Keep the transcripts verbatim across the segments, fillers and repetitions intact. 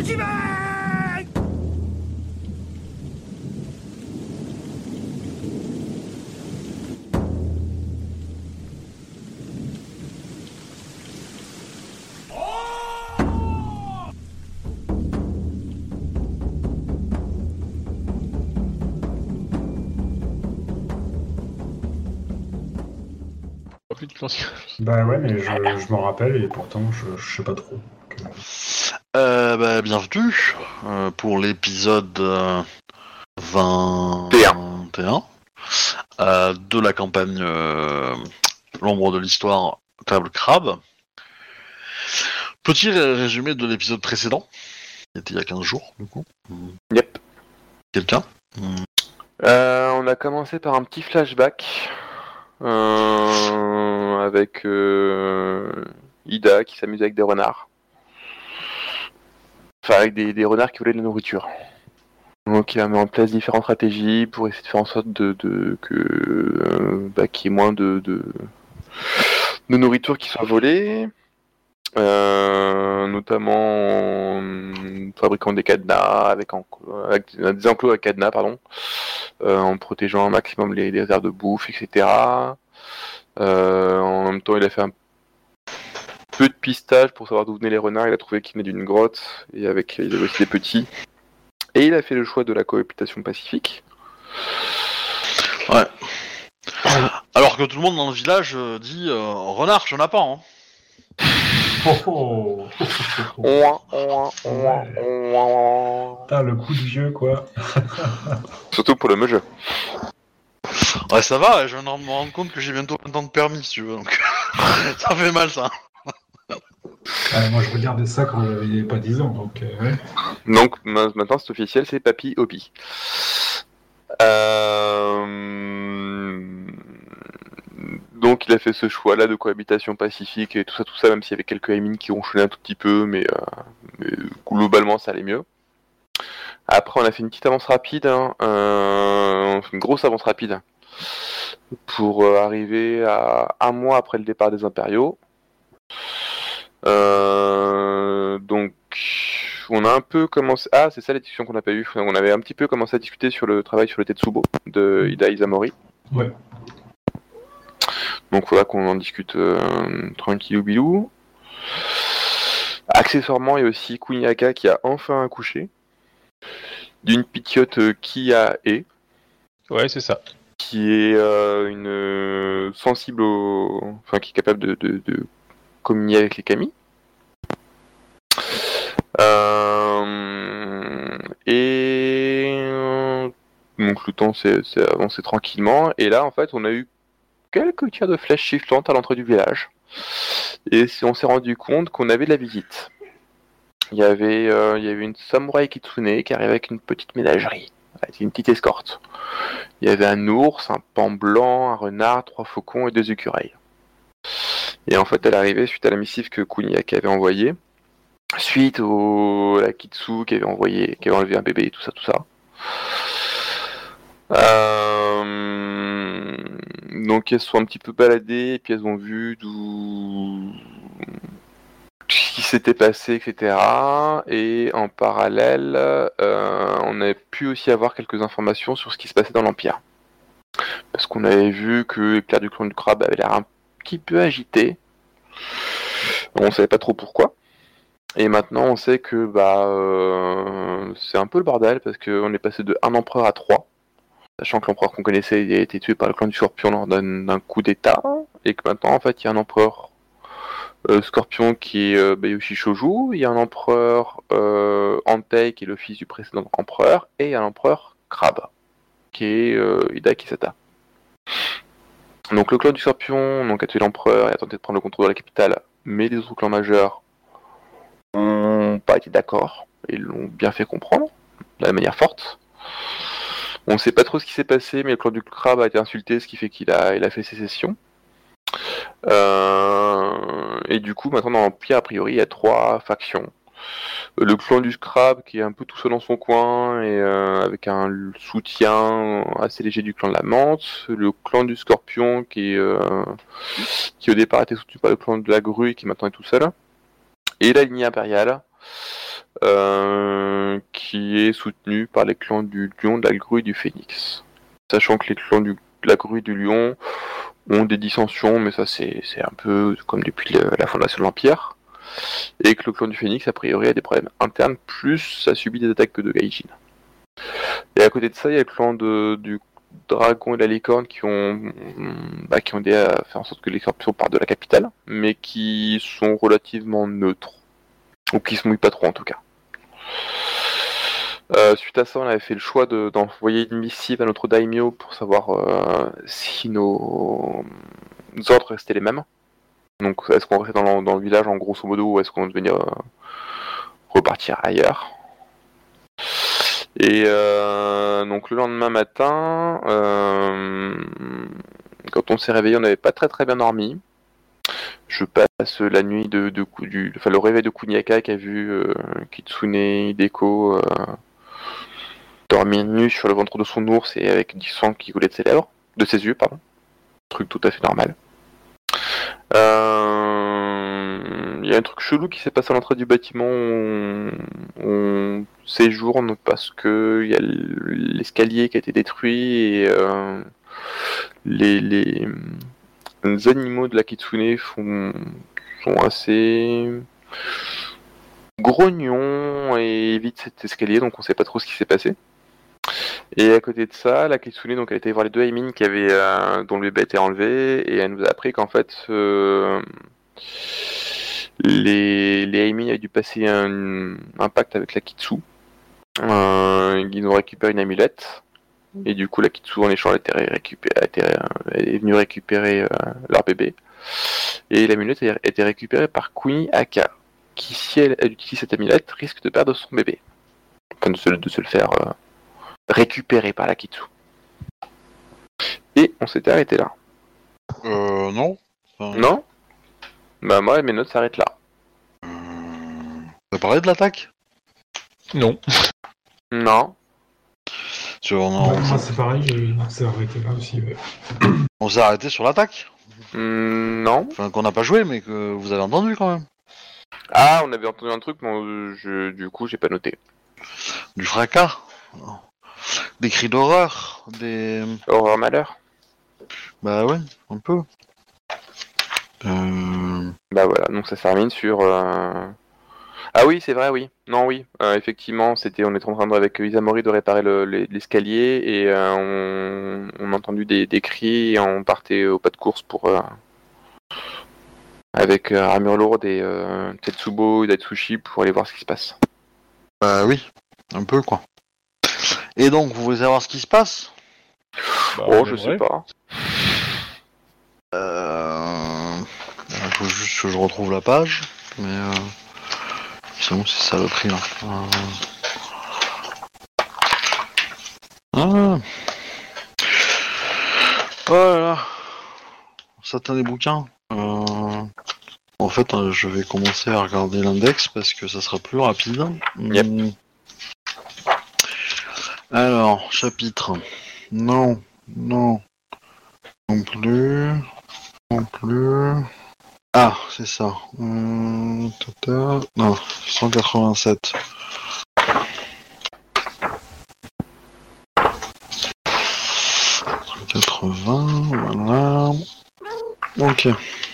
j'y vais. Plus de classique. Bah ouais, mais je, je m'en rappelle et pourtant je, je sais pas trop. Donc, euh, Euh, bah, bienvenue euh, pour l'épisode euh, vingt et un euh, de la campagne euh, L'ombre de l'histoire Table Crabe. Petit résumé de l'épisode précédent, qui était il y a quinze jours, du coup. Yep. Quelqu'un Euh, on a commencé par un petit flashback euh, avec euh, Ida qui s'amuse avec des renards. Enfin, avec des, des renards qui voulaient de la nourriture. Donc, il a mis en place différentes stratégies pour essayer de faire en sorte de, de que euh, bah, qu'il y ait moins de, de, de nourriture qui soit volée. Euh, notamment en fabriquant des cadenas avec, en, avec des enclos à cadenas, pardon, euh, en protégeant un maximum les, les réserves de bouffe, et cetera. Euh, en même temps, il a fait un peu de pistage pour savoir d'où venaient les renards. Il a trouvé qu'ils venaient d'une grotte et avec il y avait aussi des petits. Et il a fait le choix de la cohabitation pacifique. Ouais. Alors que tout le monde dans le village euh, dit euh, renard, j'en ai pas, hein. Oh oh Ouin, ouin, ouin, ouin. Putain, le coup de vieux quoi. Surtout pour le jeu. Ouais, ça va, je viens de me rendre compte que j'ai bientôt vingt ans de permis, si tu veux, donc ça fait mal, ça. Ah, moi je regardais ça quand j'avais pas dix ans, donc euh, ouais. Donc maintenant c'est officiel, c'est Papy Obi. Euh... Donc il a fait ce choix-là de cohabitation pacifique et tout ça, tout ça, même s'il y avait quelques émines qui ronchonnaient un tout petit peu, mais, euh, mais globalement ça allait mieux. Après on a fait une petite avance rapide, hein, euh, une grosse avance rapide, pour euh, arriver à un mois après le départ des impériaux. Euh, donc on a un peu commencé... Ah, c'est ça la discussion qu'on n'a pas eue. On avait un petit peu commencé à discuter sur le travail sur le Tetsubo de Ida Izamori. Ouais. Donc il faudra qu'on en discute euh, tranquillou bilou. Accessoirement, il y a aussi Kuniaka qui a enfin accouché d'une pitiote euh, Kia E. Ouais, c'est ça. Qui est euh, une euh, sensible au... Enfin, qui est capable de, de, de communier avec les kami. Euh, et donc le temps s'est, s'est avancé tranquillement. Et là, en fait, on a eu quelques tirs de flèches shiftantes à l'entrée du village. Et on s'est rendu compte qu'on avait de la visite. Il y avait, euh, il y avait une samouraï kitsune qui arrivait avec une petite ménagerie. Avec une petite escorte. Il y avait un ours, un pan blanc, un renard, trois faucons et deux écureuils. Et en fait, elle arrivait suite à la missive que Kuniaka avait envoyée. Suite au la Kitsu qui avait envoyé, qui avait enlevé un bébé et tout ça, tout ça. Euh... Donc elles se sont un petit peu baladées et puis elles ont vu d'où ce qui s'était passé, et cetera. Et en parallèle, euh, on avait pu aussi avoir quelques informations sur ce qui se passait dans l'Empire. Parce qu'on avait vu que l'éclair du clan du crabe avait l'air un petit peu agité. On savait pas trop pourquoi. Et maintenant, on sait que bah euh, c'est un peu le bordel parce qu'on est passé de un empereur à trois, sachant que l'empereur qu'on connaissait il a été tué par le clan du Scorpion lors d'un, d'un coup d'état, et que maintenant, en fait, il y a un empereur euh, Scorpion qui est euh, Bayoshi Shoju, il y a un empereur euh, Antei qui est le fils du précédent empereur, et il y a un empereur Crabe qui est euh, Ida Kisata. Donc le clan du Scorpion donc, a tué l'empereur et a tenté de prendre le contrôle de la capitale, mais les autres clans majeurs n'ont pas été d'accord, et l'ont bien fait comprendre, de la manière forte. On ne sait pas trop ce qui s'est passé, mais le clan du crabe a été insulté, ce qui fait qu'il a, il a fait sécession. Euh, et du coup, maintenant dans l'Empire, a priori, il y a trois factions. Le clan du crabe qui est un peu tout seul dans son coin et euh, avec un soutien assez léger du clan de la menthe. Le clan du scorpion qui, est, euh, qui au départ était soutenu par le clan de la grue et qui maintenant est tout seul. Et la lignée impériale euh, qui est soutenu par les clans du Lion, de la Grue et du Phénix. Sachant que les clans du, de la Grue et du Lion ont des dissensions, mais ça c'est, c'est un peu comme depuis le, la fondation de l'Empire. Et que le clan du Phénix, a priori, a des problèmes internes, plus ça subit des attaques de Gaijin. Et à côté de ça, il y a le clan de, du Dragon et la Licorne qui ont, bah, qui ont aidé à faire en sorte que les scorpions partent de la capitale, mais qui sont relativement neutres. Ou qui se mouillent pas trop en tout cas. Euh, suite à ça, on avait fait le choix de, d'envoyer une missive à notre daimyo pour savoir euh, si nos ordres restaient les mêmes. Donc est-ce qu'on restait dans le, dans le village en grosso modo ou est-ce qu'on devait euh, repartir ailleurs. Et euh, donc le lendemain matin, euh, quand on s'est réveillé, on n'avait pas très très bien dormi. Je passe la nuit de, de, de du, enfin le réveil de Kuniaka qui a vu euh, Kitsune Hideko euh, dormir nu sur le ventre de son ours et avec du sang qui coulait de ses lèvres, de ses yeux, pardon. Truc tout à fait normal. Euh, il y a un truc chelou qui s'est passé à l'entrée du bâtiment. On, on séjourne parce que il y a l'escalier qui a été détruit et euh, les, les, les animaux de la Kitsune font, sont assez grognons et évitent cet escalier, donc on sait pas trop ce qui s'est passé. Et à côté de ça, la Kitsune, donc elle était voir les deux Aimin qui avaient, euh, dont le bébé était enlevé, et elle nous a appris qu'en fait, euh, les, les Aimin avaient dû passer un, un pacte avec la Kitsu. Euh, ils ont récupéré une amulette, et du coup la Kitsu en échange était récupéré, était, est venue récupérer euh, leur bébé. Et l'amulette a été récupérée par Kuniaka, qui si elle, elle utilise cette amulette, risque de perdre son bébé. Enfin de se, de se le faire... Euh, récupéré par la Kitsu. Et on s'était arrêté là. Euh, non. Enfin... Non ? Bah moi, mes notes s'arrêtent là. Euh... T'as parlé de l'attaque ? Non. Non. Sur, on, Ouais, moi c'est pareil, j'ai... on s'est arrêté là aussi. Ouais. on s'est arrêté sur l'attaque ? Mm, non. Enfin, qu'on n'a pas joué, mais que vous avez entendu quand même. Ah, on avait entendu un truc, mais je... du coup, j'ai pas noté. Du fracas ? Des cris d'horreur, des... Horreur malheur. Bah ouais, un peu. Euh... Bah voilà, donc ça se termine sur... Euh... Ah oui, c'est vrai, oui. Non, oui. Euh, effectivement, c'était, on était en train de, avec Isamori de réparer le, l'escalier et euh, on... on a entendu des, des cris et on partait au pas de course pour... Euh... avec euh, armure lourde et euh, Tetsubo et Datsushi pour aller voir ce qui se passe. Bah oui, un peu quoi. Et donc, vous voulez savoir ce qui se passe ? Bah, Oh, je sais pas. Euh... Il faut juste que je retrouve la page, mais... Euh... C'est bon, c'est saloperie là. Euh... Ah. Voilà. Certains des bouquins. Euh... En fait, euh, je vais commencer à regarder l'index parce que ça sera plus rapide. Yep. Hum. Alors, chapitre. Non, non, non plus, non plus. Ah, c'est ça. Hum, total. Non, cent quatre-vingt-sept. cent quatre-vingts, voilà. Ok.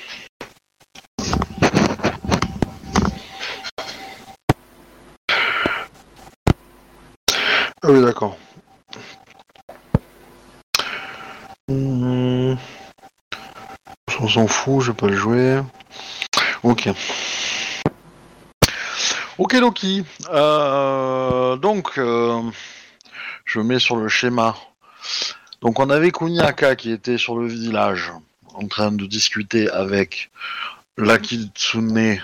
Ah oui, d'accord. Mmh. On s'en fout, je vais pas le jouer. Ok. Ok, Loki. Euh, donc, euh, je mets sur le schéma. Donc, on avait Kuniaka qui était sur le village en train de discuter avec la Kitsune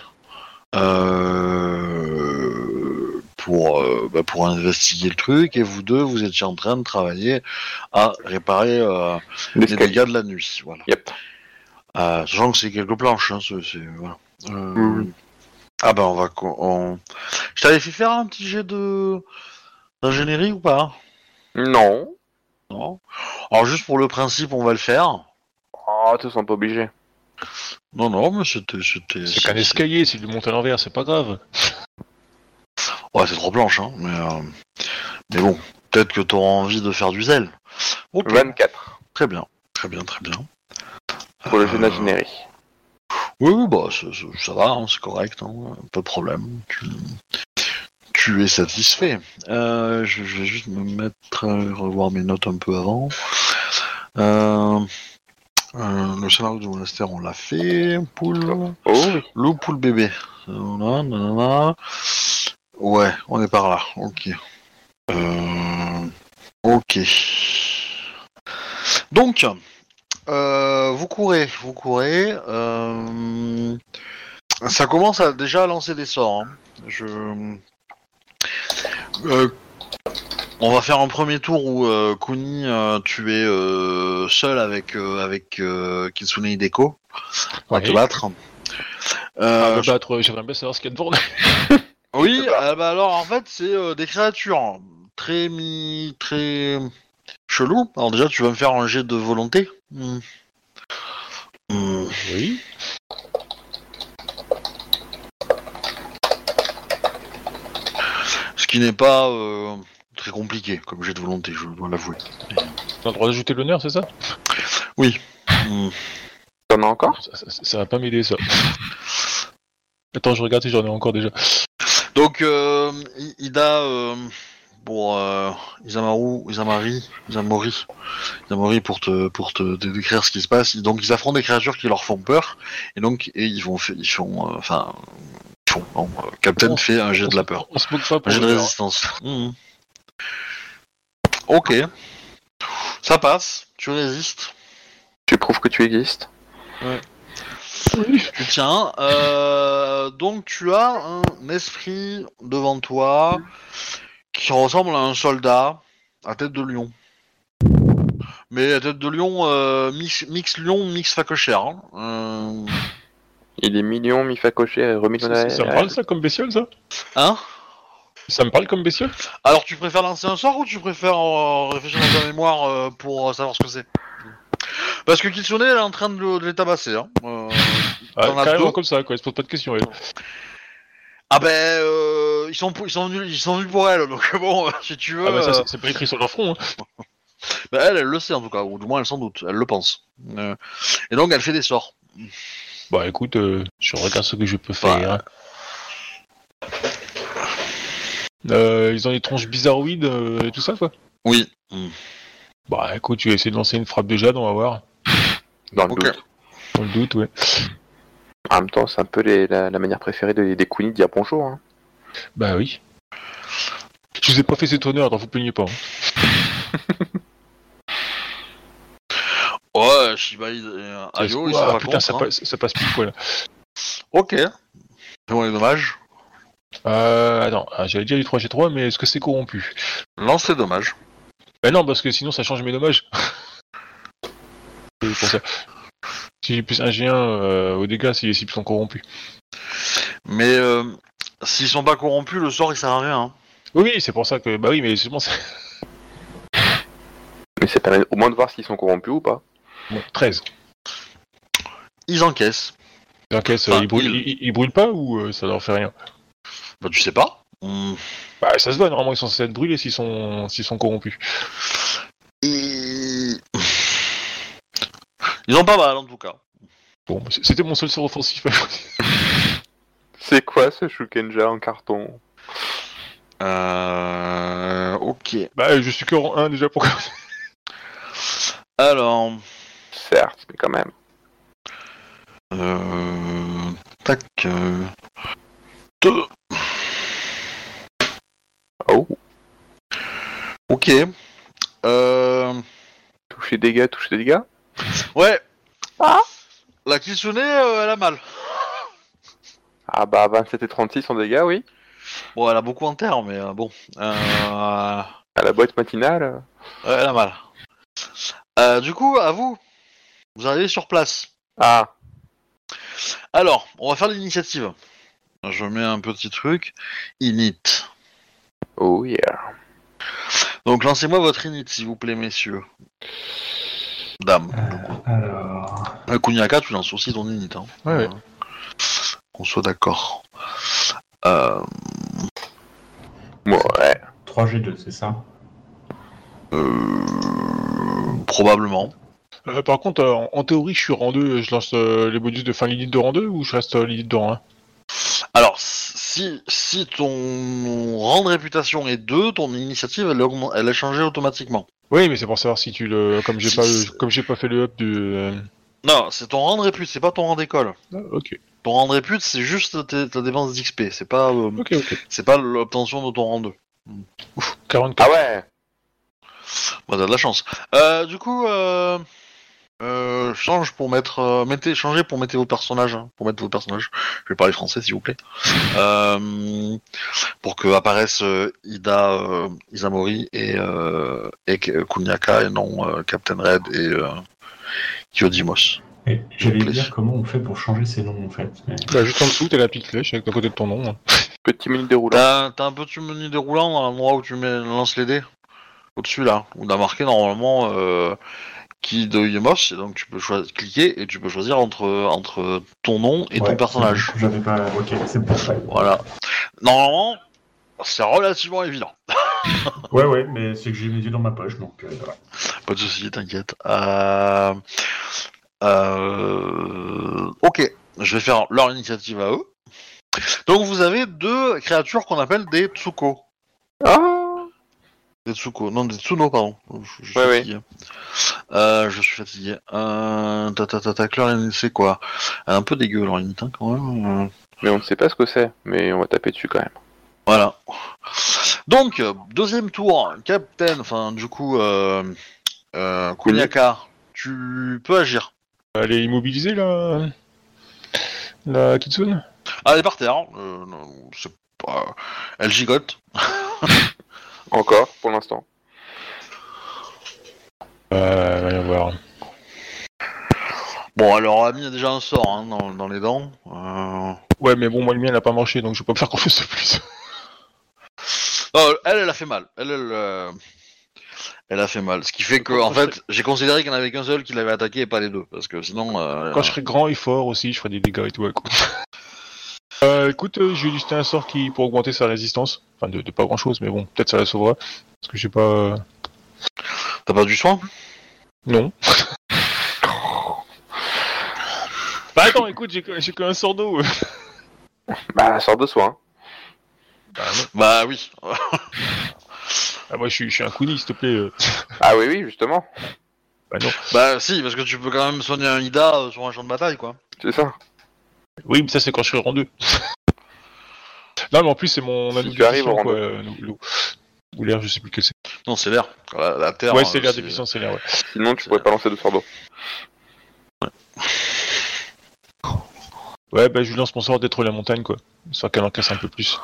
euh, pour, euh, bah, pour investiguer le truc, et vous deux, vous étiez en train de travailler à réparer euh, les dégâts de la nuit. Voilà. Yep. Euh, sachant que c'est quelques planches, hein, c'est, c'est, voilà. Euh, mmh. Ah ben on va... On... Je t'avais fait faire un petit jet de... d'ingénierie ou pas ? Non. Non. Alors juste pour le principe, on va le faire. Oh, tu sens pas obligé. Non, non, mais c'était... c'était c'est qu'un escalier, s'il lui monte à l'envers, c'est pas grave. Ouais, c'est trois planches, hein, mais, euh, mais bon, peut-être que t'auras envie de faire du zèle. Ok. vingt-quatre. Très bien, très bien, très bien. Pour le jeu Euh, d'ingénierie. Oui, oui, bah, ça, ça, ça va, hein, c'est correct, hein, pas de problème. Tu, tu es satisfait. Euh, je, je vais juste me mettre, euh, revoir mes notes un peu avant. Euh, euh, le scénario du monastère, on l'a fait. Poule. Oh oui. Loup, poule, bébé. Nanana, nanana. Ouais, on est par là. Ok. Euh... Ok. Donc, euh, vous courez, vous courez. Euh... Ça commence à déjà lancer des sorts. Hein. Je. Euh, on va faire un premier tour où euh, Kuni, euh, tu es euh, seul avec euh, avec euh, Kitsune Hideko à Ouais. te battre. Ah, Euh, me je- battre, j'aimerais bien savoir ce qu'il y a devant. Oui, euh, bah alors en fait c'est euh, des créatures très mi très chelou. Alors déjà tu vas me faire un jet de volonté. Hmm. Hmm. Oui. Ce qui n'est pas euh, très compliqué comme jet de volonté, je dois l'avouer. T'as le droit d'ajouter l'honneur, c'est ça? Hmm. T'en as encore? ça, ça, ça va pas m'aider, ça. Attends, je regarde si j'en ai encore déjà. Donc euh, I- Ida euh, pour euh, Isamaru, Isamari, Isamori, Isamori pour te pour te, te décrire ce qui se passe. Donc ils affrontent des créatures qui leur font peur et donc et ils vont fa- ils font euh, enfin ils font non, euh, Captain On- fait un jet on de la se- peur, On se moque pas un pour jet de l'honneur. résistance. Mhm. Ok, ça passe, tu résistes, Tu prouves que tu existes. Oui. tu tiens. Euh, donc tu as un esprit devant toi qui ressemble à un soldat à tête de lion. Mais à tête de lion, euh, mix, mix lion, mix facochère. Hein. Euh... Il est million, mi facoché et remis dans Ça, ça, ça me la... parle, ça, comme bestiole, ça? hein Ça me parle comme bestiole? Alors tu préfères lancer un sort ou tu préfères euh, réfléchir dans ta mémoire euh, pour savoir ce que c'est? Parce que Kitsune elle est en train de, le- de les tabasser. Hein. Euh, Ah, t'en as carrément deux. comme ça, quoi. Elle se pose pas de questions, elle. Ah ben euh, ils sont ils sont venus ils sont venus pour elle donc bon si tu veux. Ah bah ça, euh, c'est- c'est pas écrit sur leur front, hein. bah, elle elle le sait en tout cas ou du moins elle s'en doute elle le pense. Euh, et donc elle fait des sorts. Bah écoute, euh, je regarde ce que je peux Bah, faire. Euh, ils ont des tronches bizarroïdes euh, et tout ça, quoi. Oui. Mm. Bah écoute, tu vas essayer de lancer une frappe de jade, on va voir. Dans le Ok. doute. Dans le doute, ouais. En même temps, c'est un peu les- la, la manière préférée des, des Kuni de dire bonjour. Hein. Bah oui. Je vous ai pas fait cet honneur, alors vous plaignez pas. Hein. Ouais Shiba et euh, Ayo ils sont Ah, pas putain, contre. ça, Hein. passe, ça passe pile poil. Ok. Fais-moi les dommages. Euh, attends, ah, j'allais dire du trois G trois, mais est-ce que c'est corrompu? Lance les dommages. Bah non, parce que sinon ça change mes dommages. C'est pour ça. Si j'ai plus un G un euh, aux dégâts, si les cibles sont corrompus. Mais euh, s'ils sont pas corrompus, le sort il sert à rien. Hein. Oui, oui, c'est pour ça que... Bah oui, mais c'est bon, c'est... Mais ça permet au moins de voir s'ils sont corrompus ou pas. Bon, treize. Ils encaissent. L'encaisse, Enfin, ils, brûlent, ils- ils, ils brûlent pas ou euh, ça leur fait rien? Bah tu sais pas. Hmm. Bah ça se voit, normalement ils sont censés être brûlés s'ils sont, s'ils sont corrompus. Ils... Ils ont pas mal en tout cas. Bon, c- c'était mon seul sort offensif. C'est quoi ce Shukenja en carton? Euh... Ok. Bah je suis que rang un déjà pour... Alors... Certes, mais quand même. Euh... Tac... Euh... Deux. Oh, Ok. Euh... toucher dégâts, toucher dégâts. Ouais. Ah. La Kitsune, euh, elle a mal. Ah bah vingt-sept et trente-six en dégâts, oui. Bon, elle a beaucoup en terre, mais euh, bon. Euh... À la boîte matinale. Ouais, elle a mal. Euh, du coup, à vous. Vous arrivez sur place. Ah, Alors, on va faire l'initiative. Je mets un petit truc. Init. oh yeah. Donc, lancez-moi votre init, s'il vous plaît, messieurs. Dame. Euh, alors. Euh, Kuniaka, tu lances aussi ton init. Hein. Ouais, ouais. Euh, qu'on soit d'accord. Euh... trois G deux, c'est ça? Euh... Probablement. Euh, par contre, euh, en, en théorie, je suis rang deux, je lance euh, les bonus de fin limite de rang deux ou je reste euh, limite de rang un? Alors, si, si ton rang de réputation est deux, ton initiative, elle, augmente, elle est changée automatiquement. Oui, mais c'est pour savoir si tu le... Comme j'ai Si- pas, si- comme j'ai pas fait le up de... euh, Non, c'est ton rang de répute, c'est pas ton rang d'école. Ah, ok, Ton rang de répute, c'est juste tes- ta dépense d'X P, c'est pas, euh, ok, ok. c'est pas l'obtention de ton rang deux. quarante-quatre. Ah ouais. Bah, t'as de la chance. Euh, du coup, euh, euh, change pour mettre, euh, mettez, changez pour mettre vos personnages, hein, pour mettre vos personnages. Je vais parler français, s'il vous plaît. Euh, pour que apparaissent euh, Ida, euh, Izamori et euh, et Kunyaka et non euh, Captain Red et euh, Kyodimos. Et j'allais plaît. dire comment on fait pour changer ces noms en fait. Mais... Bah, juste en dessous, t'as la petite flèche avec à côté de ton nom. hein. Petit menu déroulant. T'as, t'as un petit menu déroulant dans l'endroit où tu mets, lances les dés. Au-dessus là, où t'as marqué normalement euh, qui de Yemos, et donc tu peux choisir, cliquer et tu peux choisir entre, entre ton nom et ouais, ton personnage. J'avais pas. Ok, c'est pour ça. Voilà. Normalement, c'est relativement évident. Ouais, ouais, mais c'est que j'ai mes yeux dans ma poche, donc euh, voilà. Pas de soucis, t'inquiète. Euh... Euh... Ok, je vais faire leur initiative à eux. Donc vous avez deux créatures qu'on appelle des Tsuko. Ah. Des Tsuko, non des Tsuno, pardon. Je, je suis Ouais, fatigué. Euh, je suis fatigué. Euh... Ta ta ta ta, leur limite, c'est quoi? Elle est un peu dégueu leur limite, hein, quand même. Mais on ne sait pas ce que c'est, mais on va taper dessus quand même. Voilà. Donc, deuxième tour, Captain, enfin du coup, euh, euh, Kunyaka, tu peux agir. Elle est immobilisée, là La Kitsune? Ah, elle est par terre, hein. euh, non, c'est pas... elle gigote. Encore, pour l'instant. Euh, va y voir. Bon, elle leur a mis déjà un sort hein, dans, dans les dents. Euh... Ouais, mais bon, moi, le mien, elle a pas marché, donc je peux pas faire grand-chose de plus. Non, elle, elle a fait mal. Elle, elle, euh, elle a fait mal. Ce qui fait que, en fait, j'ai considéré qu'il n'y en avait qu'un seul qui l'avait attaqué et pas les deux. Parce que sinon... Euh, Quand je serai grand et fort aussi, je ferai des dégâts et tout, écoute. Euh, écoute, euh, je vais lister un sort qui pour augmenter sa résistance. Enfin, de, de pas grand-chose, mais bon, peut-être ça la sauvera. Parce que j'ai pas... euh, T'as pas du soin? Non. Bah attends, écoute, j'ai que, j'ai que un sort d'eau. Bah, sort de soin. Bah non. Bah oui. Ah, moi, je suis, je suis un Kuni, s'il te plaît. euh. Ah oui, oui, justement. Bah non. Bah si, parce que tu peux quand même soigner un Ida euh, sur un champ de bataille, quoi. C'est ça. Oui, mais ça, c'est quand je serai rang deux. Non, mais en plus, c'est mon Si anneau tu arrives d'émission, au rang quoi. deux. euh, l'eau. Ou l'air, je sais plus quel c'est. Non, c'est l'air. La, la terre. Ouais, euh, c'est l'air déficient, c'est l'air, ouais. Sinon, tu pourrais pas lancer de sort d'eau. Ouais, bah je lui lance mon sort d'être la montagne, quoi. Histoire qu'elle encaisse un peu plus.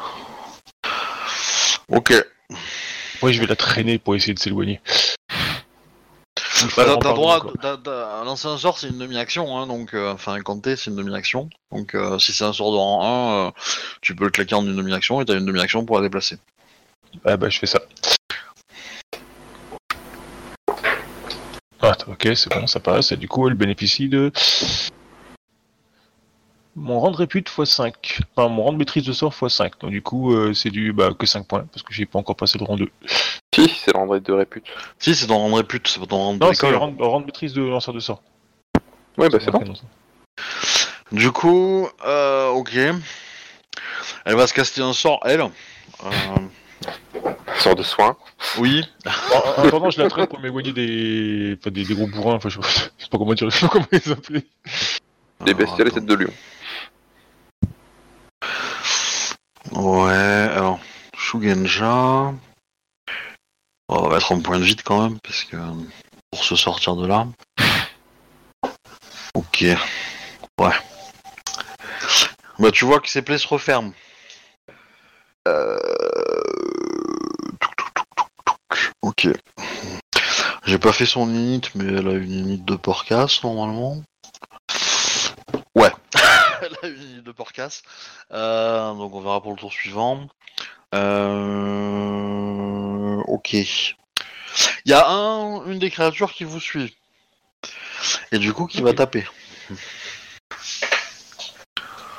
Ok. Ouais, je vais la traîner pour essayer de s'éloigner. Bah, t'as, t'as droit à lancer un sort, c'est une demi-action, hein, donc euh, enfin compter, c'est une demi-action. Donc euh, si c'est un sort de rang un, euh, tu peux le claquer en une demi-action et t'as une demi-action pour la déplacer. Ah bah je fais ça. Ah, ok, c'est bon, ça passe. Et du coup, elle bénéficie de mon rang de répute fois cinq. Enfin, mon rang de maîtrise de sort fois cinq. Donc du coup, euh, c'est du bah, que cinq points, parce que j'ai pas encore passé le rang deux. Si, c'est le rang de répute. Si, c'est ton rang de répute, c'est pas ton rang de Non, c'est l'école. le rang, le rang de maîtrise de lanceur de sort. Ouais, bah c'est bon. bon. Du coup, euh, ok. Elle va se caster un sort, elle. Euh, Sort de soin. oui. En, en attendant, je la traîne pour m'éloigner des... Enfin, des, des gros bourrins, enfin je sais pas, je sais pas comment dire, je sais pas comment les appeler. Des bestioles et têtes de lion. Ouais, alors, Shugenja. On va mettre un point de vide quand même, parce que pour se sortir de là. Ok. Ouais. Bah, tu vois que ses plaies se referment. Euh... Ok. J'ai pas fait son init, mais elle a une init de porcasse normalement. Ouais. Elle a une init de porcasse. Euh, donc on verra pour le tour suivant. Euh... Ok. Il y a un, une des créatures qui vous suit. Et du coup qui okay. va taper.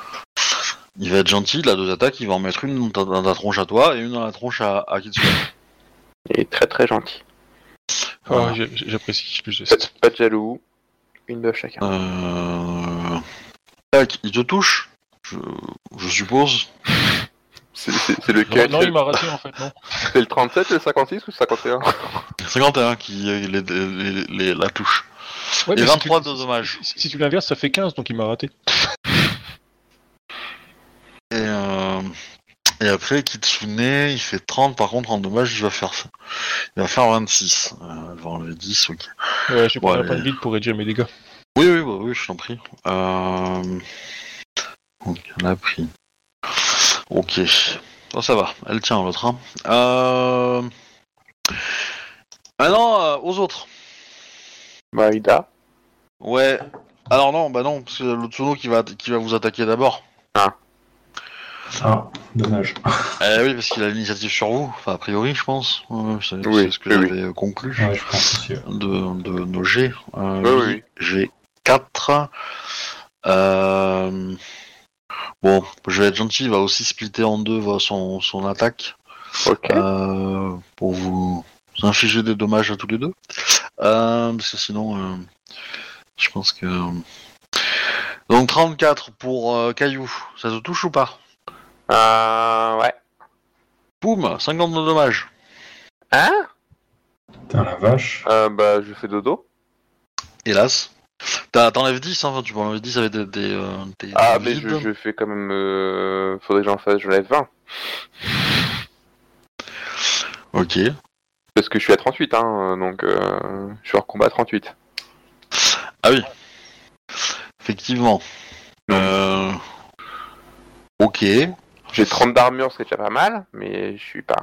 Il va être gentil, il a deux attaques, il va en mettre une dans ta, dans ta tronche à toi et une dans la tronche à, à Kitsune. Il est très très gentil. Voilà. Oh, j'apprécie le geste. Pas, pas de jaloux. Une bœuf chacun. Euh... Tac, il te touche, je, je suppose. C'est, c'est, c'est lequel? Non, non il m'a raté en fait, non. C'est le trente-sept, le cinquante-six ou le cinquante et un? cinquante et un qui les, les, les, la touche. Ouais, et vingt-trois si tu, de dommages. Si, si tu l'inverses, ça fait quinze, donc il m'a raté. Et, euh... et après, Kitsune, il fait trente, par contre en dommages, il va faire il va faire vingt-six. Euh, il va enlever dix, ok. Ouais, je vais prendre ouais, un point de vide pour réduire mes dégâts. Oui, oui, bah, oui, je t'en prie. Euh... Donc, on a pris. Ok. Oh, ça va, elle tient l'autre. Hein. Euh... Maintenant, euh, aux autres. Bah, Ida. Ouais. Alors non, bah non, parce que le Tsuno qui va, qui va vous attaquer d'abord. Ah. Ah, dommage. Eh oui, parce qu'il a l'initiative sur vous. Enfin, a priori, je pense. Euh, c'est, oui, c'est ce que oui, j'avais oui. conclu. Ouais, je pense aussi. De, de nos G. Euh, oui, oui. G quatre. Euh... Bon, je vais être gentil, il va aussi splitter en deux son, son attaque. Ok. Euh, pour vous infliger des dommages à tous les deux. Euh, parce que sinon, euh, je pense que... Donc trente-quatre pour euh, Caillou, ça te touche ou pas? Euh... Ouais. Boum, cinquante de dommages. Hein? Putain, la vache. Euh, bah, je fais dodo. Hélas. T'as, t'enlèves dix, hein, enfin, tu peux enlever dix avec des... des, euh, des ah, des mais je, je fais quand même... Euh... Faudrait que j'en fasse, je lève vingt. Ok. Parce que je suis à trente-huit, hein, donc euh, je suis hors combat à trente-huit. Ah oui. Effectivement. Euh... Ok. J'ai trente d'armure, c'est déjà pas mal, mais je suis pas...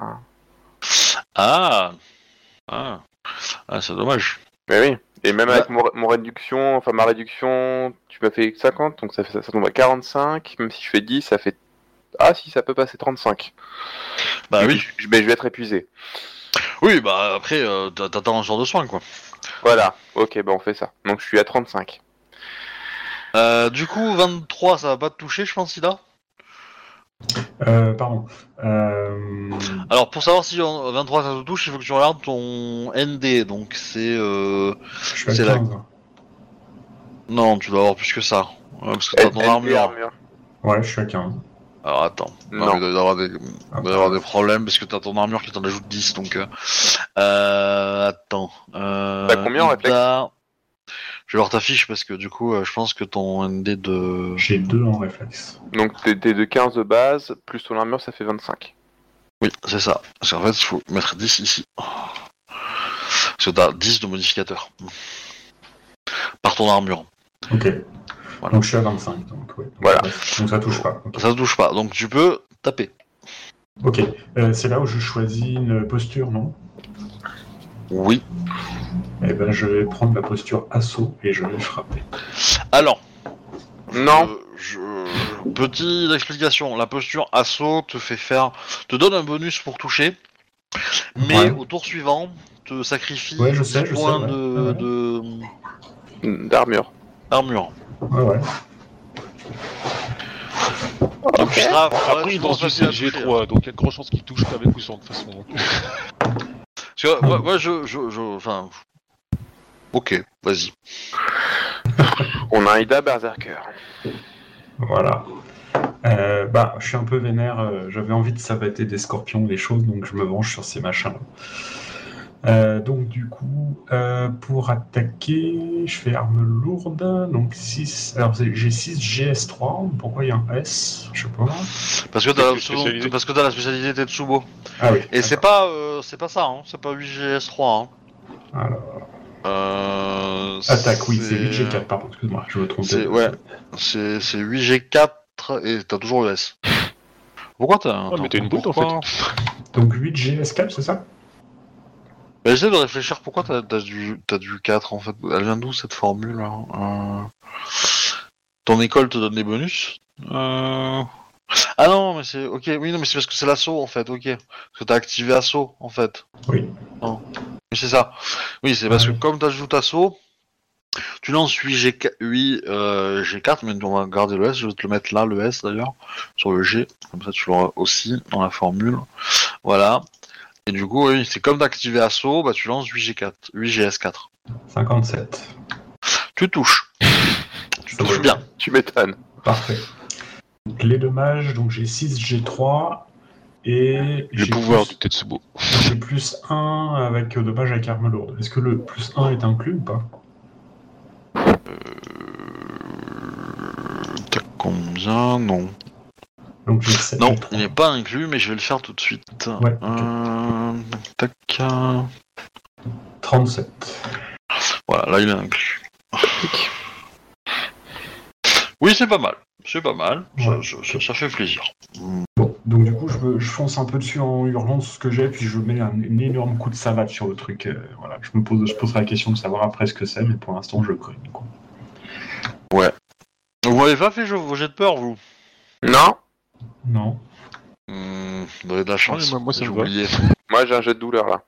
Ah Ah, ah c'est dommage. Mais oui. Et même bah... avec mon, mon réduction, enfin ma réduction, tu m'as fait cinquante, donc ça, fait, ça, ça tombe à quarante-cinq, même si je fais dix, ça fait... Ah si, ça peut passer trente-cinq. Bah je, oui. Je, je, je vais être épuisé. Oui, bah après, euh, t'attends un genre de soin, quoi. Voilà, ok, bah on fait ça. Donc je suis à trente-cinq. Euh, du coup, vingt-trois, ça va pas te toucher, je pense, Ida? Euh, pardon. Euh... Alors, pour savoir si vingt-trois ça te touche, il faut que tu regardes ton N D, donc c'est... Euh, je suis à c'est quinze. la... Hein. Non, tu dois avoir plus que ça. Ouais, parce que t'as ton armure. armure. Ouais, je suis à quinze. Alors, attends. Non. non. Il doit y avoir des, ah, doit y avoir des problèmes, parce que t'as ton armure qui t'en ajoute dix, donc... Euh, euh attends. Euh, t'as combien en réflexe? Je vais voir ta fiche, parce que du coup, euh, je pense que ton N D de... J'ai deux en réflexe. Donc t'es, t'es de quinze de base, plus ton armure, ça fait vingt-cinq. Oui, c'est ça. Parce qu'en fait, il faut mettre dix ici. Parce que t'as dix de modificateur. Par ton armure. Ok. Voilà. Donc je suis à vingt-cinq. Donc, ouais. Voilà. Donc ça touche pas. Okay. Ça touche pas. Donc tu peux taper. Ok. Euh, c'est là où je choisis une posture, non? Oui. Eh ben, je vais prendre la posture assaut et je vais frapper. Alors. Non. Je, je... Petite explication. La posture assaut te fait faire, te donne un bonus pour toucher, mais ouais. Au tour suivant, te sacrifie ouais, je sais, dix je points sais, ouais. de, ouais. de d'armure. Armure. Ouais ouais. Donc okay. tu seras. Après, il lance du C G trois, donc il y a de grandes chances qu'il touche avec ou sans de toute façon. Parce que moi, moi je, je, je, enfin. Ok, vas-y. On a un Ida Berserker. Voilà. Euh, bah, je suis un peu vénère. Euh, j'avais envie de sabater des scorpions, des choses, donc je me venge sur ces machins-là. Euh, donc du coup, euh, pour attaquer, je fais arme lourde, donc six. Alors j'ai six G S trois. Pourquoi il y a un S? Je sais pas. Parce que t'as la, parce que t'as la spécialité Tetsubo. Ah oui. Et d'accord. c'est pas, euh, c'est pas ça, hein. C'est pas huit G S trois. Hein. Alors. Euh, Attaque, oui, c'est huit G quatre, pardon, excuse-moi, je me trompe. C'est, ouais, c'est, c'est huit G quatre et t'as toujours le S. Pourquoi t'as... Ouais, mais t'as une brute en fait. Donc huit G S quatre, c'est ça? Bah, j'essaie de réfléchir pourquoi t'as, t'as, du, t'as du quatre en fait. Elle vient d'où cette formule hein euh... Ton école te donne des bonus euh... Ah non, mais c'est... Ok, oui, non, mais c'est parce que c'est l'assaut en fait, ok. Parce que t'as activé assaut en fait. Oui. Non. Mais c'est ça. Oui, c'est parce ouais. que comme t'ajoutes assaut, tu lances huit G quatre, huit, euh, G quatre, mais on va garder le S, je vais te le mettre là, le S d'ailleurs, sur le G, comme ça tu l'auras aussi dans la formule. Voilà. Et du coup, oui, c'est comme d'activer assaut, bah tu lances huit G quatre, huit G S quatre. cinquante-sept. Tu touches. Tu Ça touches va. bien. Tu m'étonnes. Parfait. Donc, les dommages, donc j'ai six G trois et Le j'ai pouvoir plus, du Tetsubo. j'ai plus un avec euh, dommage avec arme lourde. Est-ce que le plus un est inclus ou pas? T'as combien? Non. Donc j'ai sept Non, G trois. il n'est pas inclus, mais je vais le faire tout de suite. Ouais, ok. Euh... Tac. euh, trente-sept. Voilà, là il est inclus. Oui, c'est pas mal. C'est pas mal. Ça, Ouais. ça- ça- ça fait plaisir. Bon, donc du coup, je, me- je fonce un peu dessus en hurlant ce que j'ai, puis je mets un, un énorme coup de savate sur le truc. euh, voilà, je me pose, je poserai la question de savoir après ce que c'est, mais pour l'instant, je crie. Quoi. Vous m'avez pas fait vos jets de peur, vous? Non. Non. Hmm, vous avez de la chance. Ouais, moi- moi, ça j'ai me va. oublié. Moi, j'ai un jet de douleur là.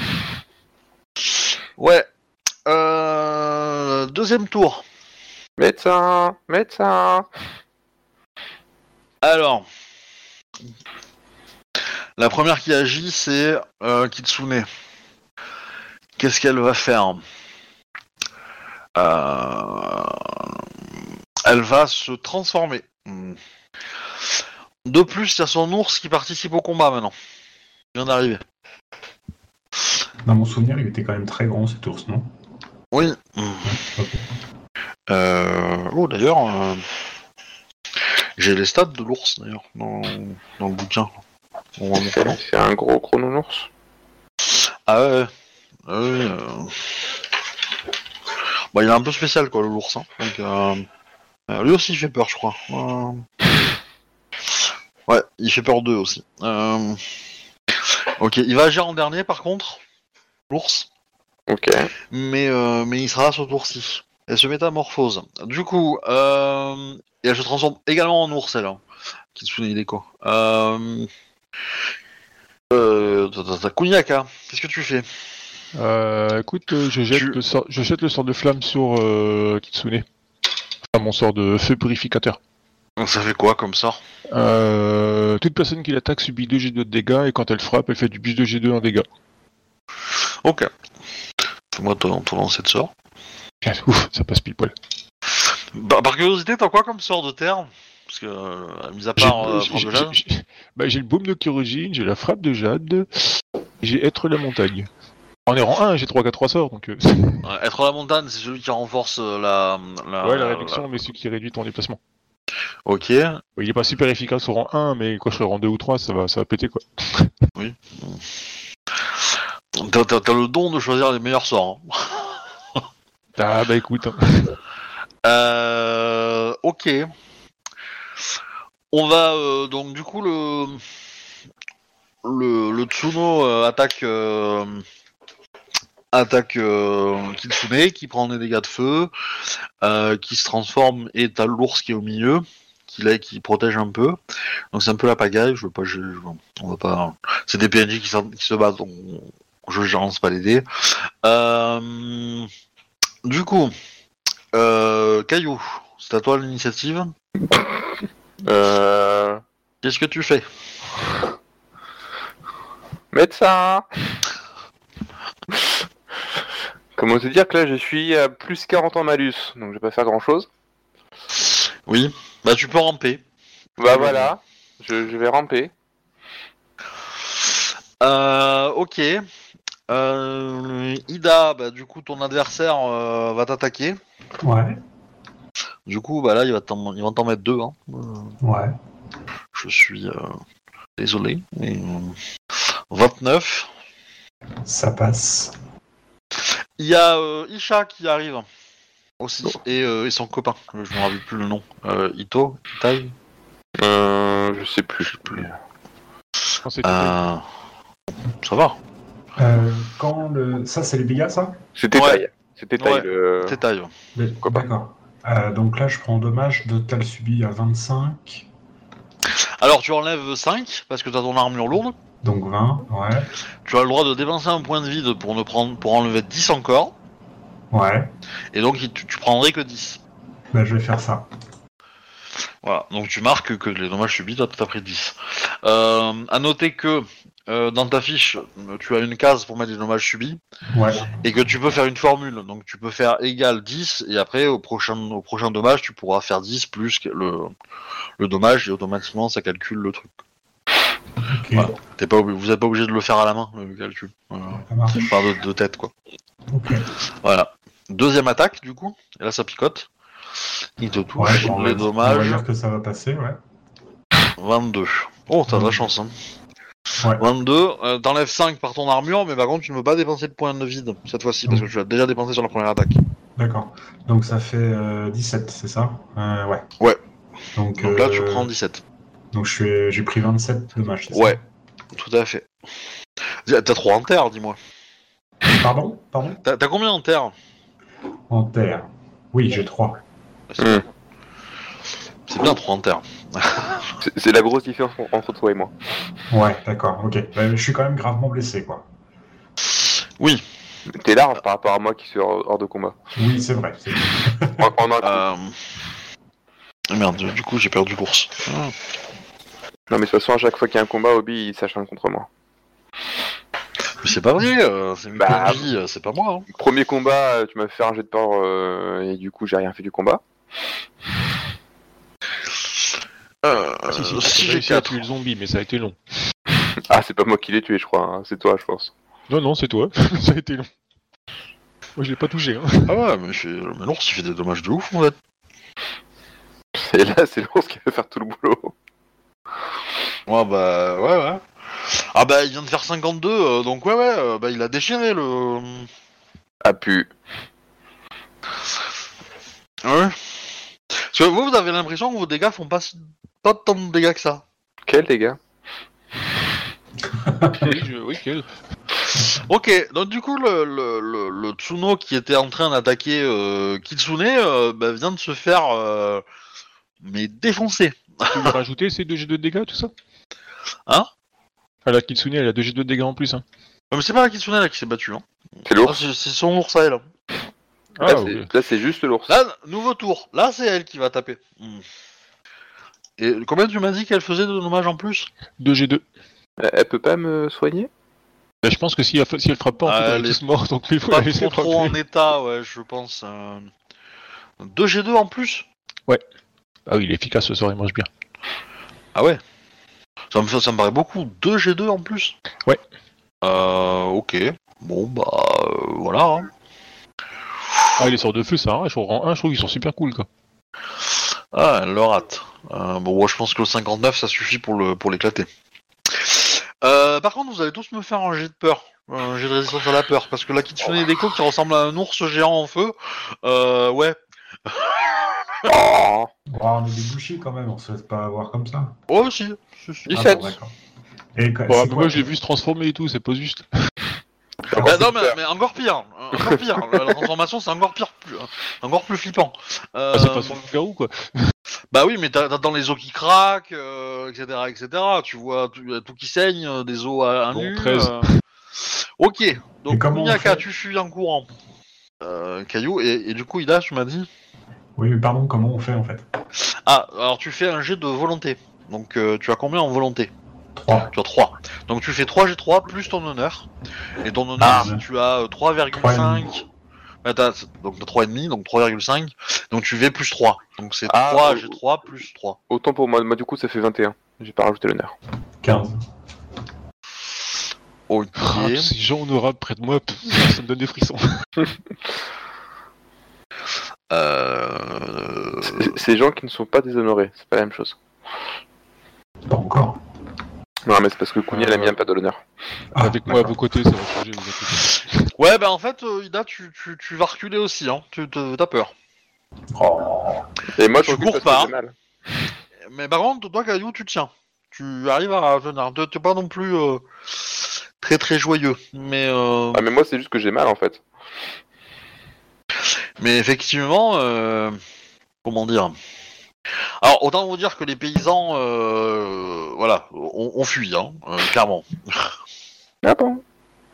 Ouais. Euh... Deuxième tour. Médecin, médecin. Alors. La première qui agit, c'est euh, Kitsune. Qu'est-ce qu'elle va faire? euh... Elle va se transformer. Hmm. De plus, il y a son ours qui participe au combat maintenant. Il vient d'arriver. Dans mon souvenir, il était quand même très grand cet ours, non? Oui. Hmm. Ok. Euh... Oh, d'ailleurs, euh... j'ai les stats de l'ours, d'ailleurs, dans, dans le bouquin. On va montrer, non ? C'est un gros chrononours. Ah ouais, ouais. Ah ouais, euh... Bah, il est un peu spécial, quoi, l'ours. Hein. Donc, euh... euh, lui aussi, il fait peur, je crois. Euh... Ouais, il fait peur d'eux aussi. Euh... Ok, il va agir en dernier, par contre, l'ours. Ok. Mais, euh, mais il sera à ce tour-ci. Elle se métamorphose. Du coup, euh... et elle se transforme également en ours, elle. Hein. Kitsune Hideko. Euh... Euh... T'as Kuniaka, qu'est-ce que tu fais? Euh, écoute, euh, je, jette Tu- le sort, je jette le sort de flamme sur euh, Kitsune. Enfin, mon sort de feu purificateur. Donc ça fait quoi comme ça? Euh, toute personne qui l'attaque subit deux G deux de dégâts et quand elle frappe, elle fait du plus de G deux en dégâts. Ok. Fais-moi ton, ton lancer de sort. Ouf, ça passe pile poil. Bah, par curiosité, t'as quoi comme sort de terre? Parce que, euh, mis à J'ai part euh, j'ai- frappe de j'ai- jade. j'ai- bah, j'ai le baume de Kyorojin, j'ai la frappe de Jade, et j'ai être la montagne. En est rang un, j'ai trois quatre trois sorts, donc... Euh... Ouais, être la montagne, c'est celui qui renforce euh, la, la... ouais, la réduction, mais celui qui réduit ton déplacement. Ok. Ouais, il est pas super efficace au rang un, mais quand je serai rang deux ou trois, ça va, ça va péter, quoi. T'as, t'as- t'as le don de choisir les meilleurs sorts. Hein. Ah bah écoute... hein. Euh... Ok. On va, euh, donc, du coup, le... Le, le Tsuno euh, attaque... Euh... attaque euh, Kitsune, qui prend des dégâts de feu, euh, qui se transforme, et t'as l'ours qui est au milieu, qui, là, qui protège un peu. Donc c'est un peu la pagaille, je veux pas... Je, je- on va pas... C'est des P N J qui, s'en- qui se battent, donc je lance pas les dés. Euh, du coup, euh, Caillou, c'est à toi l'initiative. Euh... Qu'est-ce que tu fais? Médecin. Comment te dire que là je suis à plus quarante en malus, donc je vais pas faire grand chose. Oui, bah tu peux ramper. Bah voilà, je, je vais ramper. Euh, ok. Euh, Ida, bah du coup ton adversaire euh, va t'attaquer. Ouais. Du coup, bah là il va t'en, il va t'en mettre deux. Hein. Euh, Ouais. je suis euh, désolé. Mais, euh, vingt-neuf. Ça passe. Il y a euh, Isha qui arrive aussi et, euh, et son copain. Je me rappelle plus le nom. Euh, Ito, Itai. Euh, je sais plus, je sais plus. Quand c'est Euh, ça va. Euh, quand le... Ça, c'est les dégâts, ça? C'était Ouais. taille. C'était taille Ouais. le... C'est taille. Les- D'accord. Euh, donc là, je prends dommage de tal subi à vingt-cinq. Alors tu enlèves cinq parce que tu as ton armure lourde. Donc vingt, ouais. Tu as le droit de dépenser un point de vide pour, ne prendre, pour enlever dix encore. Ouais. Et donc tu, tu prendrais que dix. Bah, je vais faire ça. Voilà, donc tu marques que les dommages subis, toi t'as pris dix. Euh, à noter que euh, dans ta fiche, tu as une case pour mettre les dommages subis, Ouais. et que tu peux faire une formule. Donc tu peux faire égal dix, et après, au prochain, au prochain dommage, tu pourras faire dix plus le, le dommage, et automatiquement, ça calcule le truc. Ok. Voilà. T'es pas, obli- vous n'êtes pas obligé de le faire à la main, le calcul. Euh, Ça marche. Enfin, de, de tête, quoi. Ok. Voilà. Deuxième attaque, du coup, et là, ça picote. Il te touche, Ouais, bon, on, va, les dire- on dommages, va dire que ça va passer, ouais. vingt-deux. Oh, t'as de la chance, hein. Ouais. vingt-deux, euh, t'enlèves cinq par ton armure, mais par contre, tu ne peux pas dépenser de points de vide cette fois-ci, parce que tu l'as déjà dépensé sur la première attaque. D'accord. Donc ça fait euh, dix-sept, c'est ça euh, Ouais. Ouais. Donc, Donc là, euh, tu prends dix-sept. Donc je suis... j'ai pris vingt-sept dommages, c'est Ouais, tout à fait. T'as trois en terre, dis-moi. ça Pardon Pardon T'as, t'as combien en terre? En terre. Oui, j'ai trois. C'est, Mm. c'est bien trois en terre. C'est, c'est la grosse différence entre toi et moi. Ouais, d'accord, ok. Bah, je suis quand même gravement blessé, quoi. Oui. T'es large par rapport à moi qui suis hors, hors de combat. Oui, c'est vrai. c'est- En, en un coup. Euh... Merde, du coup, j'ai perdu l'ours. Ah. Non mais de toute façon, à chaque fois qu'il y a un combat, Obi il s'acharne contre moi. Mais c'est pas vrai, euh, c'est une Bah, P N J, euh, c'est pas moi. Hein. Premier combat, euh, tu m'as fait un jet de peur euh, et du coup j'ai rien fait du combat. Euh, Ah, si, si, si j'ai j'ai réussi à quatre. tuer le zombie, mais ça a été long. Ah, c'est pas moi qui l'ai tué, je crois, hein. C'est toi, je pense. Non, non, c'est toi. Ça a été long. Moi, je l'ai pas touché. Hein. Ah ouais, mais, je... mais l'ours, il fait des dommages de ouf, en fait. Et là, c'est l'ours qui va faire tout le boulot. Ouais, bah, ouais, ouais. Ah bah, il vient de faire cinquante-deux, euh, donc ouais, ouais, euh, bah, il a déchiré le... Ah pu. Ouais. Parce que vous, vous avez l'impression que vos dégâts font pas, si- pas tant de dégâts que ça. Quel dégât? Oui, je... oui, quel. Ok, donc du coup, le, le, le, le Tsuno qui était en train d'attaquer euh, Kitsune euh, bah, vient de se faire... Euh, mais défoncer. Tu veux rajouter ces deux G de dégâts, tout ça? Hein? Ah, la Kitsune, elle a deux G de dégâts en plus. Hein. Ouais, mais c'est pas la Kitsune là qui s'est battue. Hein. C'est Ah, l'ours. c'est, c'est son ours à elle. Ah, Là, ok. c'est... là, c'est juste l'ours. Là, nouveau tour. Là, c'est elle qui va taper. Hmm. Et combien tu m'as dit qu'elle faisait de dommages en plus? deux G deux. Elle, elle peut pas me soigner? Bah, je pense que si elle, si elle frappe pas, en Ah, fait, on elle est est tous morts, donc il faut Pas la laisser trop, trop en frapper. état, ouais, je pense. Euh... deux G deux en plus? Ah oui, il est efficace ce soir, il mange bien. Ah ouais. Ça me, fait, ça me paraît beaucoup. deux G deux en plus? Ouais. Euh, ok. Bon, bah, euh, voilà. Hein. Ah, les sorts de feu, ça arrache. Au rang un, je trouve qu'ils sont super cool, quoi. Ah, elle le rate. Euh, bon, moi, je pense que le cinquante-neuf, ça suffit pour, le, pour l'éclater. Euh, par contre, vous allez tous me faire un jet de peur. Un jet de résistance à la peur. Parce que la Kitsune Deko qui ressemble à un ours géant en feu, euh, ouais. Oh. Oh, on est des bouchis quand même, on se laisse pas avoir comme ça. Oh, si. si, si. Ah, dix-sept. bon, d'accord. Et quoi, Bon, c'est mais quoi, moi, je l'ai vu se transformer et tout, c'est pas juste. Bah, non, mais, mais encore pire. euh, Encore pire. La la transformation, c'est encore pire. Plus, encore plus flippant. Euh, Ah, c'est pas son garou, quoi. Bah oui, mais t'as, t'as dans les os qui craquent, euh, et cetera, et cetera. Tu vois tout, tout qui saigne, euh, des os à un Bon, nu. treize. euh. Ok, donc comment on Miyaka, fait tu fuis en courant. Euh, Caillou, et, et du coup, Ida, tu m'as dit. Oui, mais pardon, comment on fait en fait? Ah, alors tu fais un jet de volonté. Donc euh, tu as combien en volonté? trois. Tu as trois. Donc tu fais trois G trois plus ton honneur. Et ton honneur, Ah, si tu as euh, trois virgule cinq. Bah, t'as, donc t'as trois virgule cinq, donc trois virgule cinq. Donc tu V plus trois. Donc c'est Ah, trois oh. G trois plus trois. Autant pour moi, moi du coup ça fait vingt et un. J'ai pas rajouté l'honneur. quinze. Ok. Ah, tous ces gens honorables près de moi, pff, ça me donne des frissons. Euh... C'est- Ces gens qui ne sont pas déshonorés, c'est pas la même chose. Pas encore. Non mais c'est parce que Kounia Euh, elle a mis un pas d'honneur. Ah, Avec moi à vos d'accord. côtés, ça va changer, vous inquiétez. Ouais, bah en fait, euh, Ida, tu, tu, tu vas reculer aussi, hein. Tu te- t'as peur. Oh. Et moi Tu je recule cours parce pas. que j'ai mal. Mais par contre, toi, Caillou, tu tiens. Tu arrives à tenir. T'es t'es pas non plus euh, très très joyeux. Mais, euh, Ah mais moi c'est juste que j'ai mal en fait. mais effectivement, euh, comment dire. Alors, autant vous dire que les paysans, euh, voilà, on, on fuit, hein, euh, clairement. Ah bon?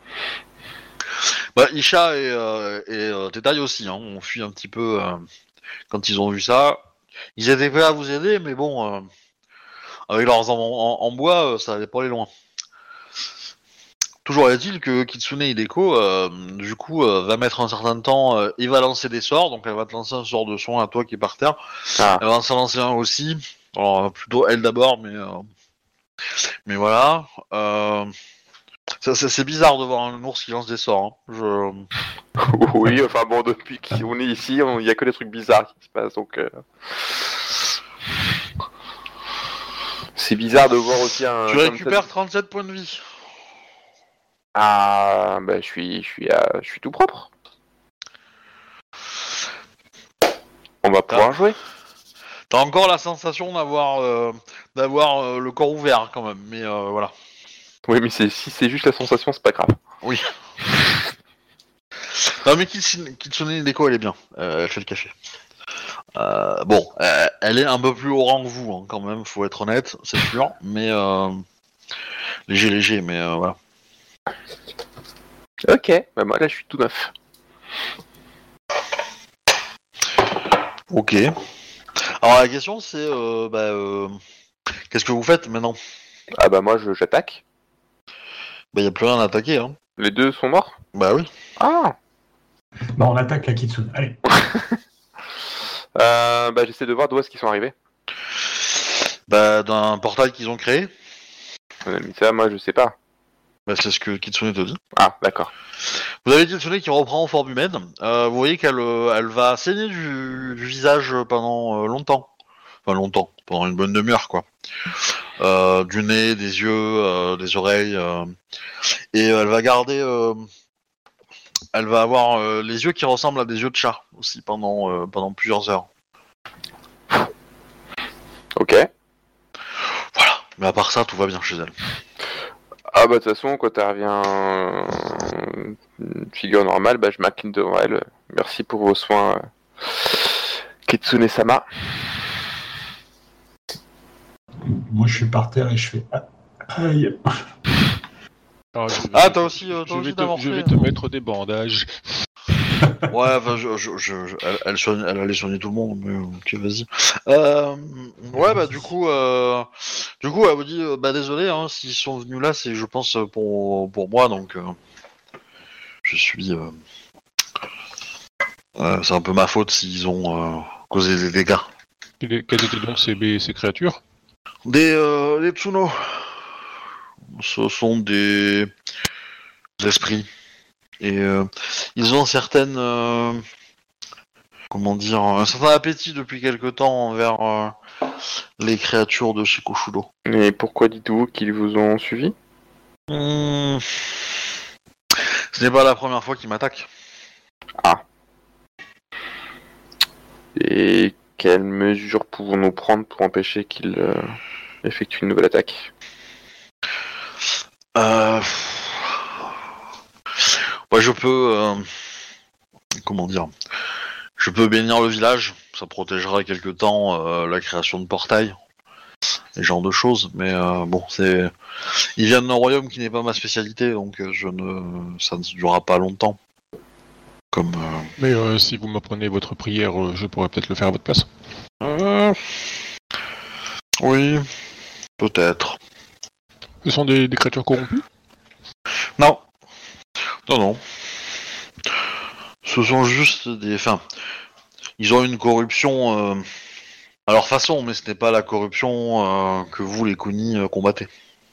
Bah, Isha et, euh, et euh, Tetaï aussi, hein, on fuit un petit peu euh, quand ils ont vu ça. Ils étaient prêts à vous aider, mais bon, euh, avec leurs armes en, en- en bois, euh, ça allait pas aller loin. toujours est-il que Kitsune Hideko, euh, du coup, euh, va mettre un certain temps, euh, il va lancer des sorts, donc elle va te lancer un sort de soin à toi qui est par terre. Ah. Elle va s'en lancer un aussi, alors plutôt elle d'abord, mais euh, mais voilà. Euh, ça, ça, c'est bizarre de voir un ours qui lance des sorts. Hein. Je... Oui, enfin bon, depuis qu'on est ici, il n'y a que des trucs bizarres qui se passent, donc... Euh... C'est bizarre de voir aussi un... Tu récupères trente-sept points de vie. Ah, bah je suis, je suis, à... je suis tout propre. On va pouvoir ah. jouer. T'as encore la sensation d'avoir, euh, d'avoir euh, le corps ouvert quand même, mais euh, voilà. Oui, mais c'est, si c'est juste la sensation, c'est pas grave. Oui. Non mais Kitsune Hideko, elle est bien. Euh, elle fait le café. Euh, bon, euh, elle est un peu plus haut rang que vous, hein, quand même, faut être honnête, c'est sûr. Mais euh, léger, léger, mais euh, voilà. Ok, bah moi là je suis tout neuf. Ok. Alors la question c'est, euh, bah, euh, qu'est-ce que vous faites maintenant? Ah bah moi je, j'attaque. Bah y a plus rien à attaquer, hein. Les deux sont morts? Bah oui. Ah. Bah on attaque la Kitsune, allez. euh, bah j'essaie de voir d'où est-ce qu'ils sont arrivés. Bah d'un portail qu'ils ont créé. Mais ça moi je sais pas. Bah c'est ce que Kitsune te dit. Ah d'accord. Vous avez Kitsune qui reprend en forme humaine. Euh, vous voyez qu'elle euh, elle va saigner du, du visage pendant euh, longtemps. Enfin longtemps, pendant une bonne demi-heure quoi. Euh, du nez, des yeux, euh, des oreilles. Euh, et elle va garder... Euh, elle va avoir euh, les yeux qui ressemblent à des yeux de chat aussi pendant, euh, pendant plusieurs heures. Ok. Voilà. Mais à part ça, tout va bien chez elle. Ah bah de toute façon, quand elle revient euh, une figure normale, bah je m'incline devant elle. Merci pour vos soins, euh, Kitsune-sama. Moi je suis par terre et je fais aïe. Ah, ah t'as aussi, euh, t'as je, aussi vais te, je vais te mettre des bandages. Ouais, enfin, je, je, je, je, elle, elle, soigne, elle allait soigner tout le monde, mais ok, vas-y. Euh, ouais, bah du coup, euh, du coup, elle vous dit, euh, bah désolé, hein, s'ils sont venus là, c'est, je pense, pour pour moi, donc euh, je suis, euh, euh, c'est un peu ma faute s'ils ont euh, causé des dégâts. Quelles étaient donc ces, ces créatures? Des, euh, des Tsuno. Ce sont des, des esprits. Et euh, ils ont certaines... Euh, comment dire... Un certain appétit depuis quelque temps envers euh, les créatures de Shikoshudo. Et pourquoi dites-vous qu'ils vous ont suivi? Mmh. Ce n'est pas la première fois qu'ils m'attaquent. Ah. Et quelles mesures pouvons-nous prendre pour empêcher qu'ils euh, effectuent une nouvelle attaque? Euh... Ouais, je peux... Euh... Comment dire? Je peux bénir le village, ça protégera quelque temps euh, la création de portails, ce genre de choses, mais euh, bon, c'est... Ils viennent d'un royaume qui n'est pas ma spécialité, donc je ne... ça ne durera pas longtemps. Comme... Euh... Mais euh, si vous m'apprenez votre prière, euh, je pourrais peut-être le faire à votre place. Euh... Oui, peut-être. Ce sont des, des créatures corrompues? Non. Non, non. Ce sont juste des... Enfin, ils ont une corruption euh, à leur façon, mais ce n'est pas la corruption euh, que vous, les Kuni, euh, combattez.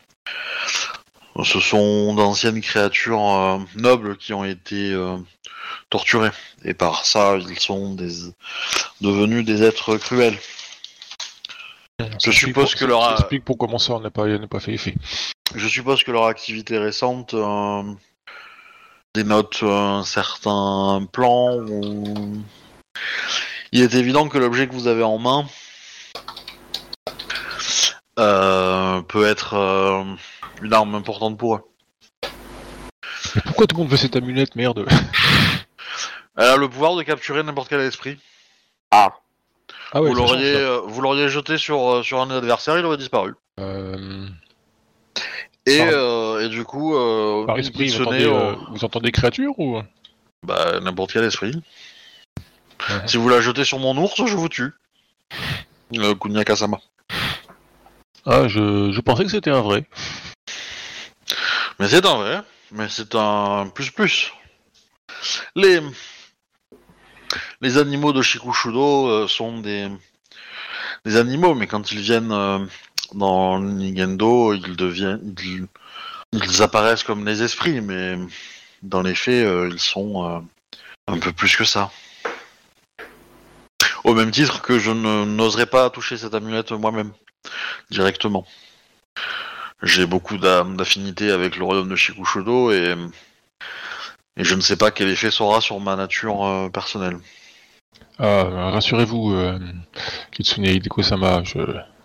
Ce sont d'anciennes créatures euh, nobles qui ont été euh, torturées. Et par ça, ils sont des... devenus des êtres cruels. Je suppose pour, que leur... Ça explique pourquoi mon sort n'a pas, n'a pas fait effet. Je suppose que leur activité récente euh, dénote un certain plan où... Il est évident que l'objet que vous avez en main euh, peut être euh, une arme importante pour eux. Mais pourquoi tout le monde veut cette amulette, merde? Elle a le pouvoir de capturer n'importe quel esprit. Ah. Ah ouais, vous, l'auriez, euh, vous l'auriez jeté sur, sur un adversaire, il aurait disparu. Euh... Et, euh, et du coup... Euh, Par esprit, vous entendez, euh, vous entendez créature ou... Bah, n'importe quel esprit. Ouais. Si vous la jetez sur mon ours, je vous tue. Euh, Kunyaka-sama. Ah, je, je pensais que c'était un vrai. Mais c'est un vrai. mais c'est un plus plus. Les les animaux de Shikushudo euh, sont des des animaux, mais quand ils viennent euh, dans Nigendo, ils deviennent ils, ils apparaissent comme des esprits, mais dans les faits, euh, ils sont euh, un peu plus que ça. Au même titre que je ne, n'oserais pas toucher cette amulette moi-même, directement. J'ai beaucoup d'a- d'affinité avec le royaume de Shikushudo et, et je ne sais pas quel effet ça aura sur ma nature euh, personnelle. Ah, rassurez-vous, euh, Kitsune Hideko-sama, je...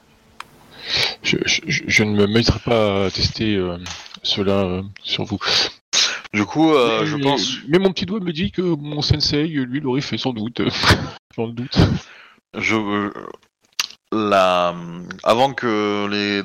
Je, je, je ne me mettrai pas à tester euh, cela euh, sur vous. Du coup, euh, mais, je pense... Mais mon petit doigt me dit que mon sensei, lui, l'aurait fait sans doute. J'en doute. Je... Euh, la... Avant que les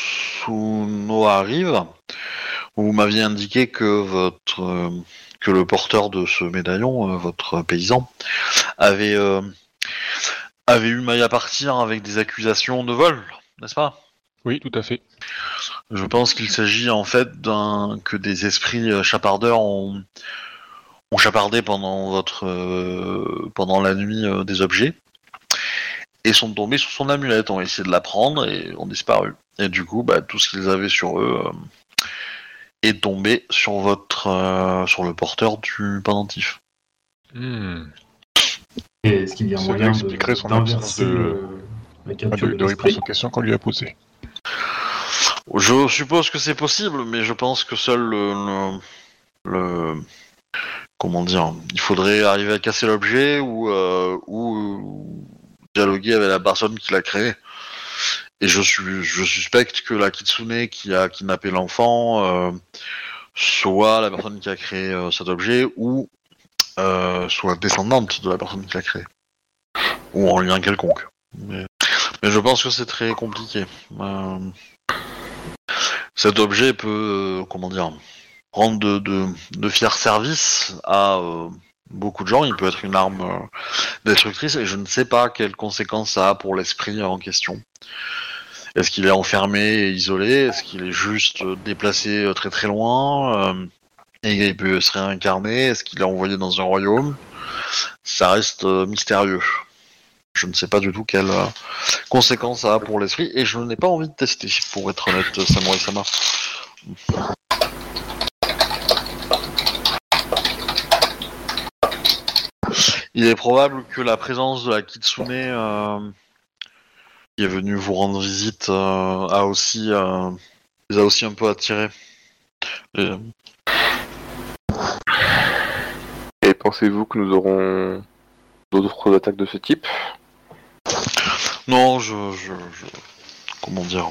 Tsuno arrivent, vous m'aviez indiqué que votre... Euh, que le porteur de ce médaillon, euh, votre paysan, avait... Euh, avait eu maille à partir avec des accusations de vol, n'est-ce pas ? Oui, tout à fait. Je pense qu'il s'agit en fait d'un que des esprits euh, chapardeurs ont, ont chapardé pendant votre euh, pendant la nuit euh, des objets et sont tombés sur son amulette, ont essayé de la prendre et ont disparu. Et du coup, bah, tout ce qu'ils avaient sur eux euh, est tombé sur votre euh, sur le porteur du pendentif. Hmm. Et est-ce qu'il y a Ça moyen expliquerait de, son d'inverser absence de- le, la capture de, de, de l'esprit réponse aux questions qu'on lui a posées. Je suppose que c'est possible, mais je pense que seul le, le, le- comment dire, il faudrait arriver à casser l'objet ou euh, ou dialoguer avec la personne qui l'a créé. Et je suis, je suspecte que la Kitsune qui a kidnappé l'enfant euh, soit la personne qui a créé euh, cet objet ou euh, soit descendante de la personne qui l'a créé ou en lien quelconque. Mais, mais je pense que c'est très compliqué. Euh, cet objet peut, euh, comment dire, rendre de, de, de fiers services à euh, beaucoup de gens. Il peut être une arme euh, destructrice et je ne sais pas quelles conséquences ça a pour l'esprit en question. Est-ce qu'il est enfermé et isolé? Est-ce qu'il est juste déplacé très très loin euh, et il peut se réincarner? Est-ce qu'il est envoyé dans un royaume? Ça reste euh, mystérieux. Je ne sais pas du tout quelles euh, conséquences ça a pour l'esprit et je n'ai pas envie de tester, pour être honnête, Samurai-sama. Il est probable que la présence de la Kitsune euh, qui est venue vous rendre visite euh, a aussi euh, les a aussi un peu attirés. Et, Et pensez-vous que nous aurons d'autres attaques de ce type? non, je, je, je, comment dire,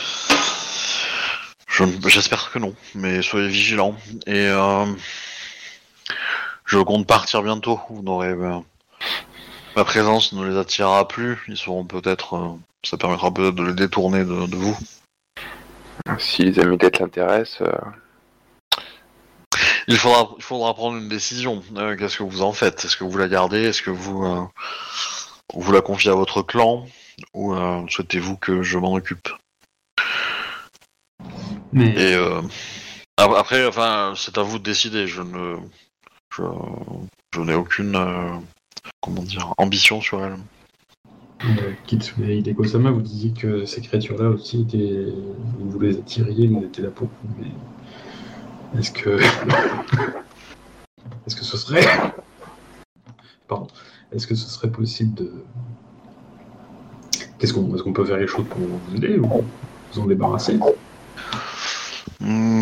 je, j'espère que non, mais soyez vigilants. Et euh, je compte partir bientôt. Vous n'aurez, euh, ma présence ne les attirera plus. Ils seront peut-être, euh, ça permettra peut-être de les détourner de, de vous. Si les amulettes l'intéressent. Euh... Il faudra, il faudra prendre une décision. Euh, qu'est-ce que vous en faites? Est-ce que vous la gardez? Est-ce que vous, euh, vous la confiez à votre clan? Ou euh, souhaitez-vous que je m'en occupe? Mais Et euh, après, enfin, c'est à vous de décider. Je ne, je, je n'ai aucune, euh, comment dire, ambition sur elle. euh, Kitsune Hideko-sama, vous disiez que ces créatures-là aussi étaient, vous les attiriez, ils étaient là pour vous. Mais est-ce que, est-ce que ce serait, pardon, est-ce que ce serait possible de, qu'est-ce qu'on, est-ce qu'on peut faire les choses pour vous aider ou vous en débarrasser? Mmh.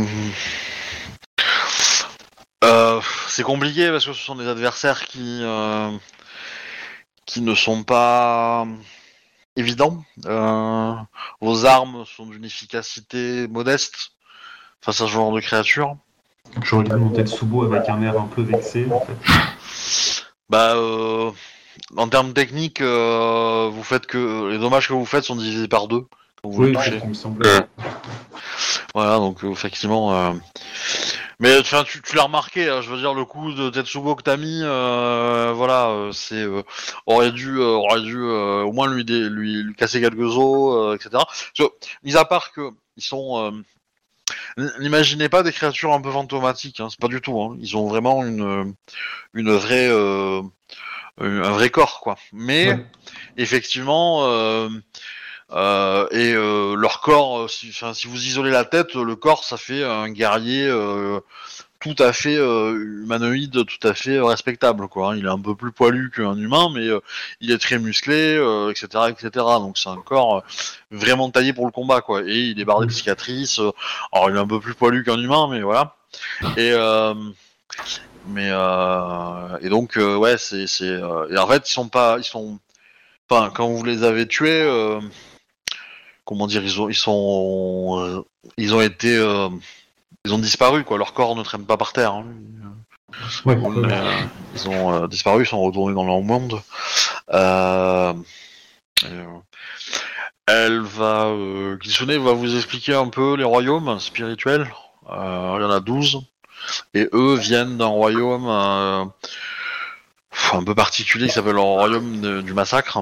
Euh, c'est compliqué parce que ce sont des adversaires qui euh, qui ne sont pas évidents. Euh, vos armes sont d'une efficacité modeste face à ce genre de créatures. Je regarde mon tête Tsubo avec un air un peu vexé, en fait. Bah, euh, en termes techniques, euh, vous faites que les dommages que vous faites sont divisés par deux quand vous Oui, le c'est touchez. ce qui me semblait. Voilà, donc euh, effectivement. Euh... Mais enfin, tu, tu l'as remarqué, hein, je veux dire, le coup de Tetsubo que t'as mis, euh, voilà, euh, c'est euh, aurait dû, euh, aurait dû euh, au moins lui, lui, lui casser quelques os, euh, et cetera. Parce que, mis à part que ils sont, euh, n'imaginez pas des créatures un peu fantomatiques, hein, c'est pas du tout. Hein. Ils ont vraiment une, une vraie, euh, un vrai corps, quoi. Mais Ouais. effectivement, euh, euh, et euh, leur corps, si, si vous isolez la tête, le corps, ça fait un guerrier. Euh, tout à fait euh, humanoïde, tout à fait respectable, quoi. Il est un peu plus poilu qu'un humain, mais euh, il est très musclé, euh, et cetera, et cetera. Donc c'est un corps euh, vraiment taillé pour le combat, quoi. Et il est bardé de cicatrices. Euh, alors il est un peu plus poilu qu'un humain, mais voilà. Et euh, mais euh, et donc euh, ouais, c'est c'est. Euh, et en fait, ils sont pas, ils sont. Enfin, quand vous les avez tués, euh, comment dire, ils ont, ils sont, euh, ils ont été. Euh, Ils ont disparu, quoi. Leur corps ne traîne pas par terre. Hein. Ouais, On, ouais. euh, ils ont euh, disparu, ils sont retournés dans leur monde. Euh, euh, elle va, euh, Kitsune va vous expliquer un peu les royaumes spirituels. Euh, il y en a douze. Et eux viennent d'un royaume euh, un peu particulier qui s'appelle le royaume de, du massacre.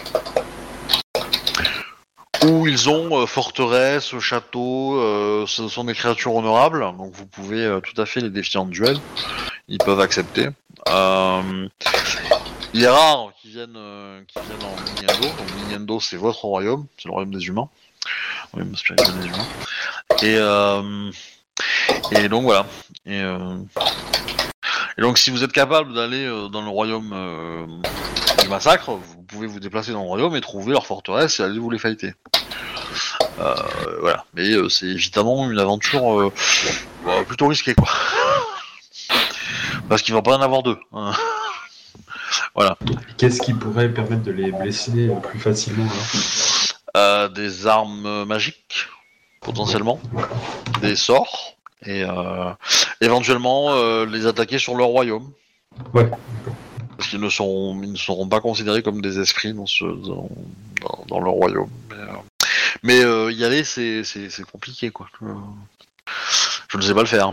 Où ils ont euh, forteresse, château, euh, ce sont des créatures honorables, donc vous pouvez euh, tout à fait les défier en duel. Ils peuvent accepter. Euh, il est rare qu'ils viennent, euh, qu'ils viennent en Miniendo. Donc Miniendo, c'est votre royaume, c'est le royaume des humains. Oui, spirituel des humains. Et, euh, et donc voilà. Et, euh, et donc si vous êtes capable d'aller euh, dans le royaume euh, du massacre, vous pouvez vous déplacer dans le royaume et trouver leur forteresse et aller vous les fighter. Euh, voilà. Mais euh, c'est évidemment une aventure euh, bah, plutôt risquée, quoi. Parce qu'il va pas en avoir deux. Hein. Voilà. Qu'est-ce qui pourrait permettre de les blesser plus facilement alors euh, Des armes magiques, potentiellement, des sorts, et euh, éventuellement euh, les attaquer sur leur royaume. Ouais. Parce qu'ils ne seront, ils ne seront pas considérés comme des esprits dans, ce, dans, dans, dans leur royaume. Mais, euh, mais euh, y aller, c'est, c'est, c'est compliqué, quoi. Euh, je ne sais pas le faire.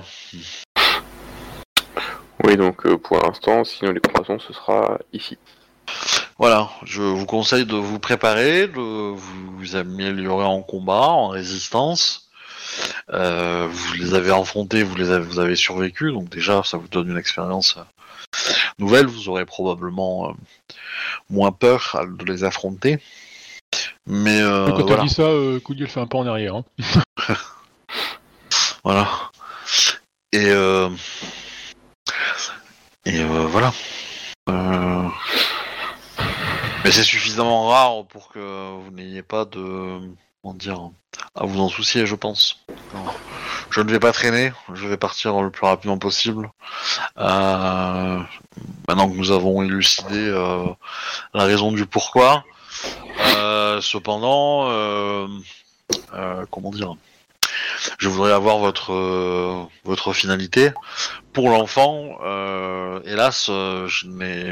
Oui, donc euh, pour l'instant, sinon les croisons, ce sera ici. Voilà, je vous conseille de vous préparer, de vous améliorer en combat, en résistance. Euh, vous les avez affrontés, vous les avez, vous avez survécu, donc déjà ça vous donne une expérience nouvelle. Vous aurez probablement euh, moins peur de les affronter. Mais euh, quand voilà. elle dit ça, euh, Koudiel fait un pas en arrière. Hein. Voilà. Et euh, et euh, voilà. Euh... Mais c'est suffisamment rare pour que vous n'ayez pas de, comment dire, à vous en soucier, je pense. Je ne vais pas traîner, je vais partir le plus rapidement possible. Euh, maintenant que nous avons élucidé euh, la raison du pourquoi. Euh, cependant, euh, euh, comment dire, je voudrais avoir votre euh, votre finalité. Pour l'enfant, euh, hélas, euh, je n'ai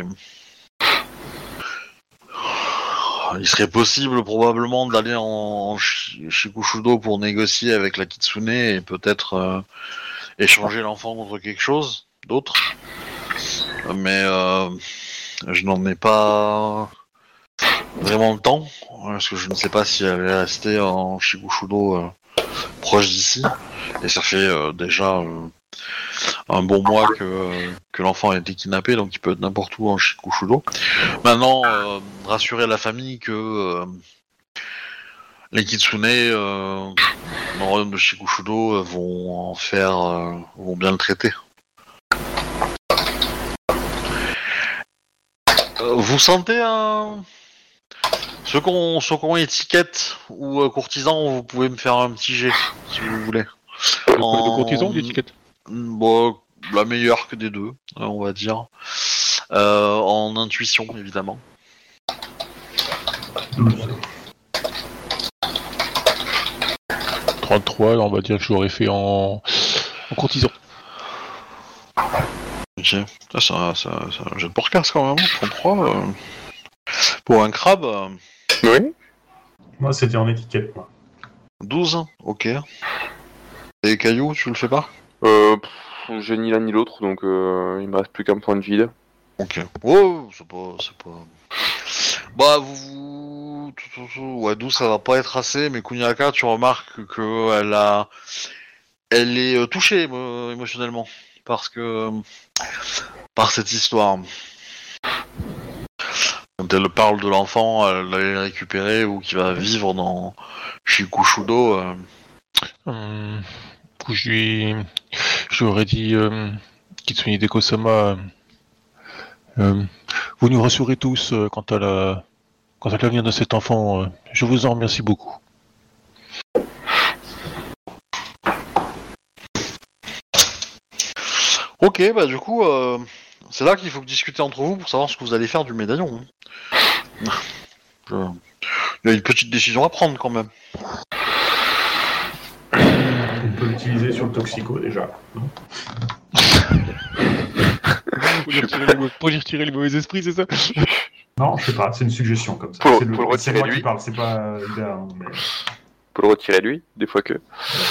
il serait possible probablement d'aller en, en Shikushudo pour négocier avec la Kitsune et peut-être euh, échanger l'enfant contre quelque chose d'autre. Mais euh, je n'en ai pas vraiment le temps, parce que je ne sais pas si elle est restée en Shikushudo euh, proche d'ici. Et ça fait euh, déjà euh, un bon mois que, euh, que l'enfant a été kidnappé, donc il peut être n'importe où en Shikushudo. Maintenant, euh, rassurer la famille que euh, les Kitsune euh, dans le royaume de Shikushudo euh, vont en faire, euh, vont bien le traiter. Euh, vous sentez un... Ceux qui ont, ceux qui ont étiquette ou euh, courtisan, vous pouvez me faire un petit jet, si vous voulez. En... De courtisan ou d'étiquette Bon, la meilleure que des deux, on va dire. Euh, en intuition, évidemment. trente-trois, on va dire que j'aurais fait en, en courtisan. Ok, ça, ça, ça, ça j'ai de porcasse quand même, trente-trois. Euh... Pour un crabe. Euh... Oui. Moi, c'était en étiquette, moi. douze, ok. Et caillou, tu le fais pas? Euh, pff, j'ai ni l'un ni l'autre, donc euh, il me reste plus qu'un point de vide. Ok. Oh, c'est pas, c'est pas. Bah, vous, ouais, douze, ça va pas être assez, mais Kunyaka, tu remarques que elle a, elle est euh, touchée émo- émotionnellement parce que par cette histoire. Quand elle parle de l'enfant, elle l'avait récupéré ou qui va vivre dans Shikushudo. Euh... Hum, du coup, je lui, je lui aurais dit, euh, Kitsune Deko-sama, euh, vous nous rassurez tous euh, quant à la, quant à l'avenir de cet enfant. Euh, je vous en remercie beaucoup. Ok, bah du coup, euh, c'est là qu'il faut discuter entre vous pour savoir ce que vous allez faire du médaillon. Je... Il y a une petite décision à prendre quand même. On peut l'utiliser sur le toxico déjà. Non Pour lui retirer, les, pour lui retirer les mauvais esprits, c'est ça? Non, je sais pas, c'est une suggestion comme ça. Pour- c'est le, pour le c'est retirer moi lui. qui parle, c'est pas Ida, hein, mais... Faut le retirer lui, des fois que.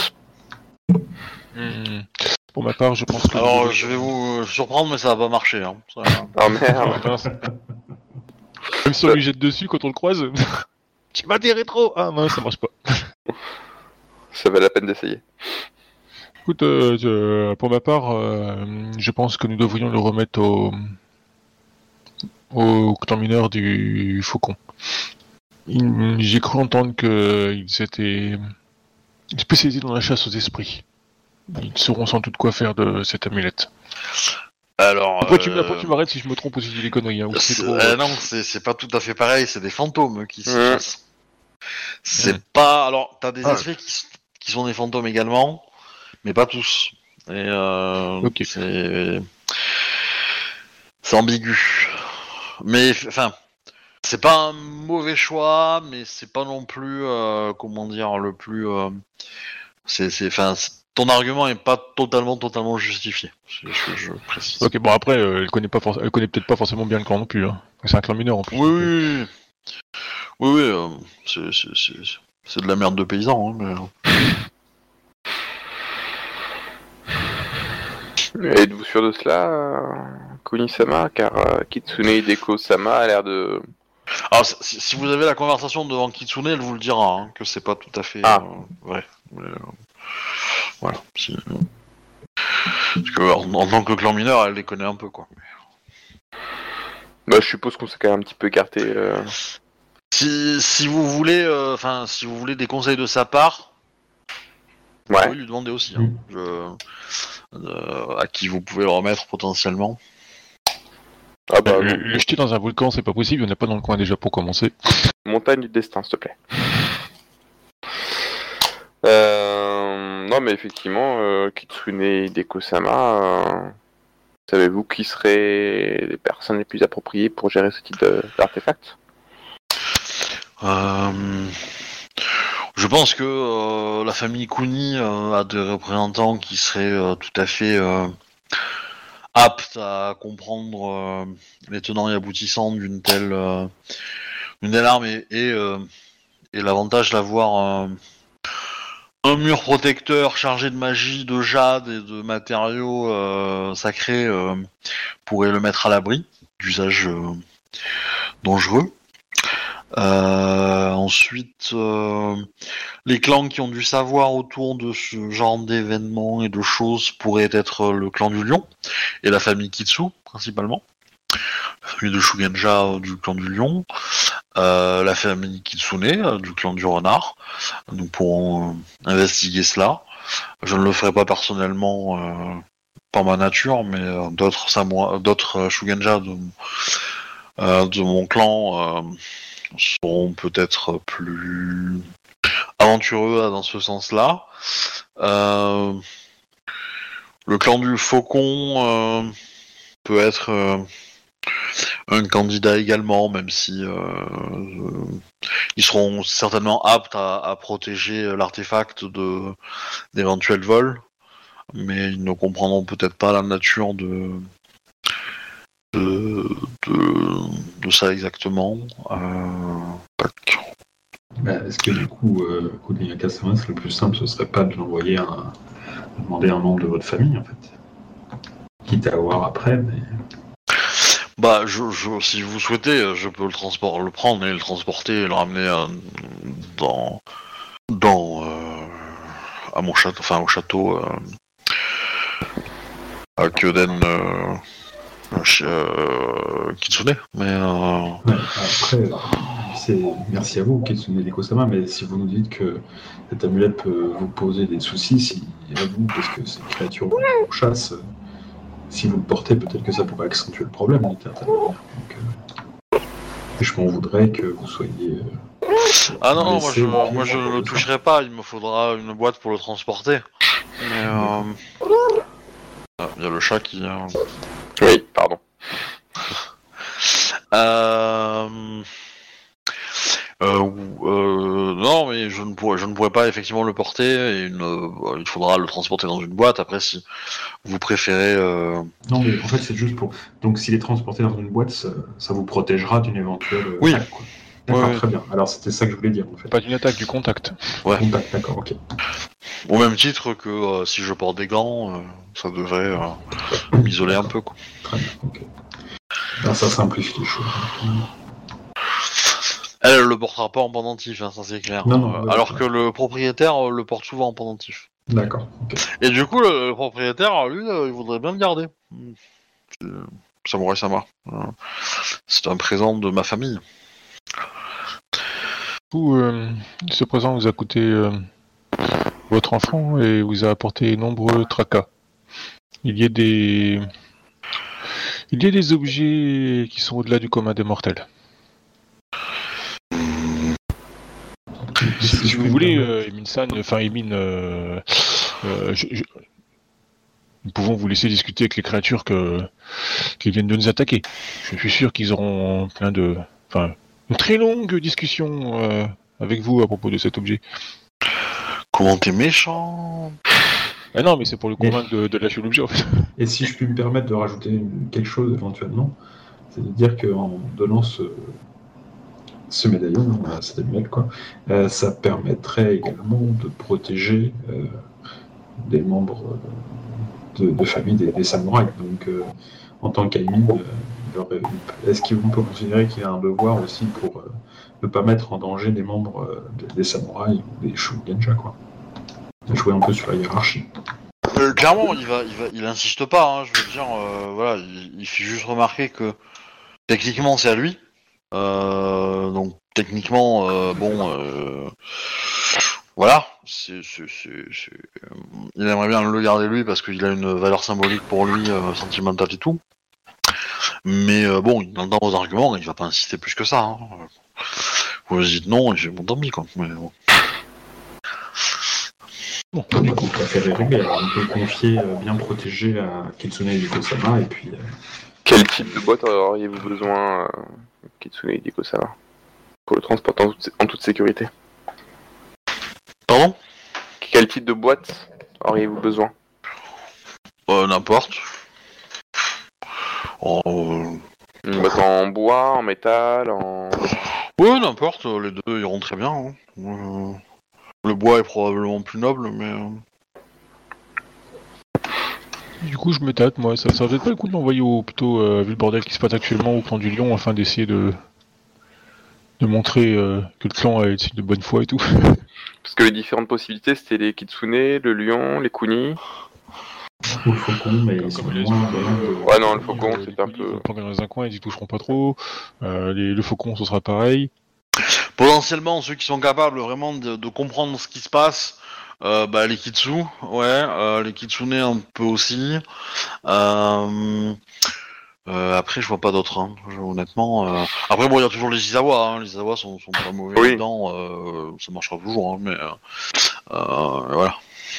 Hum, Pour ma part, je pense que... Alors, je vais vous surprendre, mais ça va pas marcher. Hein. Ça... Oh merde. Ah, mince. Même si on lui jette dessus quand on le croise, tu vas des rétro. Ah mince, ça marche pas. Ça valait la peine d'essayer. Écoute, euh, je- pour ma part, euh, je pense que nous devrions le remettre au, au clan mineur du Faucon. Il- J'ai cru entendre qu'ils étaient spécialisés dans la chasse aux esprits. Ils sauront sans doute quoi faire de cette amulette. Alors. Après, tu, euh, après, tu m'arrêtes si je me trompe ou si je dis des conneries. Hein, ou si c'est c'est- trop, euh, non, c'est, c'est pas tout à fait pareil, c'est des fantômes qui s'y Ouais. chassent. C'est Ouais. pas. Alors, t'as des Ah. esprits qui, s- qui sont des fantômes également, mais pas tous. Et euh, Ok. c'est. C'est ambigu. Mais, enfin. C'est pas un mauvais choix, mais c'est pas non plus. Euh, comment dire, le plus. Euh, c'est. c'est enfin, c'est- ton argument est pas totalement, totalement justifié. Je, je, je précise. Ok, bon après, euh, elle connaît pas, forc- elle connaît peut-être pas forcément bien le clan non plus. Hein. C'est un clan mineur en plus. Oui, donc, oui, euh, oui. Oui, oui, euh, c'est, c'est, c'est, c'est de la merde de paysans, hein, mais... Êtes-vous sûr de cela, euh, Kuni-sama? Car euh, Kitsune Hideko-sama a l'air de... Alors, si, si vous avez la conversation devant Kitsune, elle vous le dira, hein, que c'est pas tout à fait Ah. euh, vrai. Mais, euh, voilà. Si... Parce que, en, en tant que clan mineur, elle les connaît un peu, quoi. Bah, je suppose qu'on s'est quand même un petit peu écarté. Euh... Si, si vous voulez, enfin, si vous voulez des conseils de sa part, vous Ouais. pouvez lui demander aussi. Hein. Je, euh, à qui vous pouvez le remettre potentiellement. Ah bah, le, non. le jeter dans un volcan, c'est pas possible. Il y en a pas dans le coin déjà pour commencer. Montagne du destin, s'il te plaît. Euh... Non, mais effectivement, euh, Kitsune Hideko-sama, euh... savez-vous qui seraient les personnes les plus appropriées pour gérer ce type de- d'artefact? Euh, je pense que euh, la famille Kuni euh, a des représentants qui seraient euh, tout à fait euh, aptes à comprendre euh, les tenants et aboutissants d'une telle, euh, d'une telle arme et, et, euh, et l'avantage d'avoir euh, un mur protecteur chargé de magie, de jade et de matériaux euh, sacrés euh, pourrait le mettre à l'abri d'usages euh, dangereux. Euh, ensuite, euh, les clans qui ont du savoir autour de ce genre d'événements et de choses pourraient être le clan du lion et la famille Kitsu principalement, la famille de Shugenja euh, du clan du lion, euh, la famille Kitsune euh, du clan du renard. Nous pourrons euh, investiguer cela. Je ne le ferai pas personnellement euh, par ma nature, mais euh, d'autres samouraïs, d'autres euh, Shugenja de, euh, de mon clan euh, seront peut-être plus aventureux dans ce sens-là. Euh, le clan du Faucon euh, peut être euh, un candidat également, même si euh, euh, ils seront certainement aptes à, à protéger l'artefact de d'éventuels vols, mais ils ne comprendront peut-être pas la nature de de, de, de ça exactement. Euh, tac. Bah, est-ce que du coup, euh, Kuni-sama, le plus simple, ce serait pas de l'envoyer un... de demander un membre de votre famille, en fait? Quitte à voir après, mais... Bah, je, je, si vous souhaitez, je peux le transport, le prendre et le transporter et le ramener euh, dans, dans euh, à mon château, enfin au château euh, à Kyoden euh, euh, Kitsune. Mais euh... ouais, après, c'est merci à vous Kitsune Deko-sama, mais si vous nous dites que cette amulette peut vous poser des soucis, si à vous, parce que ces créatures vous chassent, si vous le portez, peut-être que ça pourrait accentuer le problème d'une certaine manière. Donc, euh, je m'en voudrais que vous soyez. Euh, ah non, moi je, moi je ne le toucherai pas. Il me faudra une boîte pour le transporter. Mais euh... ah, il y a le chat qui. Euh... Oui, pardon. euh... Euh, euh, non, mais je ne pourrais, je ne pourrais pas effectivement le porter. Et une, euh, il faudra le transporter dans une boîte. Après, si vous préférez. Euh... Non, mais en fait, c'est juste pour. Donc, s'il est transporté dans une boîte, ça, ça vous protégera d'une éventuelle. Oui. Attaque, quoi. D'accord, ouais, très bien. Alors, c'était ça que je voulais dire, en fait. Pas d'une attaque, du contact. Ouais. Contact, d'accord, ok. Au même titre que euh, si je porte des gants, euh, ça devrait euh, m'isoler un peu, quoi. Très bien, ok. Ben, ça simplifie les choses. Elle, elle le portera pas en pendentif, hein, ça c'est clair. Non, non, Euh, ouais, alors ouais. que le propriétaire euh, le porte souvent en pendentif. D'accord, ok. Et du coup, le, le propriétaire, lui, euh, il voudrait bien le garder. C'est... Samurai Sama. Euh, c'est un présent de ma famille. Du coup, euh, ce présent vous a coûté euh, votre enfant et vous a apporté nombreux tracas. Il y a des... Il y a des objets qui sont au-delà du commun des mortels. Si, si vous voulez, euh, Emin-san, enfin Emin, euh, euh, je, je... nous pouvons vous laisser discuter avec les créatures que... qui viennent de nous attaquer. Je suis sûr qu'ils auront plein de... Enfin, une très longue discussion euh, avec vous à propos de cet objet. Comment t'es méchant? Ah non, mais c'est pour le convaincre de, de lâcher l'objet en fait. Et si je puis me permettre de rajouter quelque chose éventuellement, c'est de dire qu'en donnant ce, ce médaillon, euh, cette amulette, quoi, euh, ça permettrait également de protéger euh, des membres de, de famille des, des samouraïs. Donc, euh, en tant qu'Aïmin, euh, est-ce qu'on peut considérer qu'il y a un devoir aussi pour euh, ne pas mettre en danger des membres euh, des, des samouraïs ou des shugenja, quoi? Jouer un peu sur la hiérarchie. Euh, clairement, il va, il va, il insiste pas. Hein, je veux dire, euh, voilà, il, il fait juste remarquer que techniquement c'est à lui. Euh, donc techniquement, euh, bon, euh, voilà, c'est, c'est, c'est, c'est... il aimerait bien le garder lui parce qu'il a une valeur symbolique pour lui, euh, sentimentale et tout. Mais euh, bon, il entend vos arguments, il va pas insister plus que ça. Hein. Vous lui dites non, et j'ai bon tant pis quoi. Mais, bon. Bon, du coup, l'affaire est réglée. Alors, on peut confier euh, bien protégé à Kitsune Deko-sama et puis. Euh... Quel type de boîte auriez-vous besoin, euh, Kitsune Deko-sama, pour le transporter en toute, en toute sécurité? Pardon? Quel type de boîte auriez-vous besoin? Euh, n'importe. Oh, Une boîte en bois, en métal, en... Oui, n'importe, les deux iront très bien. Hein. Euh... Le bois est probablement plus noble, mais... Euh... Du coup, je me tâte, moi. Ça, ça va peut-être pas le coup de l'envoyer au... plutôt, euh, vu le bordel qui se passe actuellement, au clan du Lion, afin d'essayer de... de montrer euh, que le clan est de bonne foi et tout. Parce que les différentes possibilités, c'était les Kitsune, le lion, les Kuni... Ou le faucon, mais Comme ils sont les moins... autres, euh, Ouais, non, le faucon, euh, c'est les un Kuni, peu... ils vont planquer dans un coin, ils y toucheront pas trop. Euh, les... Le faucon, ce sera pareil. Potentiellement, ceux qui sont capables vraiment de, de comprendre ce qui se passe, euh, bah, les Kitsu, ouais, euh, les Kitsune un peu aussi. Euh, euh, après, je vois pas d'autres, hein, honnêtement. Euh... Après, bon, il y a toujours les Izawa, hein, les Izawa sont, sont pas mauvais Oui. là-dedans, euh, ça marchera toujours, hein, mais euh, euh, voilà.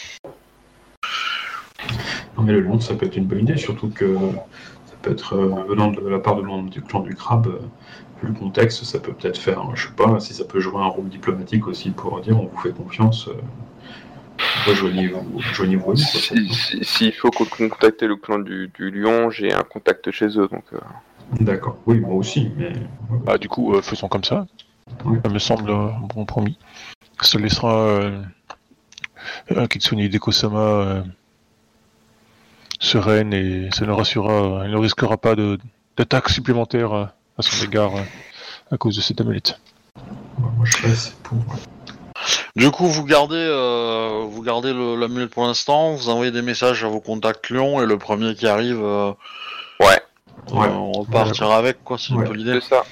Non, mais le lion, ça peut être une bonne idée, surtout que ça peut être euh, venant de la part de l'un du clan du crabe. Euh, vu le contexte, ça peut peut-être faire, je sais pas, si ça peut jouer un rôle diplomatique aussi pour dire on vous fait confiance. Euh, Rejoignez-vous, rejoignez-vous à nous. S'il si, si faut contacter le clan du, du lion, j'ai un contact chez eux, donc... Euh... D'accord, oui, moi aussi, mais... Ah, du coup, euh, faisons comme ça. Oui. Ça me semble euh, un bon compromis. Ça laissera euh, euh, Kitsune Deko-sama euh, sereine et ça le rassurera. Elle ne risquera pas de, d'attaque supplémentaire euh, à son égard euh, à cause de cette amulette. Ouais, moi, je suis assez pour... Du coup, vous gardez, euh, vous gardez le, l'amulette pour l'instant. Vous envoyez des messages à vos contacts Lyon et le premier qui arrive, euh, Ouais. euh, Ouais. on repartira avec quoi. C'est Ouais. une bonne idée. C'est ça.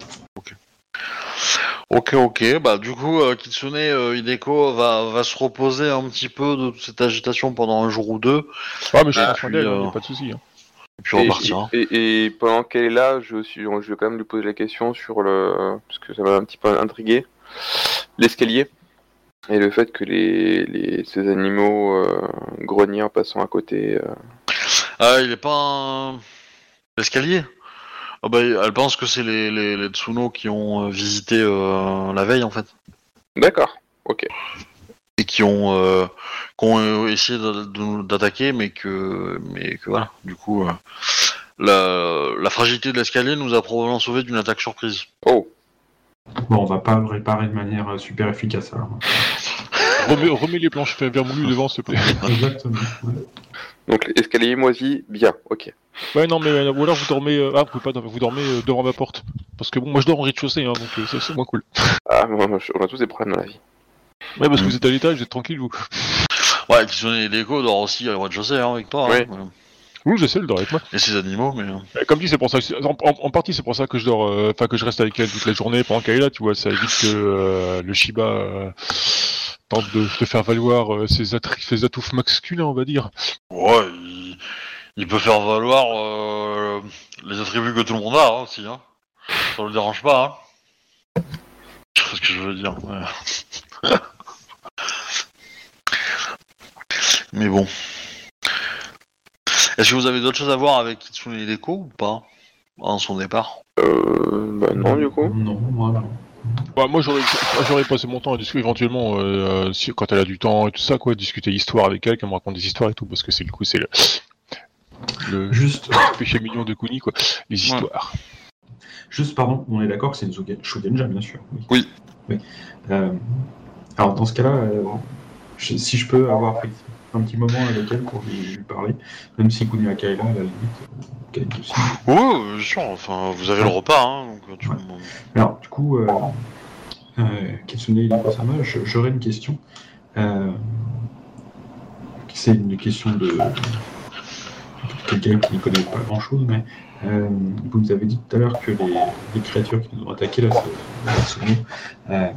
Ok, ok. Bah du coup, euh, Kitsune euh, Hideko va va se reposer un petit peu de toute cette agitation pendant un jour ou deux, Ah, mais je Et prends soin puis, d'elle, euh, y a pas de souci. Hein. et puis Et, repartira. et, et- et pendant qu'elle est là, je, suis, je vais quand même lui poser la question sur le... Parce que ça m'a un petit peu intrigué. L'escalier. Et le fait que les, les ces animaux euh, grognent en passant à côté. Euh... Ah, il est pas un... l'escalier. Ah bah, elle pense que c'est les, les, les Tsuno qui ont euh, visité euh, la veille en fait. D'accord. Ok. Et qui ont, euh, qui ont euh, essayé de- de- d'attaquer, mais que, mais que voilà. Du coup, euh, la, la fragilité de l'escalier nous a probablement sauvé d'une attaque surprise. Oh. Bon, on va pas le réparer de manière euh, super efficace alors. Remets, remets les planches vermoulues devant, s'il te plaît. Exactement. Ouais. Donc l'escalier moisi, bien. Ok. Ouais, non, mais euh, ou alors vous dormez. euh, Ah, vous pouvez pas dormir, vous dormez euh, devant ma porte. Parce que bon, moi je dors en rez-de-chaussée, hein, donc euh, ça, c'est moins cool. Ah, moi, moi, on a tous des problèmes dans la vie. Ouais, parce que Mm. vous êtes à l'étage, vous êtes tranquille, vous. Ouais, Kitsune Hideko dort aussi au rez-de-chaussée hein, avec toi. Ouais. Hein, Oui, je sais, elle dort avec moi. et ses animaux, mais. euh, Euh, Comme dit, c'est pour ça. Que, en, en, en partie, c'est pour ça que je dors. euh, Enfin, que je reste avec elle toute la journée pendant qu'elle est là. Tu vois, ça évite que euh, le Shiba euh, tente de, de faire valoir euh, ses, attri- ses atouts masculins, on va dire. Ouais, il, il peut faire valoir euh, les attributs que tout le monde a hein, aussi. Hein. Ça le dérange pas. Hein. Je sais ce que je veux dire. Ouais. Mais bon. Est-ce que vous avez d'autres choses à voir avec Kitsune Hideko ou pas en son départ? Euh, bah non, du coup. Non, voilà. Bah, moi, j'aurais, j'aurais passé mon temps à discuter éventuellement, euh, si, quand elle a du temps et tout ça, quoi, discuter histoire avec elle, qu'elle me raconte des histoires et tout, parce que c'est le coup, c'est le, le Juste, péché mignon de Kuni, quoi, les histoires. juste, pardon, on est d'accord que c'est une Zugen- Shugenja, bien sûr. Oui. Oui. Euh, alors, dans ce cas-là, euh, je- si je peux avoir un petit moment avec elle pour lui, lui parler, même si Kuni Akaela, à la limite, euh, qu'elle aussi. Oui, bien sûr. Enfin, vous avez le repas, hein. Donc, tu... Ouais. Alors, du coup, euh, euh, Kitsune Hideko-sama, je- j'aurais une question. Euh, c'est une question de, de quelqu'un qui ne connaît pas grand-chose, mais euh, vous nous avez dit tout à l'heure que les, les créatures qui nous ont attaqués, là, c'est les Tsuno, euh,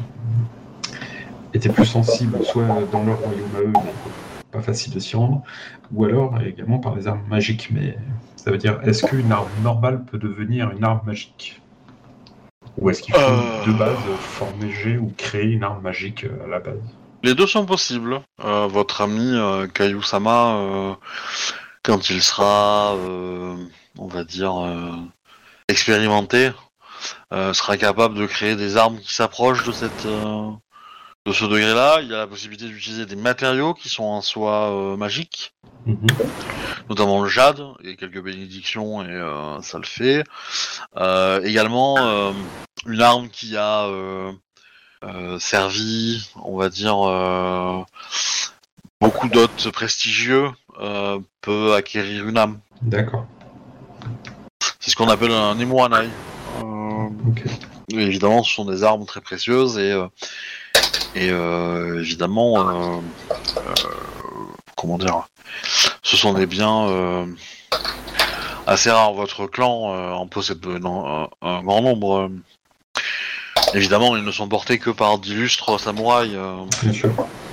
étaient plus sensibles, soit dans leur royaume à eux, mais pas facile de s'y rendre, ou alors également par des armes magiques. Mais ça veut dire, est-ce qu'une arme normale peut devenir une arme magique? Ou est-ce qu'il faut Euh. de base former G ou créer une arme magique euh, à la base? Les deux sont possibles. Euh, votre ami euh, Kayu-sama, euh, quand il sera, euh, on va dire, euh, expérimenté, euh, sera capable de créer des armes qui s'approchent de cette, euh, de ce degré-là. Il y a la possibilité d'utiliser des matériaux qui sont en soi euh, magiques, Mhm. notamment le jade et quelques bénédictions, et euh, ça le fait. Euh, également, euh, une arme qui a euh, euh, servi, on va dire, euh, beaucoup d'hôtes prestigieux euh, peut acquérir une âme. D'accord. C'est ce qu'on appelle un Emuanai. Euh, Ok. et évidemment, ce sont des armes très précieuses et, euh, et euh, évidemment, euh, euh, comment dire, ce sont des biens euh, assez rares. Votre clan euh, en possède un, un grand nombre. Euh, évidemment, ils ne sont portés que par d'illustres samouraïs. Euh, Bien sûr.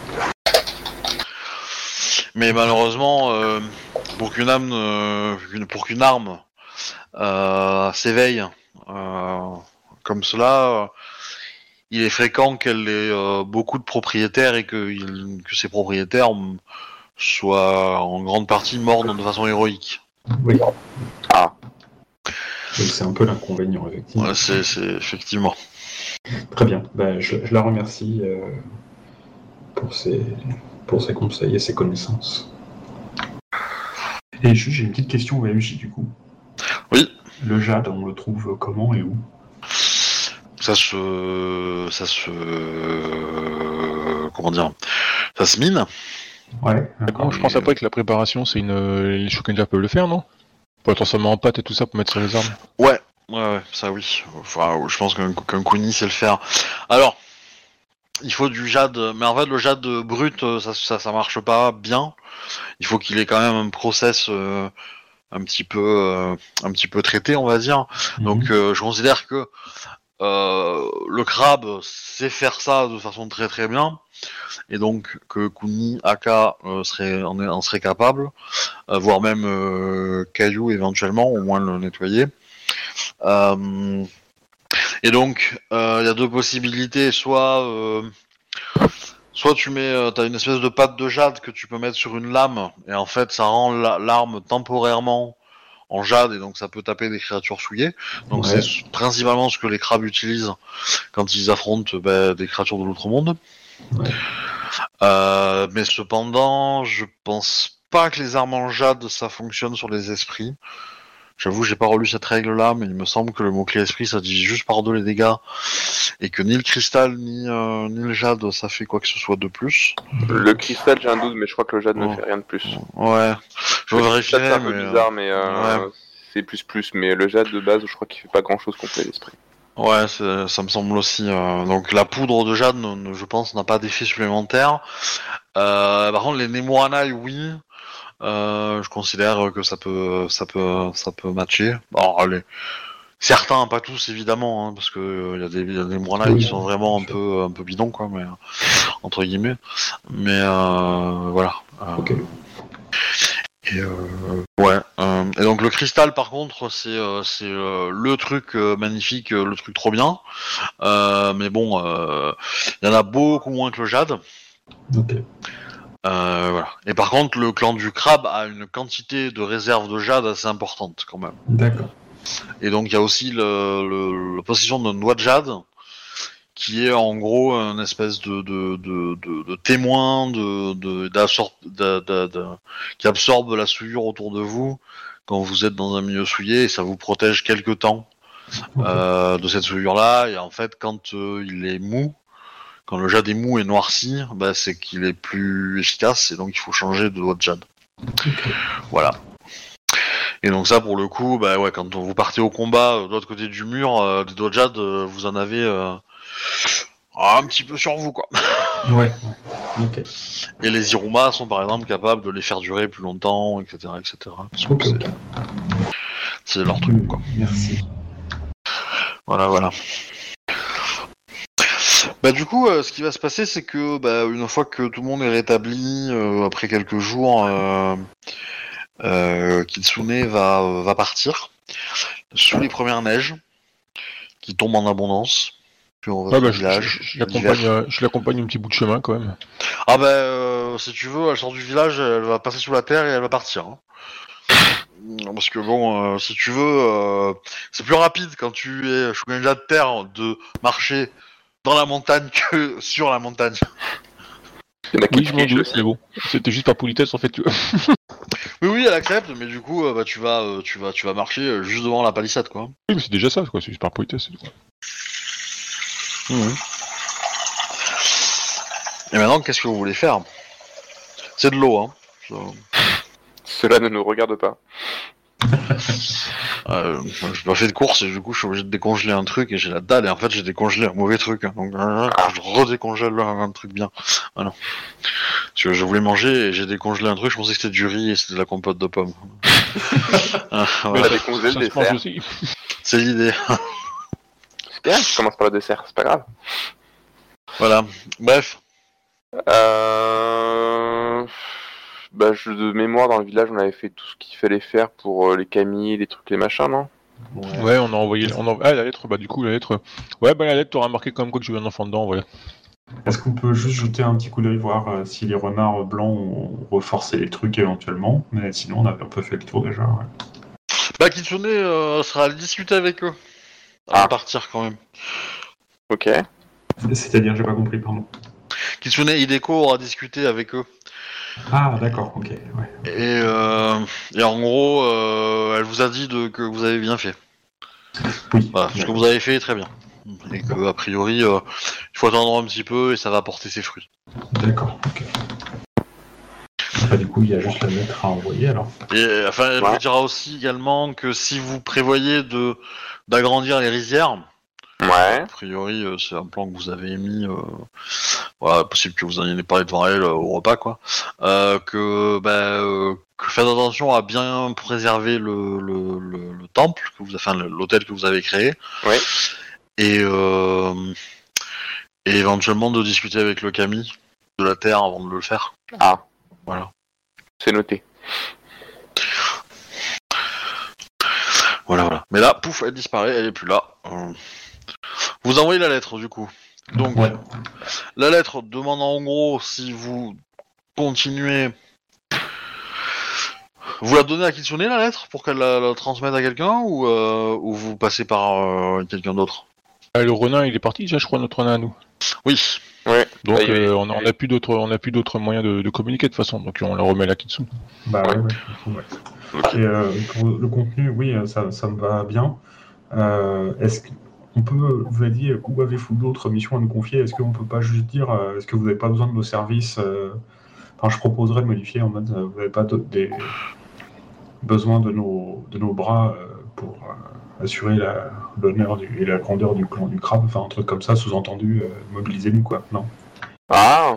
mais malheureusement, euh, pour qu'une âme, euh, pour qu'une arme euh, s'éveille euh, comme cela, euh, il est fréquent qu'elle ait euh, beaucoup de propriétaires et que, il, que ces propriétaires m- soient en grande partie morts de façon héroïque. Oui. Ah. Oui, c'est un peu l'inconvénient, effectivement. Ouais, c'est, c'est effectivement. Très bien. Ben, je, je la remercie euh, pour, ses, pour ses conseils et ses connaissances. Et juste, j'ai une petite question au M J, du coup. Oui. Le jade, on le trouve comment et où? Ça se, ça se, comment dire, ça se mine. Ouais. Bon, je pense après que la préparation, c'est une. Les Shugenja peuvent le faire, non? Potentiellement en pâte et tout ça pour mettre sur les armes. Ouais, ouais, ouais, ça oui. Enfin, je pense qu'un, qu'un Kuni sait le faire. Alors, il faut du jade, mais en fait le jade brut, ça, ça, ça marche pas bien. Il faut qu'il ait quand même un process euh, un petit peu, euh, un petit peu traité, on va dire. Mm-hmm. Donc euh, je considère que euh, le crabe sait faire ça de façon très très bien, et donc que Kuni, Aka euh, serait, en, en serait capable, euh, voire même euh, Caillou éventuellement, au moins le nettoyer. Euh, et donc il euh, y a deux possibilités, soit euh, soit tu mets, euh, t'as une espèce de pâte de jade que tu peux mettre sur une lame, et en fait ça rend la, l'arme temporairement en jade, et donc ça peut taper des créatures souillées. Donc ouais. C'est principalement ce que les crabes utilisent quand ils affrontent bah, des créatures de l'autre monde. Ouais. Euh, mais cependant, je pense pas que les armes en jade ça fonctionne sur les esprits. J'avoue, j'ai pas relu cette règle-là, mais il me semble que le mot-clé esprit, ça divise juste par deux les dégâts, et que ni le cristal, ni, euh, ni le jade, ça fait quoi que ce soit de plus. Le cristal, j'ai un doute, mais je crois que le jade oh. ne fait rien de plus. Ouais, je veux vérifier, c'est un peu mais... bizarre, mais euh, ouais. c'est plus plus, mais le jade de base, je crois qu'il fait pas grand-chose contre l'esprit. Ouais, c'est, ça me semble aussi. Euh, donc la poudre de jade, ne, je pense, n'a pas d'effet supplémentaire. Euh, par contre, les Nemoranai, oui. Euh, je considère que ça peut, ça peut, ça peut matcher. Alors, les... certains, pas tous évidemment, hein, parce que il euh, y a des, y a des Nemoranai oui, qui sont vraiment un peu, un peu bidons, quoi, mais entre guillemets. Mais euh, voilà. Euh, ok. Et euh, ouais. Euh, et donc le cristal, par contre, c'est, euh, c'est euh, le truc euh, magnifique, euh, le truc trop bien. Euh, mais bon, il euh, y en a beaucoup moins que le jade. Ok. Euh, voilà. Et par contre, le clan du crabe a une quantité de réserve de jade assez importante quand même. D'accord. Et donc il y a aussi le, le, la possession d'un doigt de jade, qui est en gros une espèce de, de, de, de, de témoin de, de, d'absor- de, de, de, qui absorbe la souillure autour de vous quand vous êtes dans un milieu souillé, et ça vous protège quelque temps okay. euh, de cette souillure-là. Et en fait, quand euh, il est mou, quand le jade est mou et noirci, bah, c'est qu'il est plus efficace, et donc il faut changer de doigt de jade. Okay. Voilà. Et donc ça, pour le coup, bah ouais, quand vous partez au combat euh, de l'autre côté du mur, euh, des doigts de jade, euh, vous en avez euh, un petit peu sur vous, quoi. Ouais. Okay. Et les Iruma sont par exemple capables de les faire durer plus longtemps, et cetera, et cetera. Parce que okay, c'est, okay. c'est leur truc, quoi. Merci. Voilà, voilà. Bah du coup, euh, ce qui va se passer, c'est que bah, une fois que tout le monde est rétabli, euh, après quelques jours, euh, euh, Kitsune va, euh, va partir sous les premières neiges qui tombent en abondance. Puis on va ouais, bah, village. Je, je, je, l'accompagne, euh, je l'accompagne un petit bout de chemin quand même. Ah bah euh, si tu veux, elle sort du village, elle va passer sous la terre et elle va partir. Hein. Parce que bon, euh, si tu veux, euh, c'est plus rapide quand tu es Shugenja de terre de marcher dans la montagne que sur la montagne. Oui, je m'en doute, mais bon, c'était juste par politesse en fait. Tu vois. Oui, oui, elle accepte, mais du coup, euh, bah, tu vas, euh, tu vas, tu vas marcher juste devant la palissade, quoi. Oui, mais c'est déjà ça, quoi. C'est juste par politesse. C'est tout. Mmh. Et maintenant, qu'est-ce que vous voulez faire ? C'est de l'eau, hein. Ça... Cela ne nous regarde pas. euh, j'ai pas fait de course et du coup je suis obligé de décongeler un truc et j'ai la dalle et en fait j'ai décongelé un mauvais truc, hein, donc euh, je redécongèle un, un truc bien. Ah non. Parce que je voulais manger et j'ai décongelé un truc, je pensais que c'était du riz et c'était de la compote de pommes. ah, voilà. Mais décongelé le dessert. C'est l'idée. C'est bien, tu commences par le dessert, c'est pas grave. Voilà, bref. Euh... Bah, je, de mémoire, dans le village, on avait fait tout ce qu'il fallait faire pour euh, les camis, les trucs, les machins, non ? Ouais. ouais, on a envoyé. On a... Ah, la lettre, bah, du coup, la lettre. Ouais, bah, la lettre, t'auras marqué quand même quoi que tu veux un enfant dedans, voilà. Est-ce qu'on peut juste jeter un petit coup d'œil, voir euh, si les renards blancs ont reforcé les trucs éventuellement ? Mais sinon, on avait un peu fait le tour déjà, ouais. Bah, Kitsune euh, sera allé discuter avec eux. À ah. partir quand même. Ok. C'est-à-dire, j'ai pas compris, pardon. Kitsune Hideko aura discuté avec eux. Ah, d'accord, ok. Ouais. Et, euh, et en gros, euh, elle vous a dit de, que vous avez bien fait. Oui. Voilà, ce que vous avez fait est très bien. Et que, a priori, euh, il faut attendre un petit peu et ça va porter ses fruits. D'accord, ok. Bah, du coup, il y a juste la lettre à envoyer alors. Et enfin, elle ouais. vous dira aussi également que si vous prévoyez de, d'agrandir les rizières, ouais. Ouais. A priori, euh, c'est un plan que vous avez émis. Euh, voilà, possible que vous en ayez parlé devant elle euh, au repas, quoi. Euh, que, bah, euh, que faites attention à bien préserver le, le, le, le temple, que vous, enfin l'hôtel que vous avez créé. Ouais. Et, euh, et éventuellement de discuter avec le Kami de la Terre avant de le faire. Ah. Voilà. C'est noté. Voilà, voilà. Mais là, pouf, elle disparaît, elle est plus là. Euh... Vous envoyez la lettre, du coup. Donc, ouais. La lettre demande en gros si vous continuez. Vous la donnez à Kitsune, la lettre, pour qu'elle la, la transmette à quelqu'un, ou, euh, ou vous passez par euh, quelqu'un d'autre? Ah, le Ronin, il est parti déjà, je crois, notre Ronin à nous. Oui. Ouais. Donc bah, euh, il... on, on a plus d'autres, on a plus d'autres moyens de, de communiquer de toute façon. Donc on la remet à la Kitsune. Bah ouais, ouais, ouais. ouais. Okay. Et euh, pour le contenu, oui, ça, ça me va bien. Euh, est-ce qu'on peut, vous avez dit, où avez-vous d'autres missions à nous confier? Est-ce qu'on peut pas juste dire, euh, est-ce que vous n'avez pas besoin de nos services? euh... Enfin, je proposerais de modifier en mode, euh, vous n'avez pas de, des besoin de nos, de nos bras euh, pour euh, assurer la, l'honneur du, et la grandeur du clan du crabe. Enfin, un truc comme ça, sous-entendu, euh, mobilisez-nous, quoi. Non. Ah.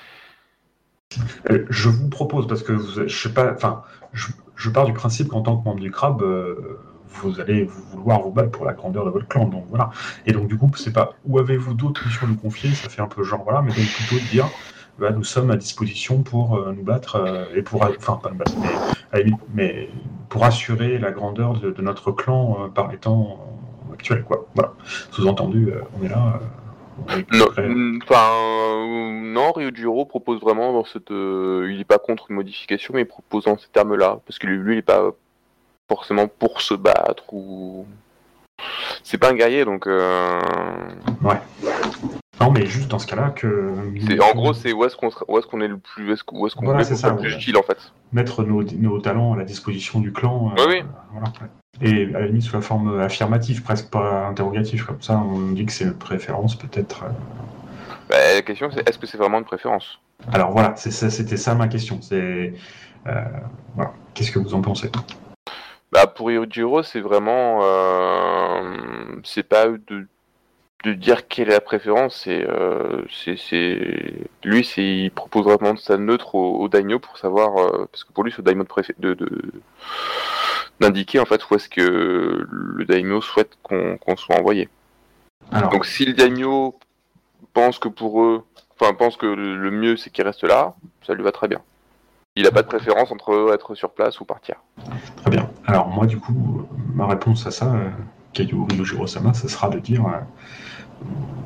Euh, je vous propose, parce que vous, je sais pas, enfin, je, je pars du principe qu'en tant que membre du crabe, euh, vous allez vous vouloir vous battre pour la grandeur de votre clan, donc voilà. Et donc du coup, c'est pas où avez-vous d'autres missions à nous confier, ça fait un peu genre voilà, mais donc plutôt de dire, bah, nous sommes à disposition pour euh, nous battre euh, et pour, enfin pas nous battre, mais, à la limite, mais pour assurer la grandeur de, de notre clan euh, par les temps euh, actuels, quoi. Voilà. Sous-entendu, euh, on est là. Euh, Non, enfin, euh, non, Ryujiro propose vraiment dans cette. Euh, il n'est pas contre une modification, mais il propose dans ces termes-là, parce que lui, lui il n'est pas forcément pour se battre ou. C'est pas un guerrier, donc. Euh... Ouais. Non, mais juste dans ce cas-là que. C'est, en gros, c'est où est-ce qu'on, où est-ce qu'on est le plus, où est-ce, où est-ce qu'on voilà, est c'est ça, le plus ouais. utile en fait. Mettre nos, nos talents à la disposition du clan. Euh, oui, oui. Voilà, ouais. Et à la limite sous la forme affirmative, presque pas interrogative, comme ça on dit que c'est notre préférence peut-être. Euh... Bah, la question c'est est-ce que c'est vraiment une préférence? Alors voilà, c'est ça, c'était ça ma question. C'est euh, voilà. Qu'est-ce que vous en pensez? Bah pour Ryujiro c'est vraiment euh, c'est pas de de dire quelle est la préférence, c'est euh, c'est, c'est lui c'est il propose vraiment sa neutre au, au daimyo pour savoir euh, parce que pour lui c'est au daimyo de, préfé... de, de d'indiquer en fait où est-ce que le daimyo souhaite qu'on, qu'on soit envoyé. Alors... Donc si le daimyo pense que pour eux, enfin pense que le mieux c'est qu'il reste là, ça lui va très bien. Il n'a pas de préférence entre être sur place ou partir. Très bien. Alors moi du coup, ma réponse à ça, euh, Kayu Ryujiro-sama, ce sera de dire euh,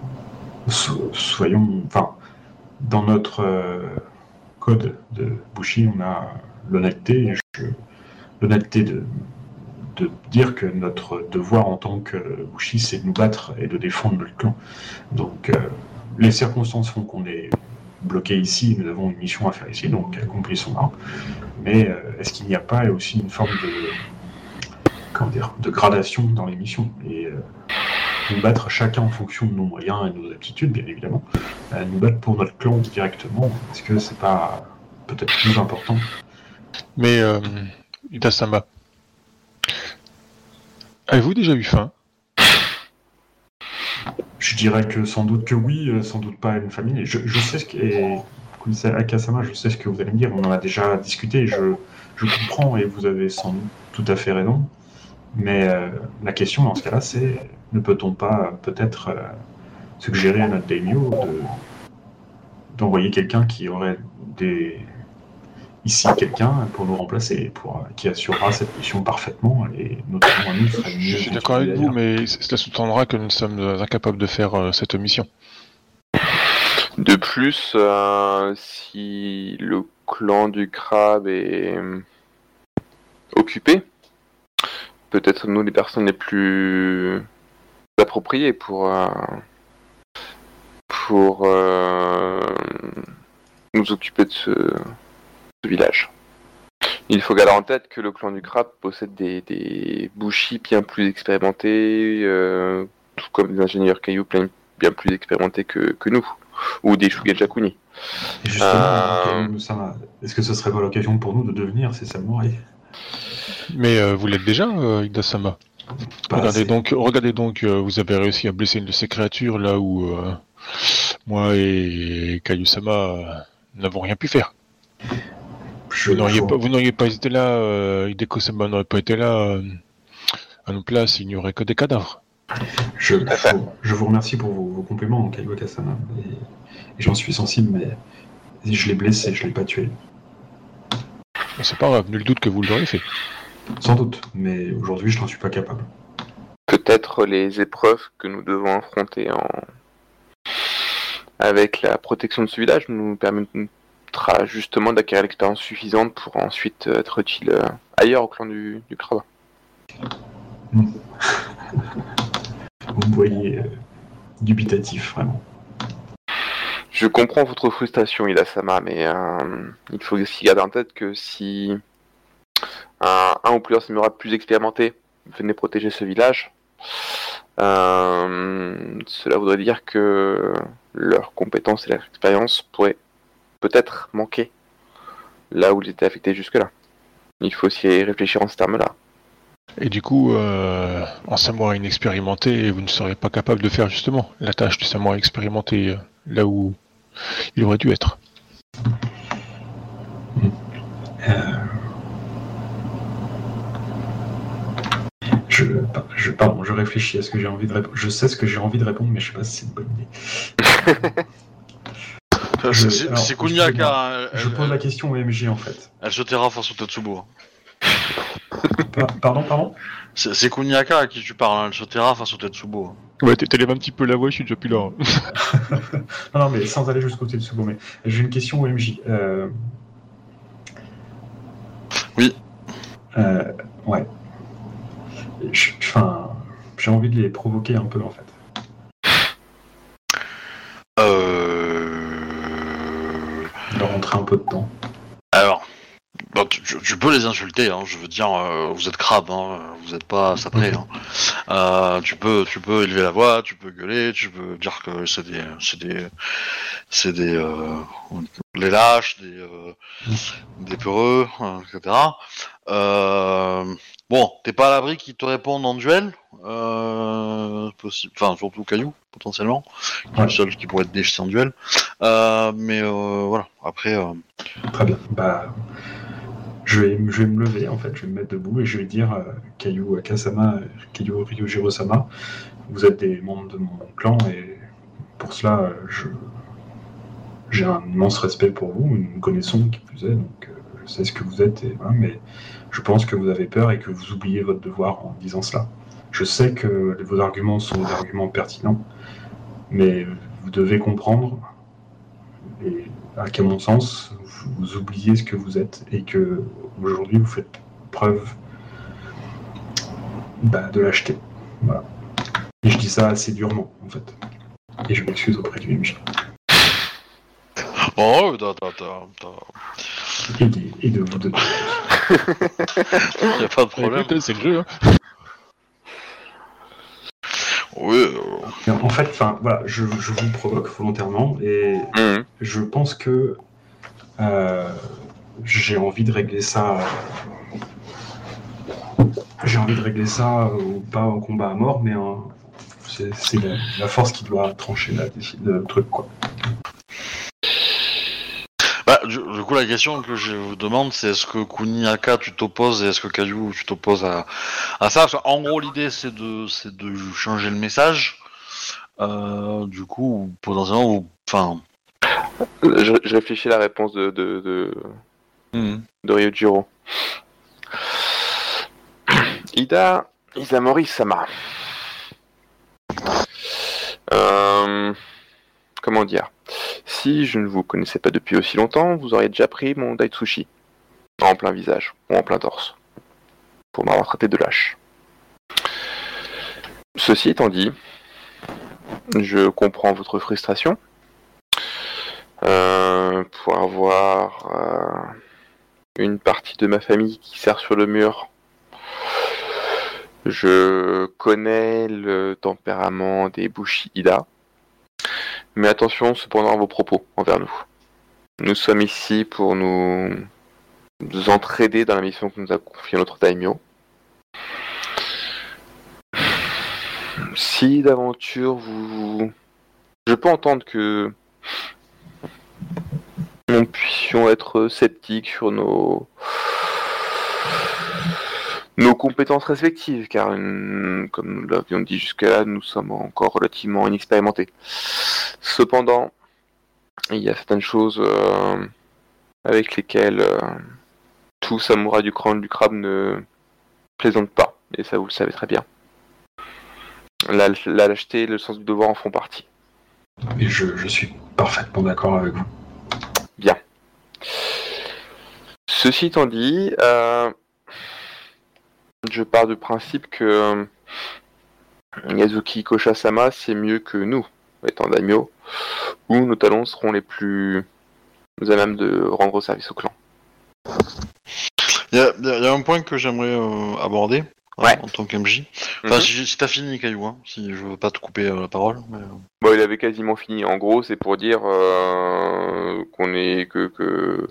so- soyons, enfin, dans notre euh, code de Bushi, on a l'honnêteté, je, l'honnêteté de de dire que notre devoir en tant que Bushi, c'est de nous battre et de défendre notre clan. Donc, euh, les circonstances font qu'on est bloqué ici, nous avons une mission à faire ici, donc accomplissons là. Mais euh, est-ce qu'il n'y a pas aussi une forme de, comment dire, de gradation dans les missions et euh, nous battre chacun en fonction de nos moyens et de nos aptitudes, bien évidemment. Euh, nous battre pour notre clan directement, est-ce que c'est pas peut-être plus important? Mais, euh, Itasama, avez-vous déjà eu faim? Je dirais que sans doute que oui, sans doute pas une famille. Je, je sais ce que, et Akasama, je sais ce que vous allez me dire. On en a déjà discuté. Je, je comprends et vous avez sans doute tout à fait raison. Mais euh, la question dans ce cas-là, c'est ne peut-on pas peut-être euh, suggérer à notre daimyo de, d'envoyer quelqu'un qui aurait des ici quelqu'un pour nous remplacer, pour, qui assurera cette mission parfaitement, et notamment à nous serait mieux. Je suis d'accord avec vous, mais cela sous-tendra que nous sommes incapables de faire euh, cette mission. De plus, euh, si le clan du crabe est occupé, peut-être nous les personnes les plus appropriées pour euh, pour euh, nous occuper de ce village. Il faut garder en tête que le clan du crabe possède des, des bushi bien plus expérimentés, euh, tout comme des ingénieurs Kayu bien plus expérimentés que, que nous, ou des Shugenjakuni. Et justement, euh... ça, est-ce que ce serait pas l'occasion pour nous de devenir ces samouraïs? Mais euh, vous l'êtes déjà, euh, Idasama. Regardez assez. donc, regardez donc, euh, vous avez réussi à blesser une de ces créatures là où euh, moi et Kayu-sama euh, n'avons rien pu faire. Je, Vous n'auriez je- pas, vous n'auriez pas été là, euh, Hideko-sama n'aurait pas été là euh, à nos places, il n'y aurait que des cadavres. je, à fait. je vous, je vous remercie pour vos, vos compliments, Kaiwaka-sama. Et, et j'en suis sensible, mais je l'ai blessé, je l'ai pas tué. Mais c'est pas grave, nul doute que vous l'aurez fait. Sans doute, mais aujourd'hui, je n'en suis pas capable. Peut-être les épreuves que nous devons affronter en... avec la protection de ce village nous permettra justement d'acquérir l'expérience suffisante pour ensuite être utile euh, ailleurs au clan du, du crabe. Vous me voyez euh, dubitatif, vraiment. Je comprends votre frustration, Ida-sama, mais euh, il faut aussi garder en tête que si un, un ou plusieurs samouraïs plus expérimentés venaient protéger ce village, euh, cela voudrait dire que leurs compétences et leur expérience pourraient peut-être manquer là où ils étaient affectés jusque-là. Il faut aussi réfléchir en ces termes-là. Et du coup, euh, en samouraï inexpérimenté, vous ne seriez pas capable de faire justement la tâche du samouraï expérimenté euh, là où il aurait dû être. Euh... Je, je, pardon, je réfléchis à ce que j'ai envie de répondre. Je sais ce que j'ai envie de répondre, mais je sais pas si c'est une bonne idée. Je, c'est, alors, c'est Kuniaka. Elle, je pose elle, la question au M J en fait. Elle se taira face au Tetsubo. Pardon, pardon c'est, c'est Kuniaka à qui tu parles, hein. Elle se taira face au Tetsubo. Ouais, t'élèves un petit peu la voix, je suis déjà plus là. non, non, mais sans aller jusqu'au Tetsubo. Mais j'ai une question au M J. Euh... Oui. Euh, ouais. Enfin, j'ai envie de les provoquer un peu en fait. Euh... De rentrer un peu dedans. Alors, bon, tu, tu peux les insulter, hein, je veux dire, euh, vous êtes crabe, hein, vous n'êtes pas sapré. Hein. Euh, tu peux, tu peux élever la voix, tu peux gueuler, tu peux dire que c'est des, c'est des, c'est des, euh, les lâches, des, euh, des peureux, euh, et cetera. Euh, bon, t'es pas à l'abri qu'ils te répondent en duel, euh, possible, enfin surtout Caillou potentiellement, qui est ouais. le seul qui pourrait être déchiré en duel. Euh, mais euh, voilà, après. Euh... Très bien. Bah, je vais, je vais me lever en fait, je vais me mettre debout et je vais dire euh, Kayu Akasama, Kayu Ryujiro-sama, vous êtes des membres de mon clan et pour cela, euh, je, j'ai un immense respect pour vous. Nous nous connaissons qui plus est, donc euh, je sais ce que vous êtes, et, voilà, mais je pense que vous avez peur et que vous oubliez votre devoir en disant cela. Je sais que vos arguments sont des arguments pertinents, mais vous devez comprendre, et à qu'à mon sens, vous oubliez ce que vous êtes et que aujourd'hui vous faites preuve bah, de lâcheté. Voilà. Et je dis ça assez durement en fait. Et je m'excuse auprès du M J. Oh, t'as, t'as, t'as, t'as... Et, de, et de vous deux. Y'a pas de problème. Écoute, c'est le jeu. Hein. Oui. Euh... En fait, enfin, voilà, je, je vous provoque volontairement et mmh. je pense que euh, j'ai envie de régler ça. Euh, j'ai envie de régler ça euh, pas au combat à mort, mais euh, c'est, c'est la, la force qui doit trancher la, le truc, quoi. Bah, du, du coup, la question que je vous demande, c'est est-ce que Kuniaka tu t'opposes et est-ce que Kayu tu t'opposes à, à ça? Parce qu'en gros, l'idée c'est de, c'est de changer le message. Euh, du coup, potentiellement, ou, enfin. Je, je réfléchis à la réponse de de de, mmh. de Ryujiro. Ida Isamori-sama. Euh, comment dire? Si je ne vous connaissais pas depuis aussi longtemps, vous auriez déjà pris mon Daitsushi en plein visage ou en plein torse pour m'avoir traité de lâche. Ceci étant dit, je comprends votre frustration euh, pour avoir euh, une partie de ma famille qui serre sur le mur. Je connais le tempérament des Bushi-Ida. Mais attention cependant à vos propos envers nous. Nous sommes ici pour nous, nous entraider dans la mission que nous a confiée notre daimyo. si d'aventure vous... Je peux entendre que nous puissions être sceptiques sur nos... nos compétences respectives, car une... comme nous l'avions dit jusque-là, nous sommes encore relativement inexpérimentés. Cependant, il y a certaines choses euh, avec lesquelles euh, tout samouraï du crâne du crabe ne plaisante pas, et ça vous le savez très bien. La, la lâcheté et le sens du devoir en font partie. Et je, je suis parfaitement d'accord avec vous. Bien. Ceci étant dit, euh, je pars du principe que euh, Yazuki Kosha-sama c'est mieux que nous, étant daimyo, où nos talents seront les plus à même de rendre service au clan. Il y a, y a un point que j'aimerais euh, aborder ouais. hein, en tant qu'M J. Enfin, mm-hmm. si, si t'as fini, Caillou, hein, si je veux pas te couper euh, la parole. Mais... Bon, il avait quasiment fini. En gros, c'est pour dire euh, qu'on est que que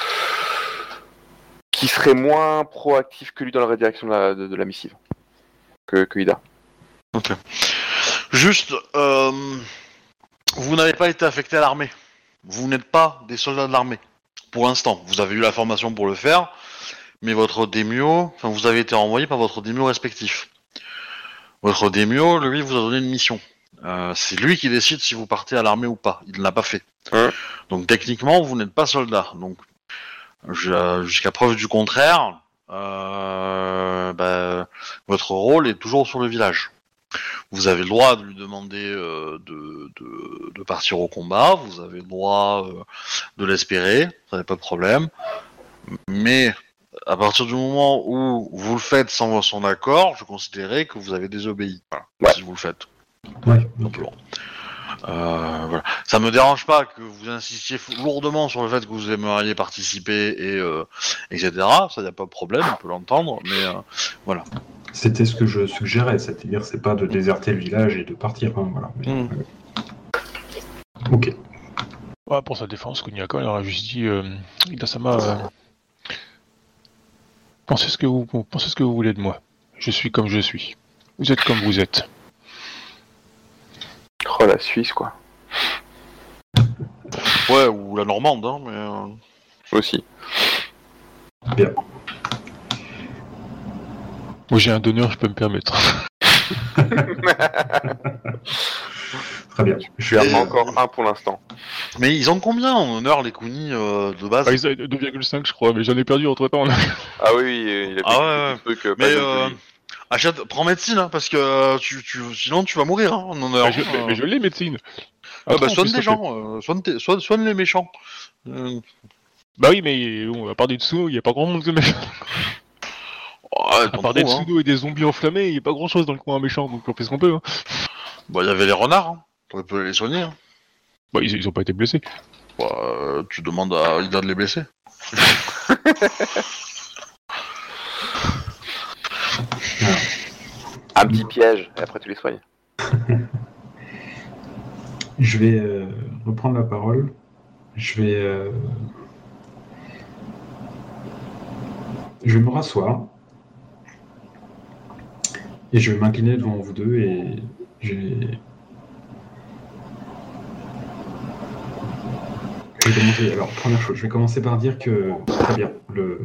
qui serait moins proactif que lui dans la rédaction de la, de, de la missive que, que Ida. Ok. Juste, euh, vous n'avez pas été affecté à l'armée. Vous n'êtes pas des soldats de l'armée. Pour l'instant, vous avez eu la formation pour le faire, mais votre daimyo, enfin, vous avez été envoyé par votre daimyo respectif. Votre daimyo, lui, vous a donné une mission. Euh, c'est lui qui décide si vous partez à l'armée ou pas. Il ne l'a pas fait. Hein Donc techniquement, vous n'êtes pas soldat. Donc je, jusqu'à preuve du contraire, euh, bah, votre rôle est toujours sur le village. Vous avez le droit de lui demander euh, de, de, de partir au combat, vous avez le droit euh, de l'espérer, ça n'est pas de problème. Mais à partir du moment où vous le faites sans son accord, je considérerais que vous avez désobéi. Voilà, ouais. Si vous le faites. Ouais. Donc, bon. euh, voilà. Ça me dérange pas que vous insistiez lourdement sur le fait que vous aimeriez participer et euh, et cetera. Ça y a pas de problème, on peut l'entendre, mais euh, voilà. C'était ce que je suggérais, c'est-à-dire c'est pas de déserter le village et de partir, hein, voilà. Mais, mmh. euh... Ok. Ouais, pour sa défense, Kuniaka, il a juste dit euh, Ida-sama, euh, pensez ce que vous pensez ce que vous voulez de moi. Je suis comme je suis. Vous êtes comme vous êtes. Oh la Suisse quoi. Ouais, ou la Normande, hein, mais euh... aussi. Bien. Moi j'ai un donneur, je peux me permettre. Très bien. Je suis à encore un pour l'instant. Mais ils ont combien en honneur les Kuni euh, de base? Ah, ils ont deux virgule cinq je crois, mais j'en ai perdu entre temps. Ah oui, il a ah ouais, ouais. Trucs, euh, mais euh, achète, prends médecine, hein, parce que tu, tu, sinon tu vas mourir hein, en honneur. Mais je, mais, mais je l'ai médecine. Ah, bah, soigne des gens, euh, soigne, tes, soigne, soigne les méchants. Euh... Bah oui, mais bon, à part des Tsuno, il n'y a pas grand monde de méchants. Ouais, à part des Tsuno hein. Et des zombies enflammés, il n'y a pas grand chose dans le coin méchant, donc on fait ce qu'on peut. Hein. Bah il y avait les renards, hein. On peut les soigner. Hein. Bah ils, ils ont pas été blessés. Bah euh, tu demandes à Ida de les blesser. Un petit piège, et après tu les soignes. Je vais euh, reprendre la parole. Je vais... Euh... Je vais me rasseoir. Et je vais m'incliner devant vous deux et je vais... Je vais commencer. Alors, première chose, je vais commencer par dire que, très bien, le...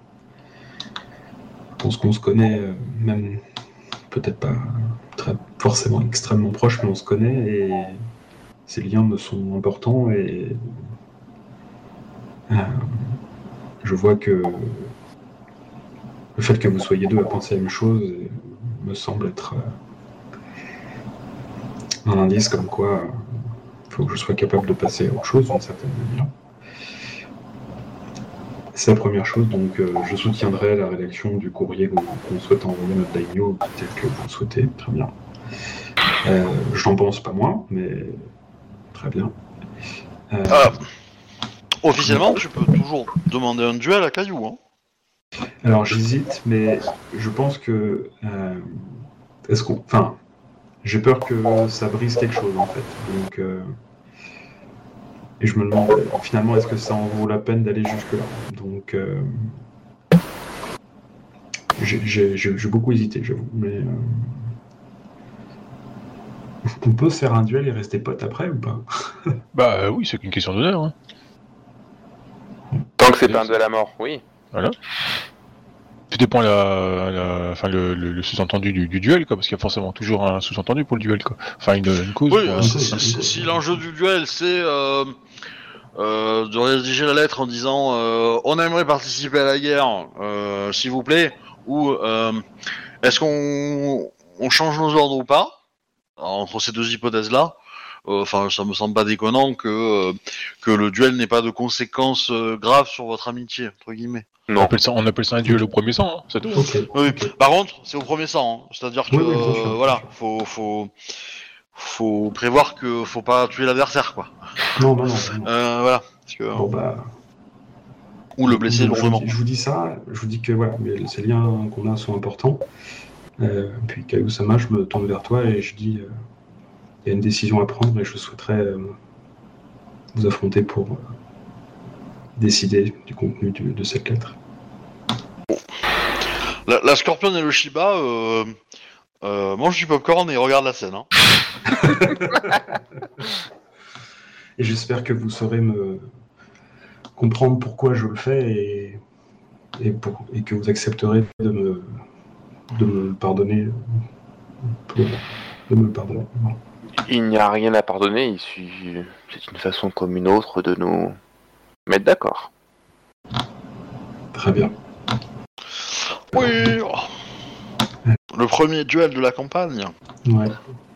je pense qu'on se connaît, euh, même peut-être pas très, forcément extrêmement proche, mais on se connaît et ces liens me sont importants et euh, je vois que le fait que vous soyez deux à penser à une chose me semble être euh, un indice comme quoi il faut que je sois capable de passer à autre chose d'une certaine manière. C'est la première chose, donc euh, je soutiendrai la rédaction du courrier qu'on, qu'on souhaite envoyer à notre daimyo, tel que vous le souhaitez, très bien. Euh, je n'en pense pas moins, mais très bien. Euh... Ah, officiellement, tu peux toujours demander un duel à Caillou, hein. Alors j'hésite, mais je pense que... Euh, est-ce qu'on... Enfin, j'ai peur que ça brise quelque chose, en fait. Donc, euh, et je me demande, finalement, est-ce que ça en vaut la peine d'aller jusque-là? Donc, euh, j'ai, j'ai, j'ai beaucoup hésité, j'avoue. Mais, euh, On peut faire un duel et rester potes après ou pas? Bah euh, oui, c'est qu'une question d'honneur. Hein. Tant que c'est pas un duel à mort, oui. Voilà. Tout dépend la, la, enfin, le, le, le sous-entendu du, du duel, quoi, parce qu'il y a forcément toujours un sous-entendu pour le duel, quoi. Enfin, une, une cause. Oui, pour, si, euh, si, si, si l'enjeu du duel c'est euh, euh, de rédiger la lettre en disant euh, on aimerait participer à la guerre, euh, s'il vous plaît, ou euh, est-ce qu'on on change nos ordres ou pas? Alors, entre ces deux hypothèses-là, enfin, euh, ça me semble pas déconnant que euh, que le duel n'ait pas de conséquences euh, graves sur votre amitié, entre guillemets. On, Non. appelle ça, on appelle ça un duel au premier sang, hein, c'est tout. Ok. Oui. ok. Par contre, c'est au premier sang, hein. C'est-à-dire que Oui, oui, bien sûr, euh, bien voilà, sûr. faut faut faut prévoir que faut pas tuer l'adversaire, quoi. Non, non, non. non. Euh, voilà. Parce que, Bon, bah, ou le blesser donc, je, vous lourdement. dis, je vous dis ça, je vous dis que voilà, mais ces liens qu'on a sont importants. Euh, puis Kayu-sama, je me tourne vers toi et je dis il euh, y a une décision à prendre et je souhaiterais euh, vous affronter pour euh, décider du contenu du, de cette lettre. La, la Scorpion et le Shiba euh, euh, mangent du popcorn et regardent la scène. Hein. Et j'espère que vous saurez me comprendre pourquoi je le fais et, et, pour, et que vous accepterez de me, de me pardonner. Pour, de me pardonner. Bon. Il n'y a rien à pardonner, il suffit... c'est une façon comme une autre de nous mettre d'accord. Très bien. Oui. Le premier duel de la campagne. Ouais.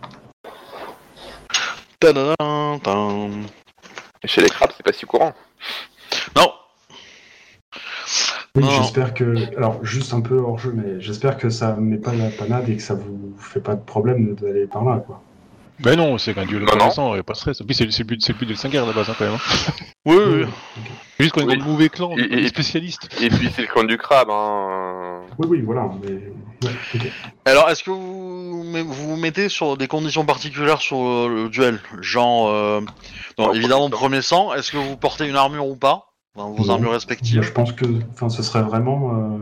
Tadadam, tam. Et chez les crabes, c'est pas si courant. Non. Oui, Non. j'espère que. Alors, juste un peu hors jeu, mais j'espère que ça met pas la panade et que ça vous fait pas de problème d'aller par là, quoi. Ben non, c'est qu'un duel au Non, premier non. sang, il n'y a pas de stress. Et puis c'est, c'est, le but, c'est le but de cinq guerres à la base, hein, quand même. Hein. Oui, oui. C'est juste qu'on est Oui. dans le mauvais clan, on Et- est et- spécialiste. Et puis c'est le clan du crabe, hein. Oui, oui, voilà. Mais... Ouais, ok. Alors, est-ce que vous vous vous mettez sur des conditions particulières sur euh, le duel, genre, euh, non, Non, évidemment premier premier sang. Est-ce que vous portez une armure ou pas, enfin, vos Non. armures Moi, respectives? je pense que, enfin, ce serait vraiment, euh,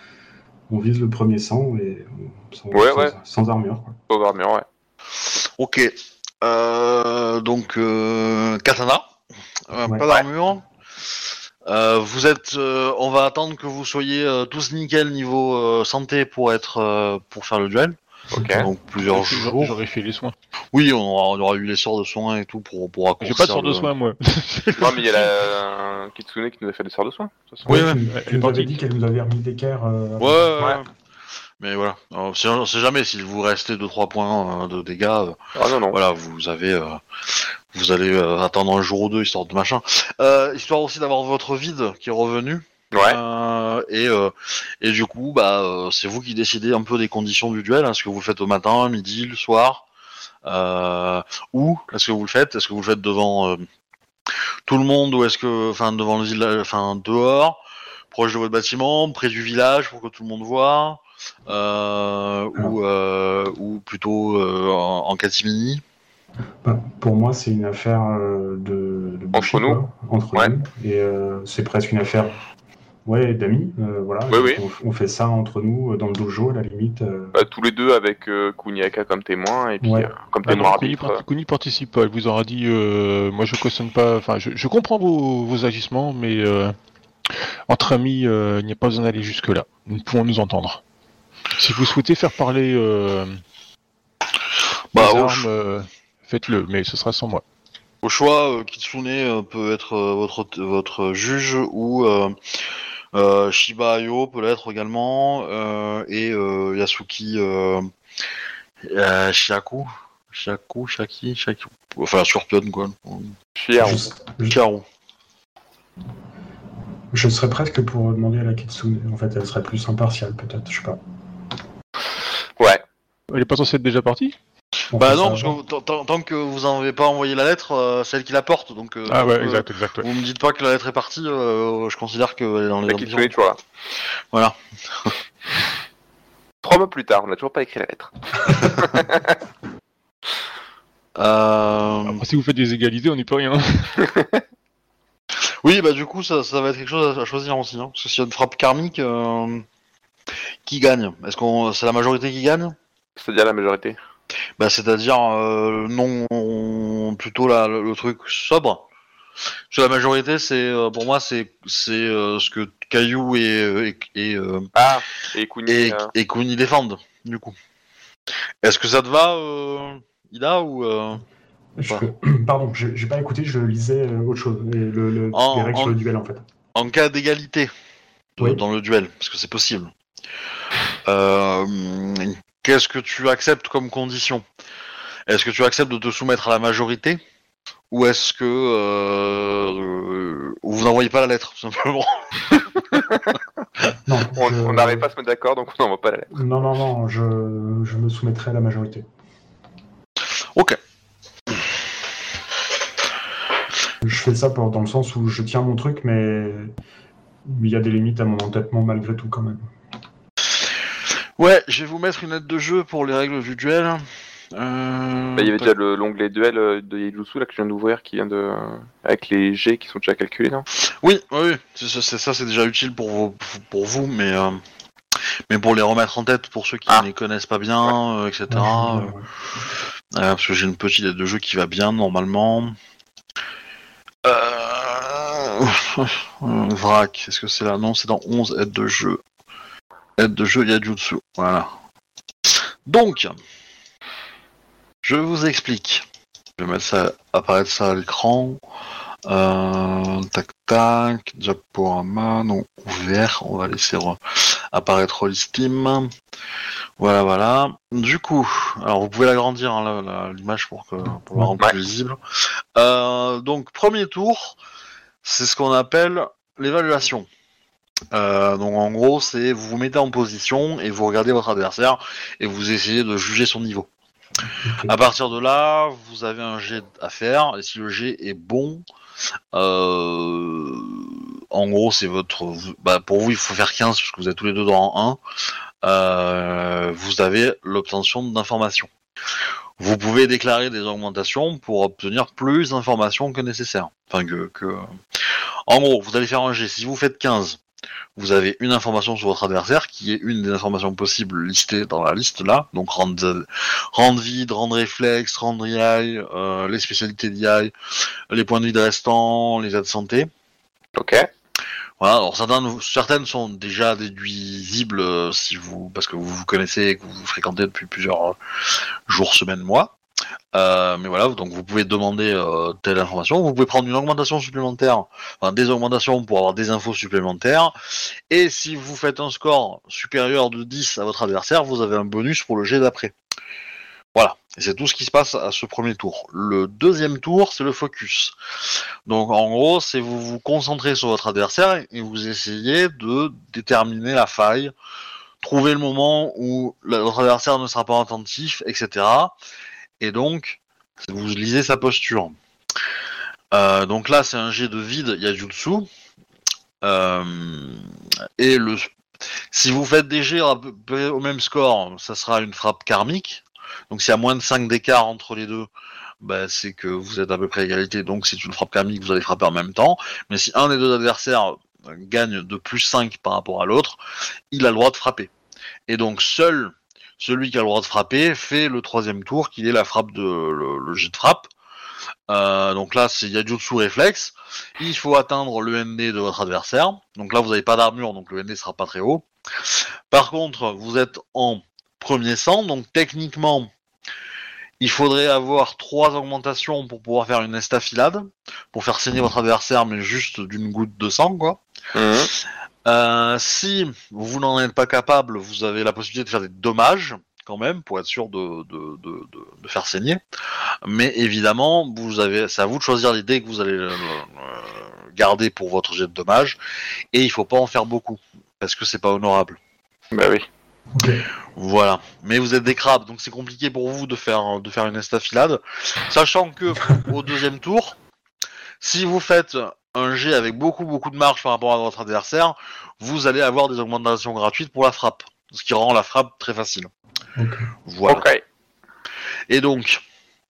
on vise le premier sang et on- sans, Ouais, sans, ouais. sans armure, quoi. Pauvre armure, ouais. Ok. Euh, donc euh, katana, euh, Ouais. pas d'armure. Euh, vous êtes, euh, on va attendre que vous soyez euh, tous nickel niveau euh, santé pour être, euh, pour faire le duel. Ok. Donc plusieurs J'aurais- jours. J'aurais fait les soins. Oui, on aura, on aura eu les sorts de soins et tout pour pour J'ai raccourcir. pas de sort de le- soins, moi. Non, mais il y a la Kitsune qui nous a fait des sorts de soins. De toute façon. Oui, Ouais, ouais. tu, Elle tu est nous avais partie. dit qu'elle nous avait remis d'équerre. Euh, Ouais, ouais, Ouais. ouais. Mais voilà, on sait, on sait jamais si vous restez deux trois points euh, de dégâts. euh, Ah non, non. Voilà, vous avez, euh, vous allez euh, attendre un jour ou deux histoire de machin, euh, histoire aussi d'avoir votre vide qui est revenu. Ouais. Euh, et euh, et du coup, bah, euh, c'est vous qui décidez un peu des conditions du duel. Hein, est-ce que vous le faites au matin, midi, le soir, euh, ou est-ce que vous le faites, est-ce que vous le faites devant euh, tout le monde ou est-ce que, enfin, devant le village, enfin, dehors, proche de votre bâtiment, près du village pour que tout le monde voit, euh, ou euh, ou plutôt euh, en, en catimini. bah, pour moi, c'est une affaire euh, de, de boucher, nous. quoi, entre Ouais. nous. Et euh, c'est presque une affaire, ouais, d'amis. Euh, voilà. Oui, Donc, oui. On, on fait ça entre nous, euh, dans le dojo, à la limite. euh. Bah, tous les deux avec euh, Kuniaka comme témoin et puis Ouais. euh, comme Ah témoin non, Kuni, arbitre. parti- Kuni participe pas. Elle vous aura dit, euh, moi je cautionne pas. Enfin, je, je comprends vos, vos agissements, mais euh, entre amis, euh, il n'y a pas besoin d'aller jusque là. Nous pouvons nous entendre. Si vous souhaitez faire parler euh, Bah, les au, armes, ch- euh, faites-le, mais ce sera sans moi. au choix, euh, Kitsune euh, peut être euh, votre votre juge ou euh, euh, Shiba Ayo peut l'être également euh, et euh, Yasuki euh, euh, Shiaku, Shiaku, Shaki, Shaku, enfin Scorpion quoi. Fier. Je, je, Karu. je serais presque pour demander à la Kitsune. En fait, elle serait plus impartiale, peut-être. Je sais pas. Ouais. Elle est pas censée être déjà partie? On Bah fait non, ça parce avant. que tant- tant tant que vous en avez pas envoyé la lettre, euh, c'est elle qui la porte, donc. Euh, Ah tant ouais, que exact, exact. Ouais. Vous me dites pas que la lettre est partie, euh, je considère qu'elle est dans les La Kitsune est toujours là. Voilà. Trois mois plus tard, on n'a toujours pas écrit la lettre. Euh... Après, si vous faites des égalités, on n'y peut rien. Oui, bah du coup, ça, ça va être quelque chose à choisir aussi, hein, parce que s'il y a une frappe karmique, euh, qui gagne? Est-ce qu'on, c'est la majorité qui gagne? C'est-à-dire la majorité. Bah, c'est-à-dire euh, non, plutôt la, le, le truc sobre. Parce que la majorité, c'est euh, pour moi, c'est c'est euh, ce que Caillou et et et, euh, Ah, et Kuni. et, euh, et Kuni défendent. Du coup, est-ce que ça te va, euh, Ida ou euh, Je... pas Pardon, j'ai j'ai pas écouté, je lisais euh, autre chose. Et le, le- les en, règles sur en, le duel, en fait. en cas d'égalité de- Oui. dans le duel, parce que c'est possible. Euh, Qu'est-ce que tu acceptes comme condition? Est-ce que tu acceptes de te soumettre à la majorité? Ou est-ce que euh, ou vous n'envoyez pas la lettre, tout simplement? Non, On je- on n'arrive pas à se mettre d'accord, donc on n'envoie pas la lettre. Non, non, non, je, je me soumettrai à la majorité. Ok. Je fais ça pour, dans le sens où je tiens mon truc, mais il y a des limites à mon entêtement malgré tout, quand même. Ouais, je vais vous mettre une aide de jeu pour les règles du duel. Euh... Bah, il y avait déjà le- l'onglet duel euh, de Yaijutsu là que je viens d'ouvrir qui vient de avec les G qui sont déjà calculés, non? Oui, oui, oui. C'est, c'est, ça, c'est déjà utile pour vous, pour vous, mais euh, mais pour les remettre en tête pour ceux qui Ah. ne les connaissent pas bien, euh, et cetera. Ouais, je veux euh, bien, ouais. euh, parce que j'ai une petite aide de jeu qui va bien normalement. Euh... euh, Vrac, est-ce que c'est là? Non, c'est dans onze aide de jeu. Aide de jeu Yajutsu, voilà. Donc, je vous explique. Je vais mettre ça, apparaître ça à l'écran. Euh, tac tac, Diaporama, non, ouvert, on va laisser re- apparaître Steam. Voilà, voilà. Du coup, alors vous pouvez l'agrandir hein, la- la- l'image pour que pour la rendre Ouais. plus visible. Euh, donc premier tour, c'est ce qu'on appelle l'évaluation. Euh, donc en gros, c'est vous vous mettez en position et vous regardez votre adversaire et vous essayez de juger son niveau. Ok. À partir de là, vous avez un jet à faire et si le jet est bon, euh, en gros, c'est votre. Bah, pour vous, il faut faire quinze parce que vous êtes tous les deux dans un. Euh, vous avez l'obtention d'informations. Vous pouvez déclarer des augmentations pour obtenir plus d'informations que nécessaire. Enfin, que, que... En gros, vous allez faire un jet. Si vous faites quinze, vous avez une information sur votre adversaire qui est une des informations possibles listées dans la liste là. Donc rendre, rendre vide, rendre réflexe, rendre I I, euh, les spécialités d'I I, les points de vide restants, les aides santé. Ok. Voilà, alors certaines, certaines sont déjà déduisibles euh, si vous, parce que vous vous connaissez et que vous vous fréquentez depuis plusieurs euh, jours, semaines, mois. Euh, mais voilà, donc vous pouvez demander euh, telle information. Vous pouvez prendre une augmentation supplémentaire, enfin des augmentations pour avoir des infos supplémentaires. Et si vous faites un score supérieur de dix à votre adversaire, vous avez un bonus pour le jet d'après. Voilà, et c'est tout ce qui se passe à ce premier tour. Le deuxième tour, c'est le focus. Donc en gros, c'est vous vous concentrez sur votre adversaire et vous essayez de déterminer la faille, trouver le moment où la, votre adversaire ne sera pas attentif, et cetera. Et donc, vous lisez sa posture. Euh, donc là, c'est un jet de vide Yajutsu. Euh, et le, si vous faites des jets à peu près au même score, ça sera une frappe karmique. Donc s'il y a moins de cinq d'écart entre les deux, bah, c'est que vous êtes à peu près à égalité, donc c'est une frappe karmique, vous allez frapper en même temps. Mais si un des deux adversaires gagne de plus cinq par rapport à l'autre, il a le droit de frapper. Et donc seul celui qui a le droit de frapper fait le troisième tour, qui est la frappe de le, le jet de frappe. Euh, donc là, c'est Yajutsu réflexe. Il faut atteindre le N D de votre adversaire. Donc là, vous n'avez pas d'armure, donc le N D sera pas très haut. Par contre, vous êtes en premier sang, donc techniquement, il faudrait avoir trois augmentations pour pouvoir faire une estafilade, pour faire saigner votre adversaire, mais juste d'une goutte de sang, quoi. Mmh. Euh, si vous n'en êtes pas capable, vous avez la possibilité de faire des dommages, quand même, pour être sûr de, de, de, de, de faire saigner. Mais évidemment, vous avez, c'est à vous de choisir les dés que vous allez euh, garder pour votre jet de dommages, et il faut pas en faire beaucoup, parce que c'est pas honorable. Bah oui. Ok. Voilà. Mais vous êtes des crabes, donc c'est compliqué pour vous de faire, de faire une estafilade. Sachant que, au deuxième tour, si vous faites un jet avec beaucoup beaucoup de marge par rapport à votre adversaire, vous allez avoir des augmentations gratuites pour la frappe. Ce qui rend la frappe très facile. Ok. Voilà. Ok. Et donc,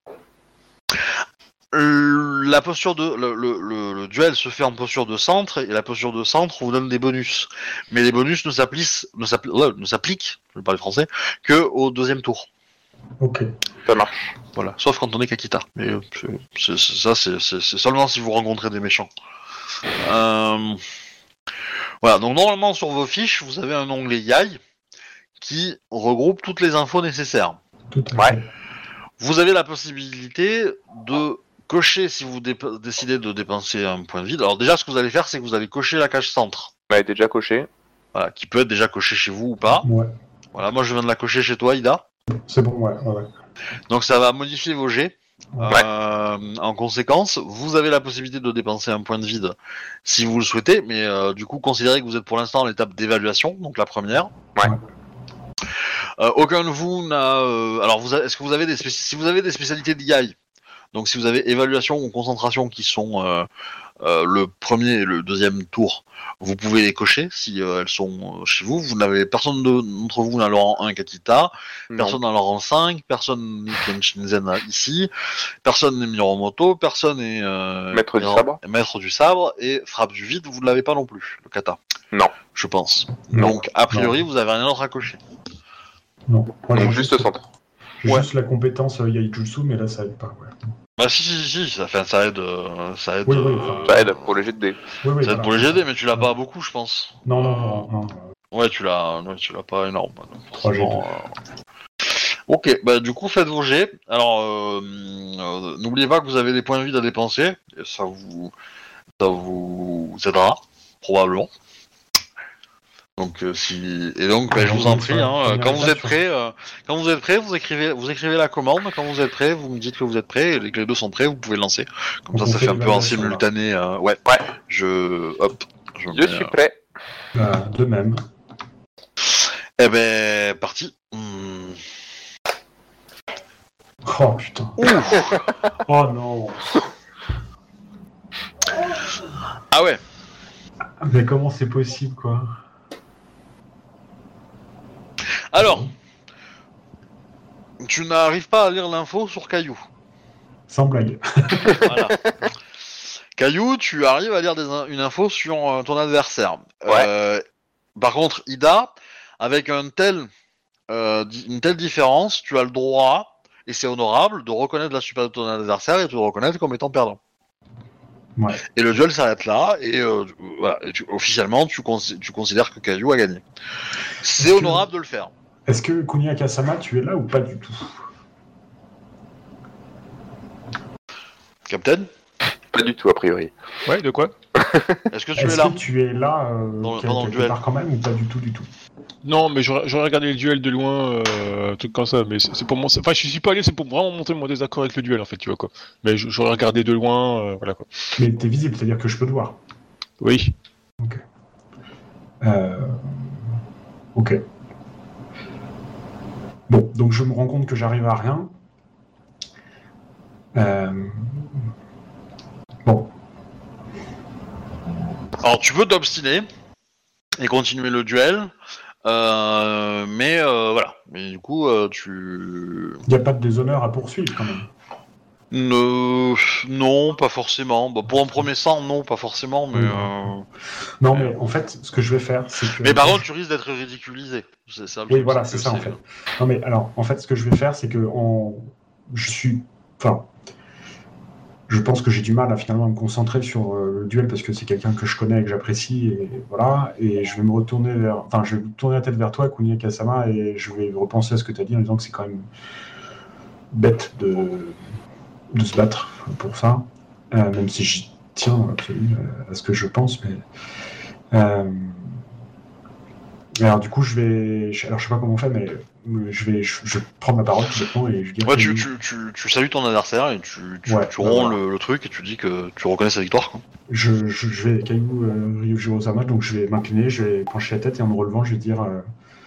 la posture de le, le, le, le duel se fait en posture de centre et la posture de centre vous donne des bonus. Mais les bonus ne s'appliquent ne s'appliquent, ne s'appliquent, je vais parler français, que au deuxième tour. Ok. Ça marche. Voilà, sauf quand on est Kakita. Mais euh, c'est, c'est, ça, c'est, c'est, c'est seulement si vous rencontrez des méchants. Euh... Voilà, donc normalement sur vos fiches, vous avez un onglet Yai qui regroupe toutes les infos nécessaires. Tout à Ouais. fait. Vous avez la possibilité de cocher si vous dé- décidez de dépenser un point de vide. Alors déjà, ce que vous allez faire, c'est que vous allez cocher la cage centre. Elle a été déjà coché. Voilà, qui peut être déjà cochée chez vous ou pas. Ouais. Voilà, moi je viens de la cocher chez toi, Ida. C'est bon, ouais, ouais, ouais. Donc ça va modifier vos jets. Ouais. Euh, en conséquence, vous avez la possibilité de dépenser un point de vide si vous le souhaitez, mais euh, du coup, considérez que vous êtes pour l'instant à l'étape d'évaluation, donc la première. Ouais. Euh, aucun de vous n'a. Euh, alors, vous avez, est-ce que vous avez des spéci- si vous avez des spécialités d'I A, donc si vous avez évaluation ou concentration qui sont euh, euh, le premier et le deuxième tour, vous pouvez les cocher si euh, elles sont euh, chez vous. Vous n'avez personne de- d'entre vous n'a le rang un Kakita, personne n'a le rang cinq, personne n'est Kenshinzen ici, personne n'est Miromoto, personne n'est euh, Maître du Miro- sabre. maître du sabre et frappe du vide. Vous ne l'avez pas non plus, le kata. Non. Je pense. Non. Donc a priori, vous avez rien d'autre à cocher. Non. Moi, j'ai Donc juste le centre. J'ai Ouais. juste la compétence euh, Yaijutsu, mais là, ça aide pas. Ouais. Bah si si si, ça fait ça aide, euh, ça aide. Oui, oui, euh, enfin, Ça aide pour les jets de dés. Oui, oui, ça aide voilà. pour les G D, mais tu l'as pas beaucoup, je pense. Non, non, non, non. Ouais, tu l'as, ouais, tu l'as pas énorme. donc trois G deux. forcément, euh, Ok, bah du coup faites vos jets. Alors euh, euh, n'oubliez pas que vous avez des points de vide à dépenser, et ça vous, ça vous aidera probablement. Donc euh, si et donc bah, je vous en prie, hein, euh, quand vous êtes prêts, euh, quand vous êtes prêts, vous écrivez, vous écrivez la commande. Quand vous êtes prêts, vous me dites que vous êtes prêts. Et que les deux sont prêts, vous pouvez le lancer. Comme Donc ça, on ça fait fait un peu en l'évaluation, là. simultané. euh, ouais. Ouais. Je, hop. Je, Je mets, suis euh, prêt. Euh, de même. Eh ben, parti. Hmm. Oh putain. Oh non. Ah ouais. Mais comment c'est possible, quoi? Alors, tu n'arrives pas à lire l'info sur Caillou. Sans blague. Voilà. Caillou, tu arrives à lire des in- une info sur euh, ton adversaire. Ouais. Euh, par contre, Ida, avec un tel, euh, di- une telle différence, tu as le droit, et c'est honorable, de reconnaître la supériorité de ton adversaire et de te reconnaître comme étant perdant. Ouais. Et le duel s'arrête là, et euh, voilà, et tu- officiellement, tu, cons- tu considères que Caillou a gagné. C'est Est-ce que- honorable de le faire. Est-ce que Kunia Kasama, tu es là ou pas du tout? Captain, Pas du tout, a priori. Ouais, de quoi? est-ce que tu Est-ce es là que tu es là euh, Dans le- quel- pendant le quelque duel. part quand même ou pas du tout du tout? Non, mais j'aurais j'aurais regardé le duel de loin, euh, un truc comme ça, mais c'est c'est pour mon... Enfin, je suis pas allé, c'est pour vraiment montrer mon désaccord avec le duel, en fait, tu vois, quoi. Mais je- j'aurais regardé de loin, euh, voilà, quoi. Mais t'es visible, c'est-à-dire que je peux te voir. Oui. Ok. Euh... Ok. Bon, donc je me rends compte que j'arrive à rien. Euh... Bon, Alors tu peux t'obstiner et continuer le duel, euh, mais euh, voilà. Mais du coup, euh, tu... il n'y a pas de déshonneur à poursuivre quand même. Ne... Non, pas forcément. Bah, pour un premier sang, non, pas forcément, mais... Oui. Euh... Non, mais en fait, ce que je vais faire, c'est que... Mais par contre, tu risques d'être ridiculisé. C'est ça. le Oui, truc, voilà, c'est c'est que ça en fait. Non, mais alors, en fait, ce que je vais faire, c'est que en... je suis... Enfin, je pense que j'ai du mal à finalement me concentrer sur euh, le duel parce que c'est quelqu'un que je connais et que j'apprécie, et voilà, et je vais me retourner vers... Enfin, je vais tourner la tête vers toi, Kunia Kasama, et je vais repenser à ce que tu as dit en disant que c'est quand même bête de, de se battre pour ça, euh, même si j'y tiens absolument à ce que je pense, mais... Euh... Alors du coup, je vais... je- Alors je sais pas comment on fait, mais je vais, je, je vais prendre ma parole tout bêtement et je dis... Ouais, tu, tu, tu, tu salues ton adversaire et tu, tu, Ouais, tu bah, romps voilà. le, le truc et tu dis que tu reconnais sa victoire, quoi. Je, je, je vais Caillou euh, Ryujiro-sama, donc je vais m'incliner, je vais pencher la tête et en me relevant, je vais dire... euh,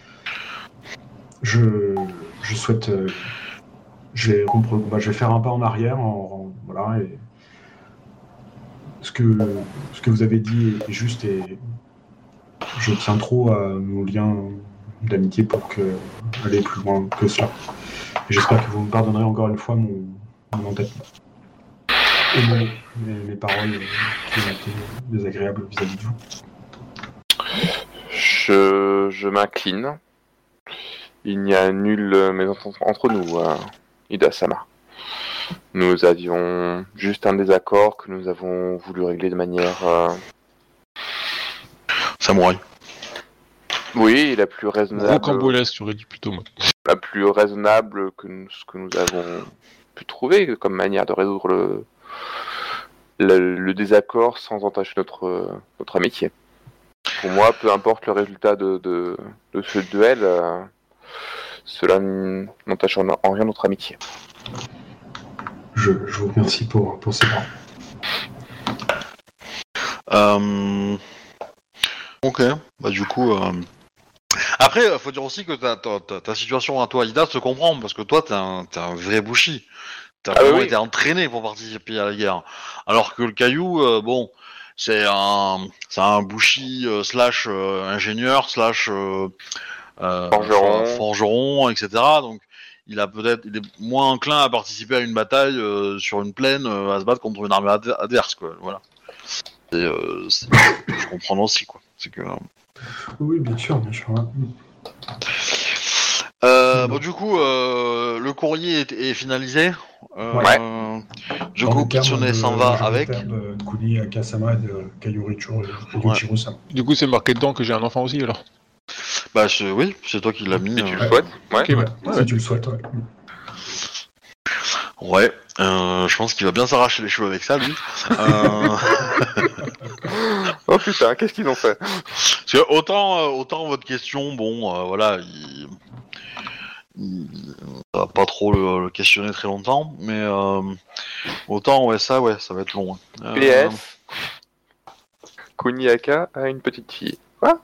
je, je souhaite... euh, je, vais rompre, bah, je vais faire un pas en arrière, en, en- voilà, et... Ce que, ce que vous avez dit est juste et je tiens trop à nos liens d'amitié pour que, aller plus loin que cela. Et j'espère que vous me pardonnerez encore une fois mon, mon entêtement. Et mes, mes, mes paroles qui ont été désagréables vis-à-vis de vous. Je, je m'incline il n'y a nulle mésentente entre nous, euh, Ida-sama. Nous avions juste un désaccord que nous avons voulu régler de manière... Euh... Samouraï. Oui, la plus raisonnable... Rocambolesque, tu aurais dit plutôt, moi. La plus raisonnable que nous, ce que nous avons pu trouver comme manière de résoudre le, le, le désaccord sans entacher notre, notre amitié. Pour moi, peu importe le résultat de, de, de ce duel, euh, cela n'entache en, en rien notre amitié. Je, je vous remercie pour, pour ces mots. Euh... Ok, bah du coup... Euh... Après, faut dire aussi que ta, ta, ta, ta situation à toi, Ida, se comprend, parce que toi, t'es un, t'es un vrai bushi. T'as ah vraiment oui. été entraîné pour participer à la guerre. Alors que le caillou, euh, bon, c'est un, c'est un bushi euh, slash euh, ingénieur slash euh, euh, forgeron. forgeron, et cetera. Donc, il a peut-être, il est moins enclin à participer à une bataille euh, sur une plaine, euh, à se battre contre une armée ad- adverse, quoi. Voilà. Et, euh, c'est, je comprends aussi, quoi. C'est que. Oui, bien sûr, bien sûr. Ouais. Euh, bon, du coup, euh, le courrier est, est finalisé. Euh, ouais. Du coup, Kitsune s'en va avec. De Kuni Akasama et de Kayurichiro et Yuichiro-sama. Du coup, c'est marqué dedans que j'ai un enfant aussi, alors. Bah, c'est, oui, c'est toi qui l'as mis. Si tu euh... le souhaites. Ouais. Okay, ouais. Ouais, si tu le souhaites, ouais. Ouais, euh, je pense qu'il va bien s'arracher les cheveux avec ça, lui. euh... oh putain, qu'est-ce qu'ils ont fait? Parce que autant, euh, autant votre question, bon, euh, voilà, il... il va pas trop le, le questionner très longtemps, mais euh, autant, ouais, ça, ouais, ça va être long. Euh... P S Kuniaka a une petite fille. Quoi?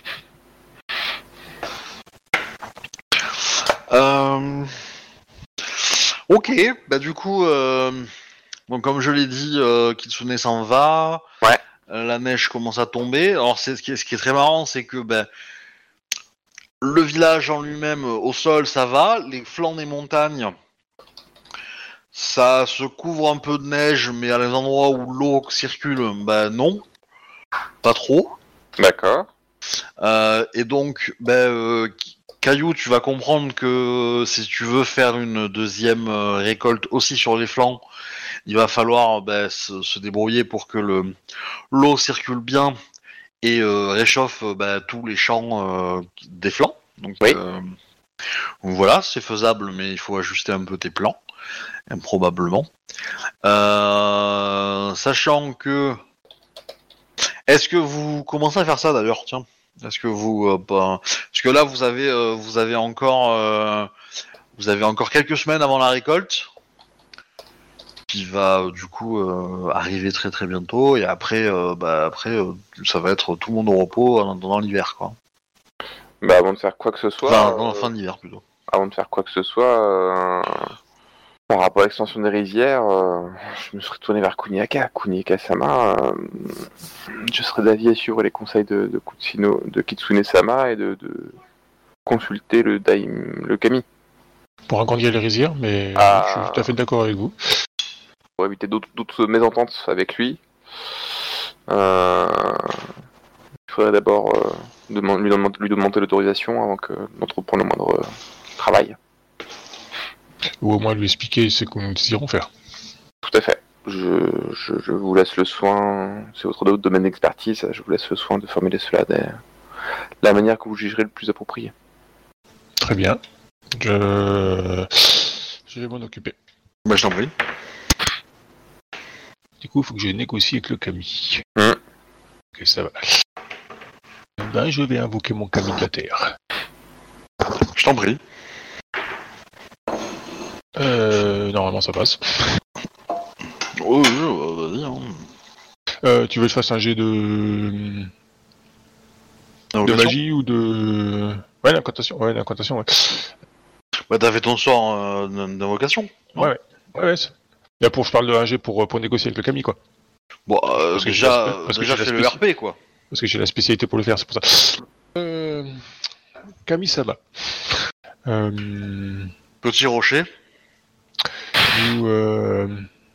Euh... Ok, bah du coup, euh... bon, comme je l'ai dit, euh, Kitsune s'en va. Ouais. Euh, la neige commence à tomber. Alors, c'est, ce, qui est, ce qui est très marrant, c'est que bah, le village en lui-même, au sol, ça va. Les flancs des montagnes, ça se couvre un peu de neige, mais à les endroits où l'eau circule, bah non, pas trop. D'accord. Euh, et donc, bah, euh, Caillou, tu vas comprendre que si tu veux faire une deuxième euh, récolte aussi sur les flancs, il va falloir bah, se, se débrouiller pour que le, l'eau circule bien et euh, réchauffe bah, tous les champs euh, des flancs. Donc, oui. euh, voilà, c'est faisable, mais il faut ajuster un peu tes plans, improbablement. Euh, sachant que... Est-ce que vous commencez à faire ça d'ailleurs, tiens? Est-ce que vous, euh, bah, parce que là vous avez, euh, vous avez encore, euh, vous avez encore quelques semaines avant la récolte, qui va euh, du coup euh, arriver très très bientôt, et après, euh, bah après, euh, ça va être tout le monde au repos dans, dans l'hiver, quoi. Bah avant de faire quoi que ce soit. Enfin, dans la euh, fin de l'hiver plutôt. Avant de faire quoi que ce soit, euh, par rapport à l'extension des rizières, euh, je me serais tourné vers Kuniaka, Kuniaka-sama. Euh, je serais d'avis à suivre les conseils de, de, Kutsino, de Kitsune-sama et de, de consulter le daim, le kami. Pour agrandir les rizières, mais ah, je suis tout à fait d'accord avec vous. Pour éviter d'autres, d'autres mésententes avec lui, euh, il faudrait d'abord euh, demand, lui, demander, lui demander l'autorisation avant que d'entreprendre le moindre euh, travail. Ou au moins lui expliquer ce que nous désirons faire. Tout à fait. Je, je, je vous laisse le soin, c'est votre domaine d'expertise, je vous laisse le soin de formuler cela de la manière que vous jugerez le plus appropriée. Très bien. Je, je vais m'en occuper. Bah je t'en prie. Du coup, il faut que je négocie avec le kami. Mmh. Ok, ça va. Ben, je vais invoquer mon kami de la terre. Je t'en prie. Euh, normalement, ça passe. Oh, oui, vas-y. Hein. Euh, tu veux que je fasse un jet de... de magie ou de... Ouais, d'incantation. Ouais, d'incantation, ouais. Bah t'as fait ton sort euh, d'invocation. Ouais, ouais. Ouais, ouais. Là, pour, je parle de un jet pour, pour négocier avec le kami, quoi. Bon, euh, parce que déjà, parce que déjà j'ai fait la le spéci... R P, quoi. Parce que j'ai la spécialité pour le faire, c'est pour ça. Euh... Kami-sama. Euh... Petit rocher. Nous, euh...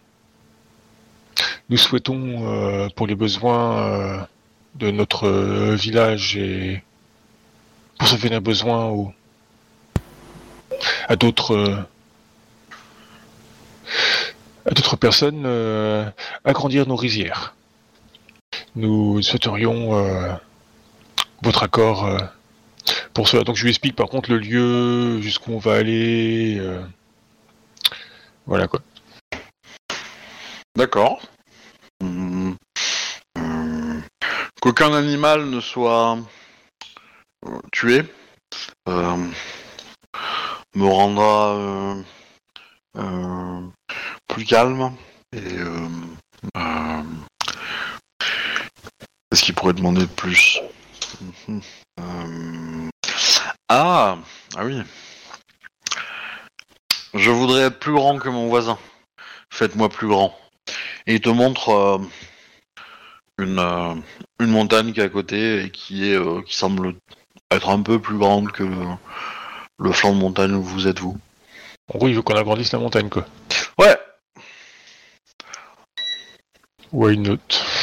nous souhaitons, euh, pour les besoins euh, de notre euh, village et pour subvenir un besoin aux, à d'autres euh, à d'autres personnes euh, agrandir nos rizières. Nous souhaiterions euh, votre accord euh, pour cela. Donc je lui explique par contre le lieu, jusqu'où on va aller. Euh, voilà quoi. D'accord. Hum, hum, Qu'aucun animal ne soit euh, tué euh, me rendra euh, euh, plus calme et euh, euh, qu'est-ce qu'il pourrait demander de plus? Hum, euh, Ah, ah oui. Je voudrais être plus grand que mon voisin. Faites-moi plus grand. Et il te montre euh, une, euh, une montagne qui est à côté et qui est euh, qui semble être un peu plus grande que le, le flanc de montagne où vous êtes vous. En gros, il veut qu'on agrandisse la montagne quoi. Ouais. Why not?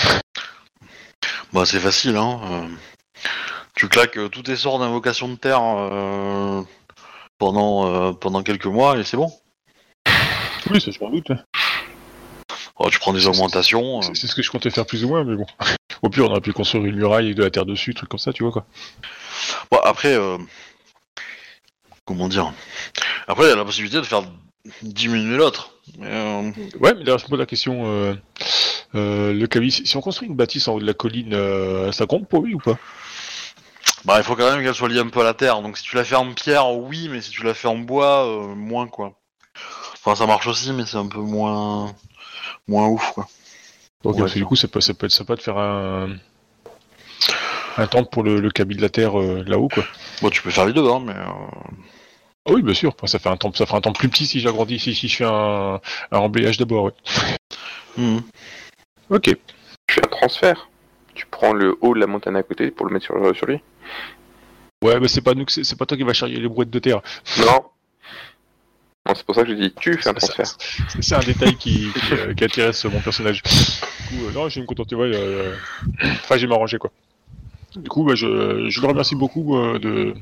Bah c'est facile hein. Euh, tu claques euh, tous tes sorts d'invocation de terre euh, pendant euh, pendant quelques mois et c'est bon. Oui, ça je m'en doute. Oh, tu prends des augmentations. C'est, c'est ce que je comptais faire plus ou moins, mais bon. Au pire, on aurait pu construire une muraille avec de la terre dessus, truc comme ça, tu vois quoi. Bon, après, euh... comment dire? Après, il y a la possibilité de faire diminuer l'autre. Euh... Ouais, mais d'ailleurs, je me pose la question. Euh, euh, le cabis, si on construit une bâtisse en haut de la colline, euh, ça compte pour lui ou pas? Bah, il faut quand même qu'elle soit liée un peu à la terre. Donc, si tu la fais en pierre, oui, mais si tu la fais en bois, euh, moins quoi. Enfin, ça marche aussi, mais c'est un peu moins, moins ouf quoi. Ok, Ouais, parce que du coup, ça peut, ça peut être sympa de faire un, un temple pour le, le cabis de la terre euh, là-haut, quoi. Bon, tu peux faire les deux, hein, mais. Euh... Ah oui, bien sûr. Ça fait un temple, ça fera un temple plus petit si j'agrandis, si, si je fais un, un remblayage d'abord, ouais. Mmh. Ok. Je fais un transfert. Tu prends le haut de la montagne à côté pour le mettre sur, sur lui. Ouais, bah c'est pas nous, que c'est, c'est pas toi qui va charrier les brouettes de terre. Non. Non, c'est pour ça que je dis tu fais un C'est, transfert. c'est, c'est un détail qui, qui, euh, qui intéresse mon personnage. Du coup, euh, non, je vais me contenter, ouais. Euh... Enfin, je vais m'arranger, quoi. Du coup, bah, je, je le remercie beaucoup euh, de,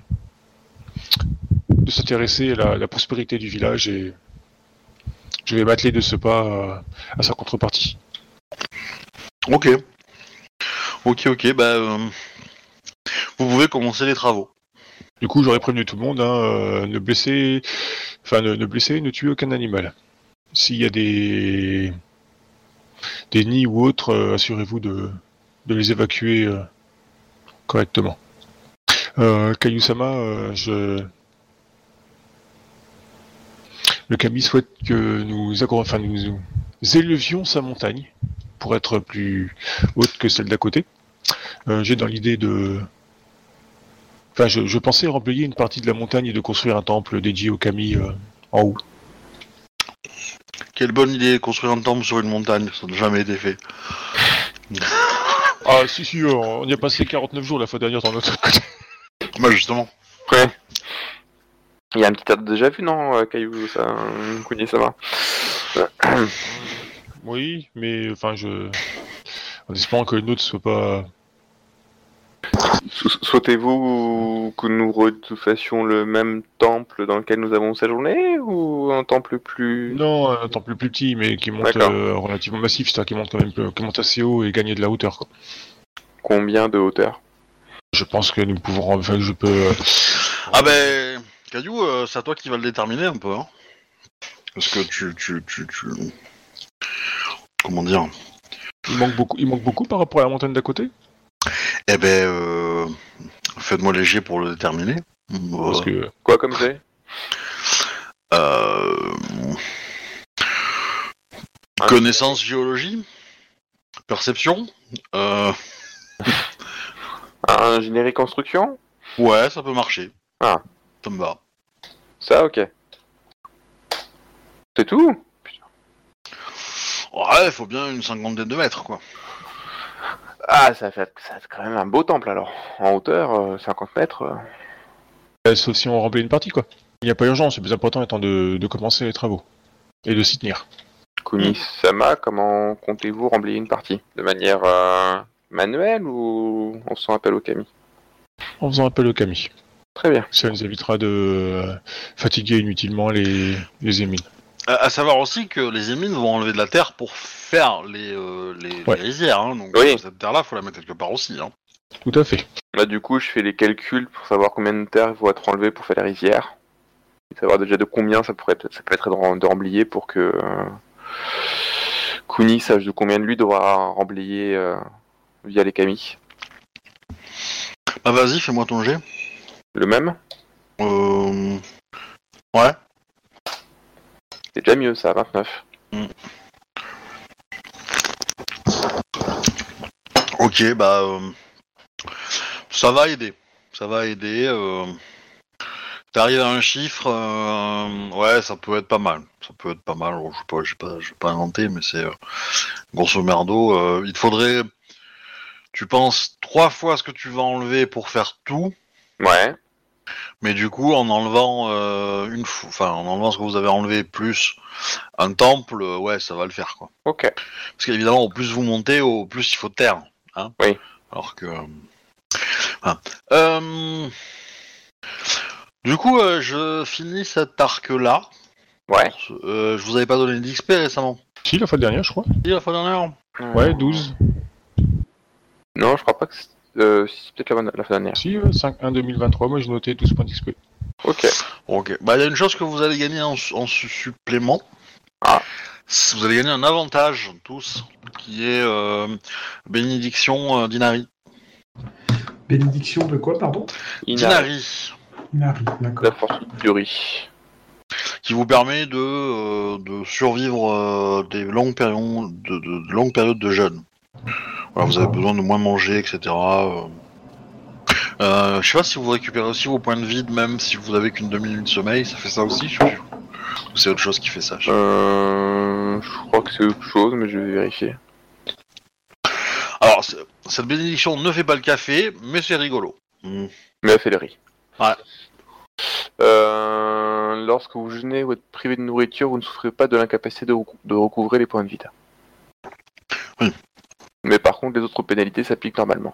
de s'intéresser à la, la prospérité du village et je vais m'atteler de ce pas à, à sa contrepartie. Ok. Ok, ok, bah. Euh... Vous pouvez commencer les travaux. Du coup, j'aurais prévenu tout le monde, hein, euh, ne blesser, enfin, ne, ne blesser, ne tuer aucun animal. S'il y a des des nids ou autres, euh, assurez-vous de, de les évacuer euh, correctement. Euh, Kayu-sama, euh, je... le Kami souhaite que nous, agro... enfin, nous élevions sa montagne pour être plus haute que celle d'à côté. Euh, j'ai dans l'idée de... Enfin, je, je pensais remblayer une partie de la montagne et de construire un temple dédié au Kami euh, en haut. Quelle bonne idée, construire un temple sur une montagne, ça n'a jamais été fait. Ah si si, euh, on y a passé quarante-neuf jours la fois dernière dans notre côté. Bah justement. Ouais. Il y a un petit tas de déjà vu, non, Caillou, ça, Kuni, ça va. Oui, mais enfin je... En espérant que le nôtre soit pas... Souhaitez-vous que nous refassions le même temple dans lequel nous avons séjourné ou un temple plus... Non, un temple plus petit, mais qui monte euh, relativement massif, c'est-à-dire qui monte quand même qui monte assez haut et gagner de la hauteur, quoi. Combien de hauteur? Je pense que nous pouvons... Enfin, je peux... Euh... Ah ben... Caillou, euh, c'est à toi qui va le déterminer un peu, hein. Parce que tu... tu, tu, tu... Comment dire? Il manque beaucoup, il manque beaucoup par rapport à la montagne d'à côté? Eh ben... Euh... Faites-moi léger pour le déterminer. Parce que... Quoi comme j'ai? Euh... Connaissance, géologie, perception, euh... ingénierie construction. Ouais, ça peut marcher. Ah, ça me va. Ça, ok. C'est tout? Ouais, il faut bien une cinquantaine de mètres, quoi. Ah, ça fait, ça fait quand même un beau temple alors. En hauteur, euh, cinquante mètres. Euh... Sauf si on remplit une partie, quoi. Il n'y a pas urgence, le plus important étant de, de commencer les travaux. Et de s'y tenir. Kuni-sama, comment comptez-vous remblayer une partie? De manière euh, manuelle ou en faisant appel au Kami? En faisant appel au Kami. Très bien. Ça nous évitera de euh, fatiguer inutilement les, les émines. À, à savoir aussi que les émines vont enlever de la terre pour faire les, euh, les, Ouais. les rizières, hein, donc Oui. euh, cette terre-là, faut la mettre quelque part aussi. Hein. Tout à fait. Là, du coup, je fais les calculs pour savoir combien de terre vont être enlevées pour faire la rizière. Et savoir déjà de combien ça pourrait être, ça peut être de remblayer pour que euh, Kuni sache de combien de lui devra remblayer euh, via les camis. Bah vas-y, fais-moi ton jet. Le même? Euh... Ouais. C'est déjà mieux ça, vingt-neuf. Mm. Ok, bah... Euh... Ça va aider. Ça va aider. Euh... T'arrives à un chiffre, euh... ouais, ça peut être pas mal. Ça peut être pas mal. Alors, je sais pas, je vais pas, je vais pas inventer, mais c'est... Euh... Grosso merdo, euh... il te faudrait... Tu penses trois fois ce que tu vas enlever pour faire tout. Ouais. Mais du coup, en enlevant euh, une fois, enfin, en enlevant ce que vous avez enlevé plus un temple, euh, ouais, ça va le faire, quoi. Ok. Parce qu'évidemment, au plus vous montez, au plus il faut de terre, hein. Oui. Alors que, euh... Enfin. Euh... du coup, euh, je finis cet arc-là. Ouais. Euh, je vous avais pas donné d'X P récemment. Si, la fois dernière, je crois. Si, la fois dernière. Ouais, douze. Non, je crois pas que c'est... Euh, si, c'est peut-être la, la fin dernière. Si, euh, cinq un deux mille vingt-trois, moi j'ai noté douze points d'X P. Ok. Ok. Bah, il y a une chose que vous allez gagner en, en su- supplément. Ah. Vous allez gagner un avantage, tous, qui est euh, bénédiction euh, d'Inari. Bénédiction de quoi, pardon? D'Inari. Inari, La d'accord. force du riz. Qui vous permet de, euh, de survivre euh, des longues périodes de, de, de longues périodes de jeûne. Voilà, vous avez besoin de moins manger, et cetera. Euh, euh, je sais pas si vous récupérez aussi vos points de vide, même si vous avez qu'une demi-minute de sommeil, ça fait ça aussi, je suis sûr. Ou c'est autre chose qui fait ça. Je, Euh... je crois que c'est autre chose, mais je vais vérifier. Alors, c'est- cette bénédiction ne fait pas le café, mais c'est rigolo. Mm. Mais elle fait le riz. Ouais. Euh... Lorsque vous jeûnez ou êtes privé de nourriture, vous ne souffrez pas de l'incapacité de, recou- de recouvrer les points de vide. Oui. Mais par contre, les autres pénalités s'appliquent normalement.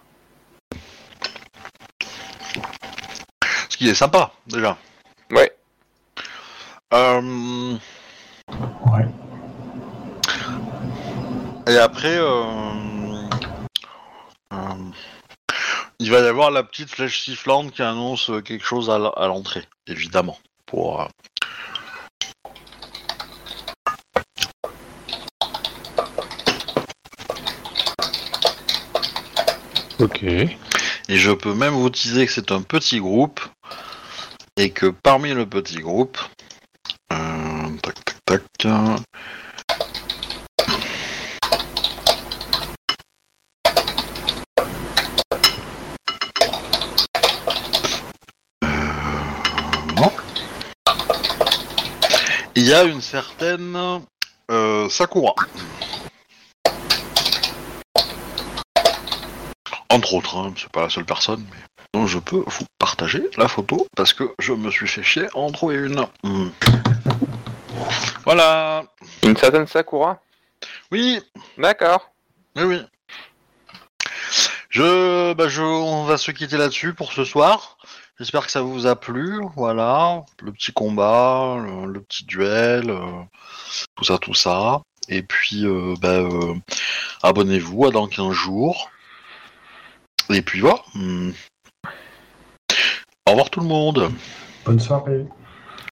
Ce qui est sympa, déjà. Ouais. Euh... Ouais. Et après, euh... Euh... il va y avoir la petite flèche sifflante qui annonce quelque chose à l- à l'entrée, évidemment. Pour, euh, Ok. Et je peux même vous teaser que c'est un petit groupe, et que parmi le petit groupe... Euh... Tac, tac, tac... Non. Il y a une certaine euh, Sakura. Entre autres, hein, c'est pas la seule personne, mais donc je peux vous partager la photo parce que je me suis fait chier à en trouver une. Hmm. Voilà. Une certaine Sakura. Oui, D'accord. oui, oui. Je, bah, je, on va se quitter là-dessus pour ce soir. J'espère que ça vous a plu. Voilà, le petit combat, le, le petit duel, euh, tout ça, tout ça. Et puis, euh, bah, euh, abonnez-vous à dans quinze jours. Et puis voilà. Hmm. Au revoir tout le monde. Bonne soirée.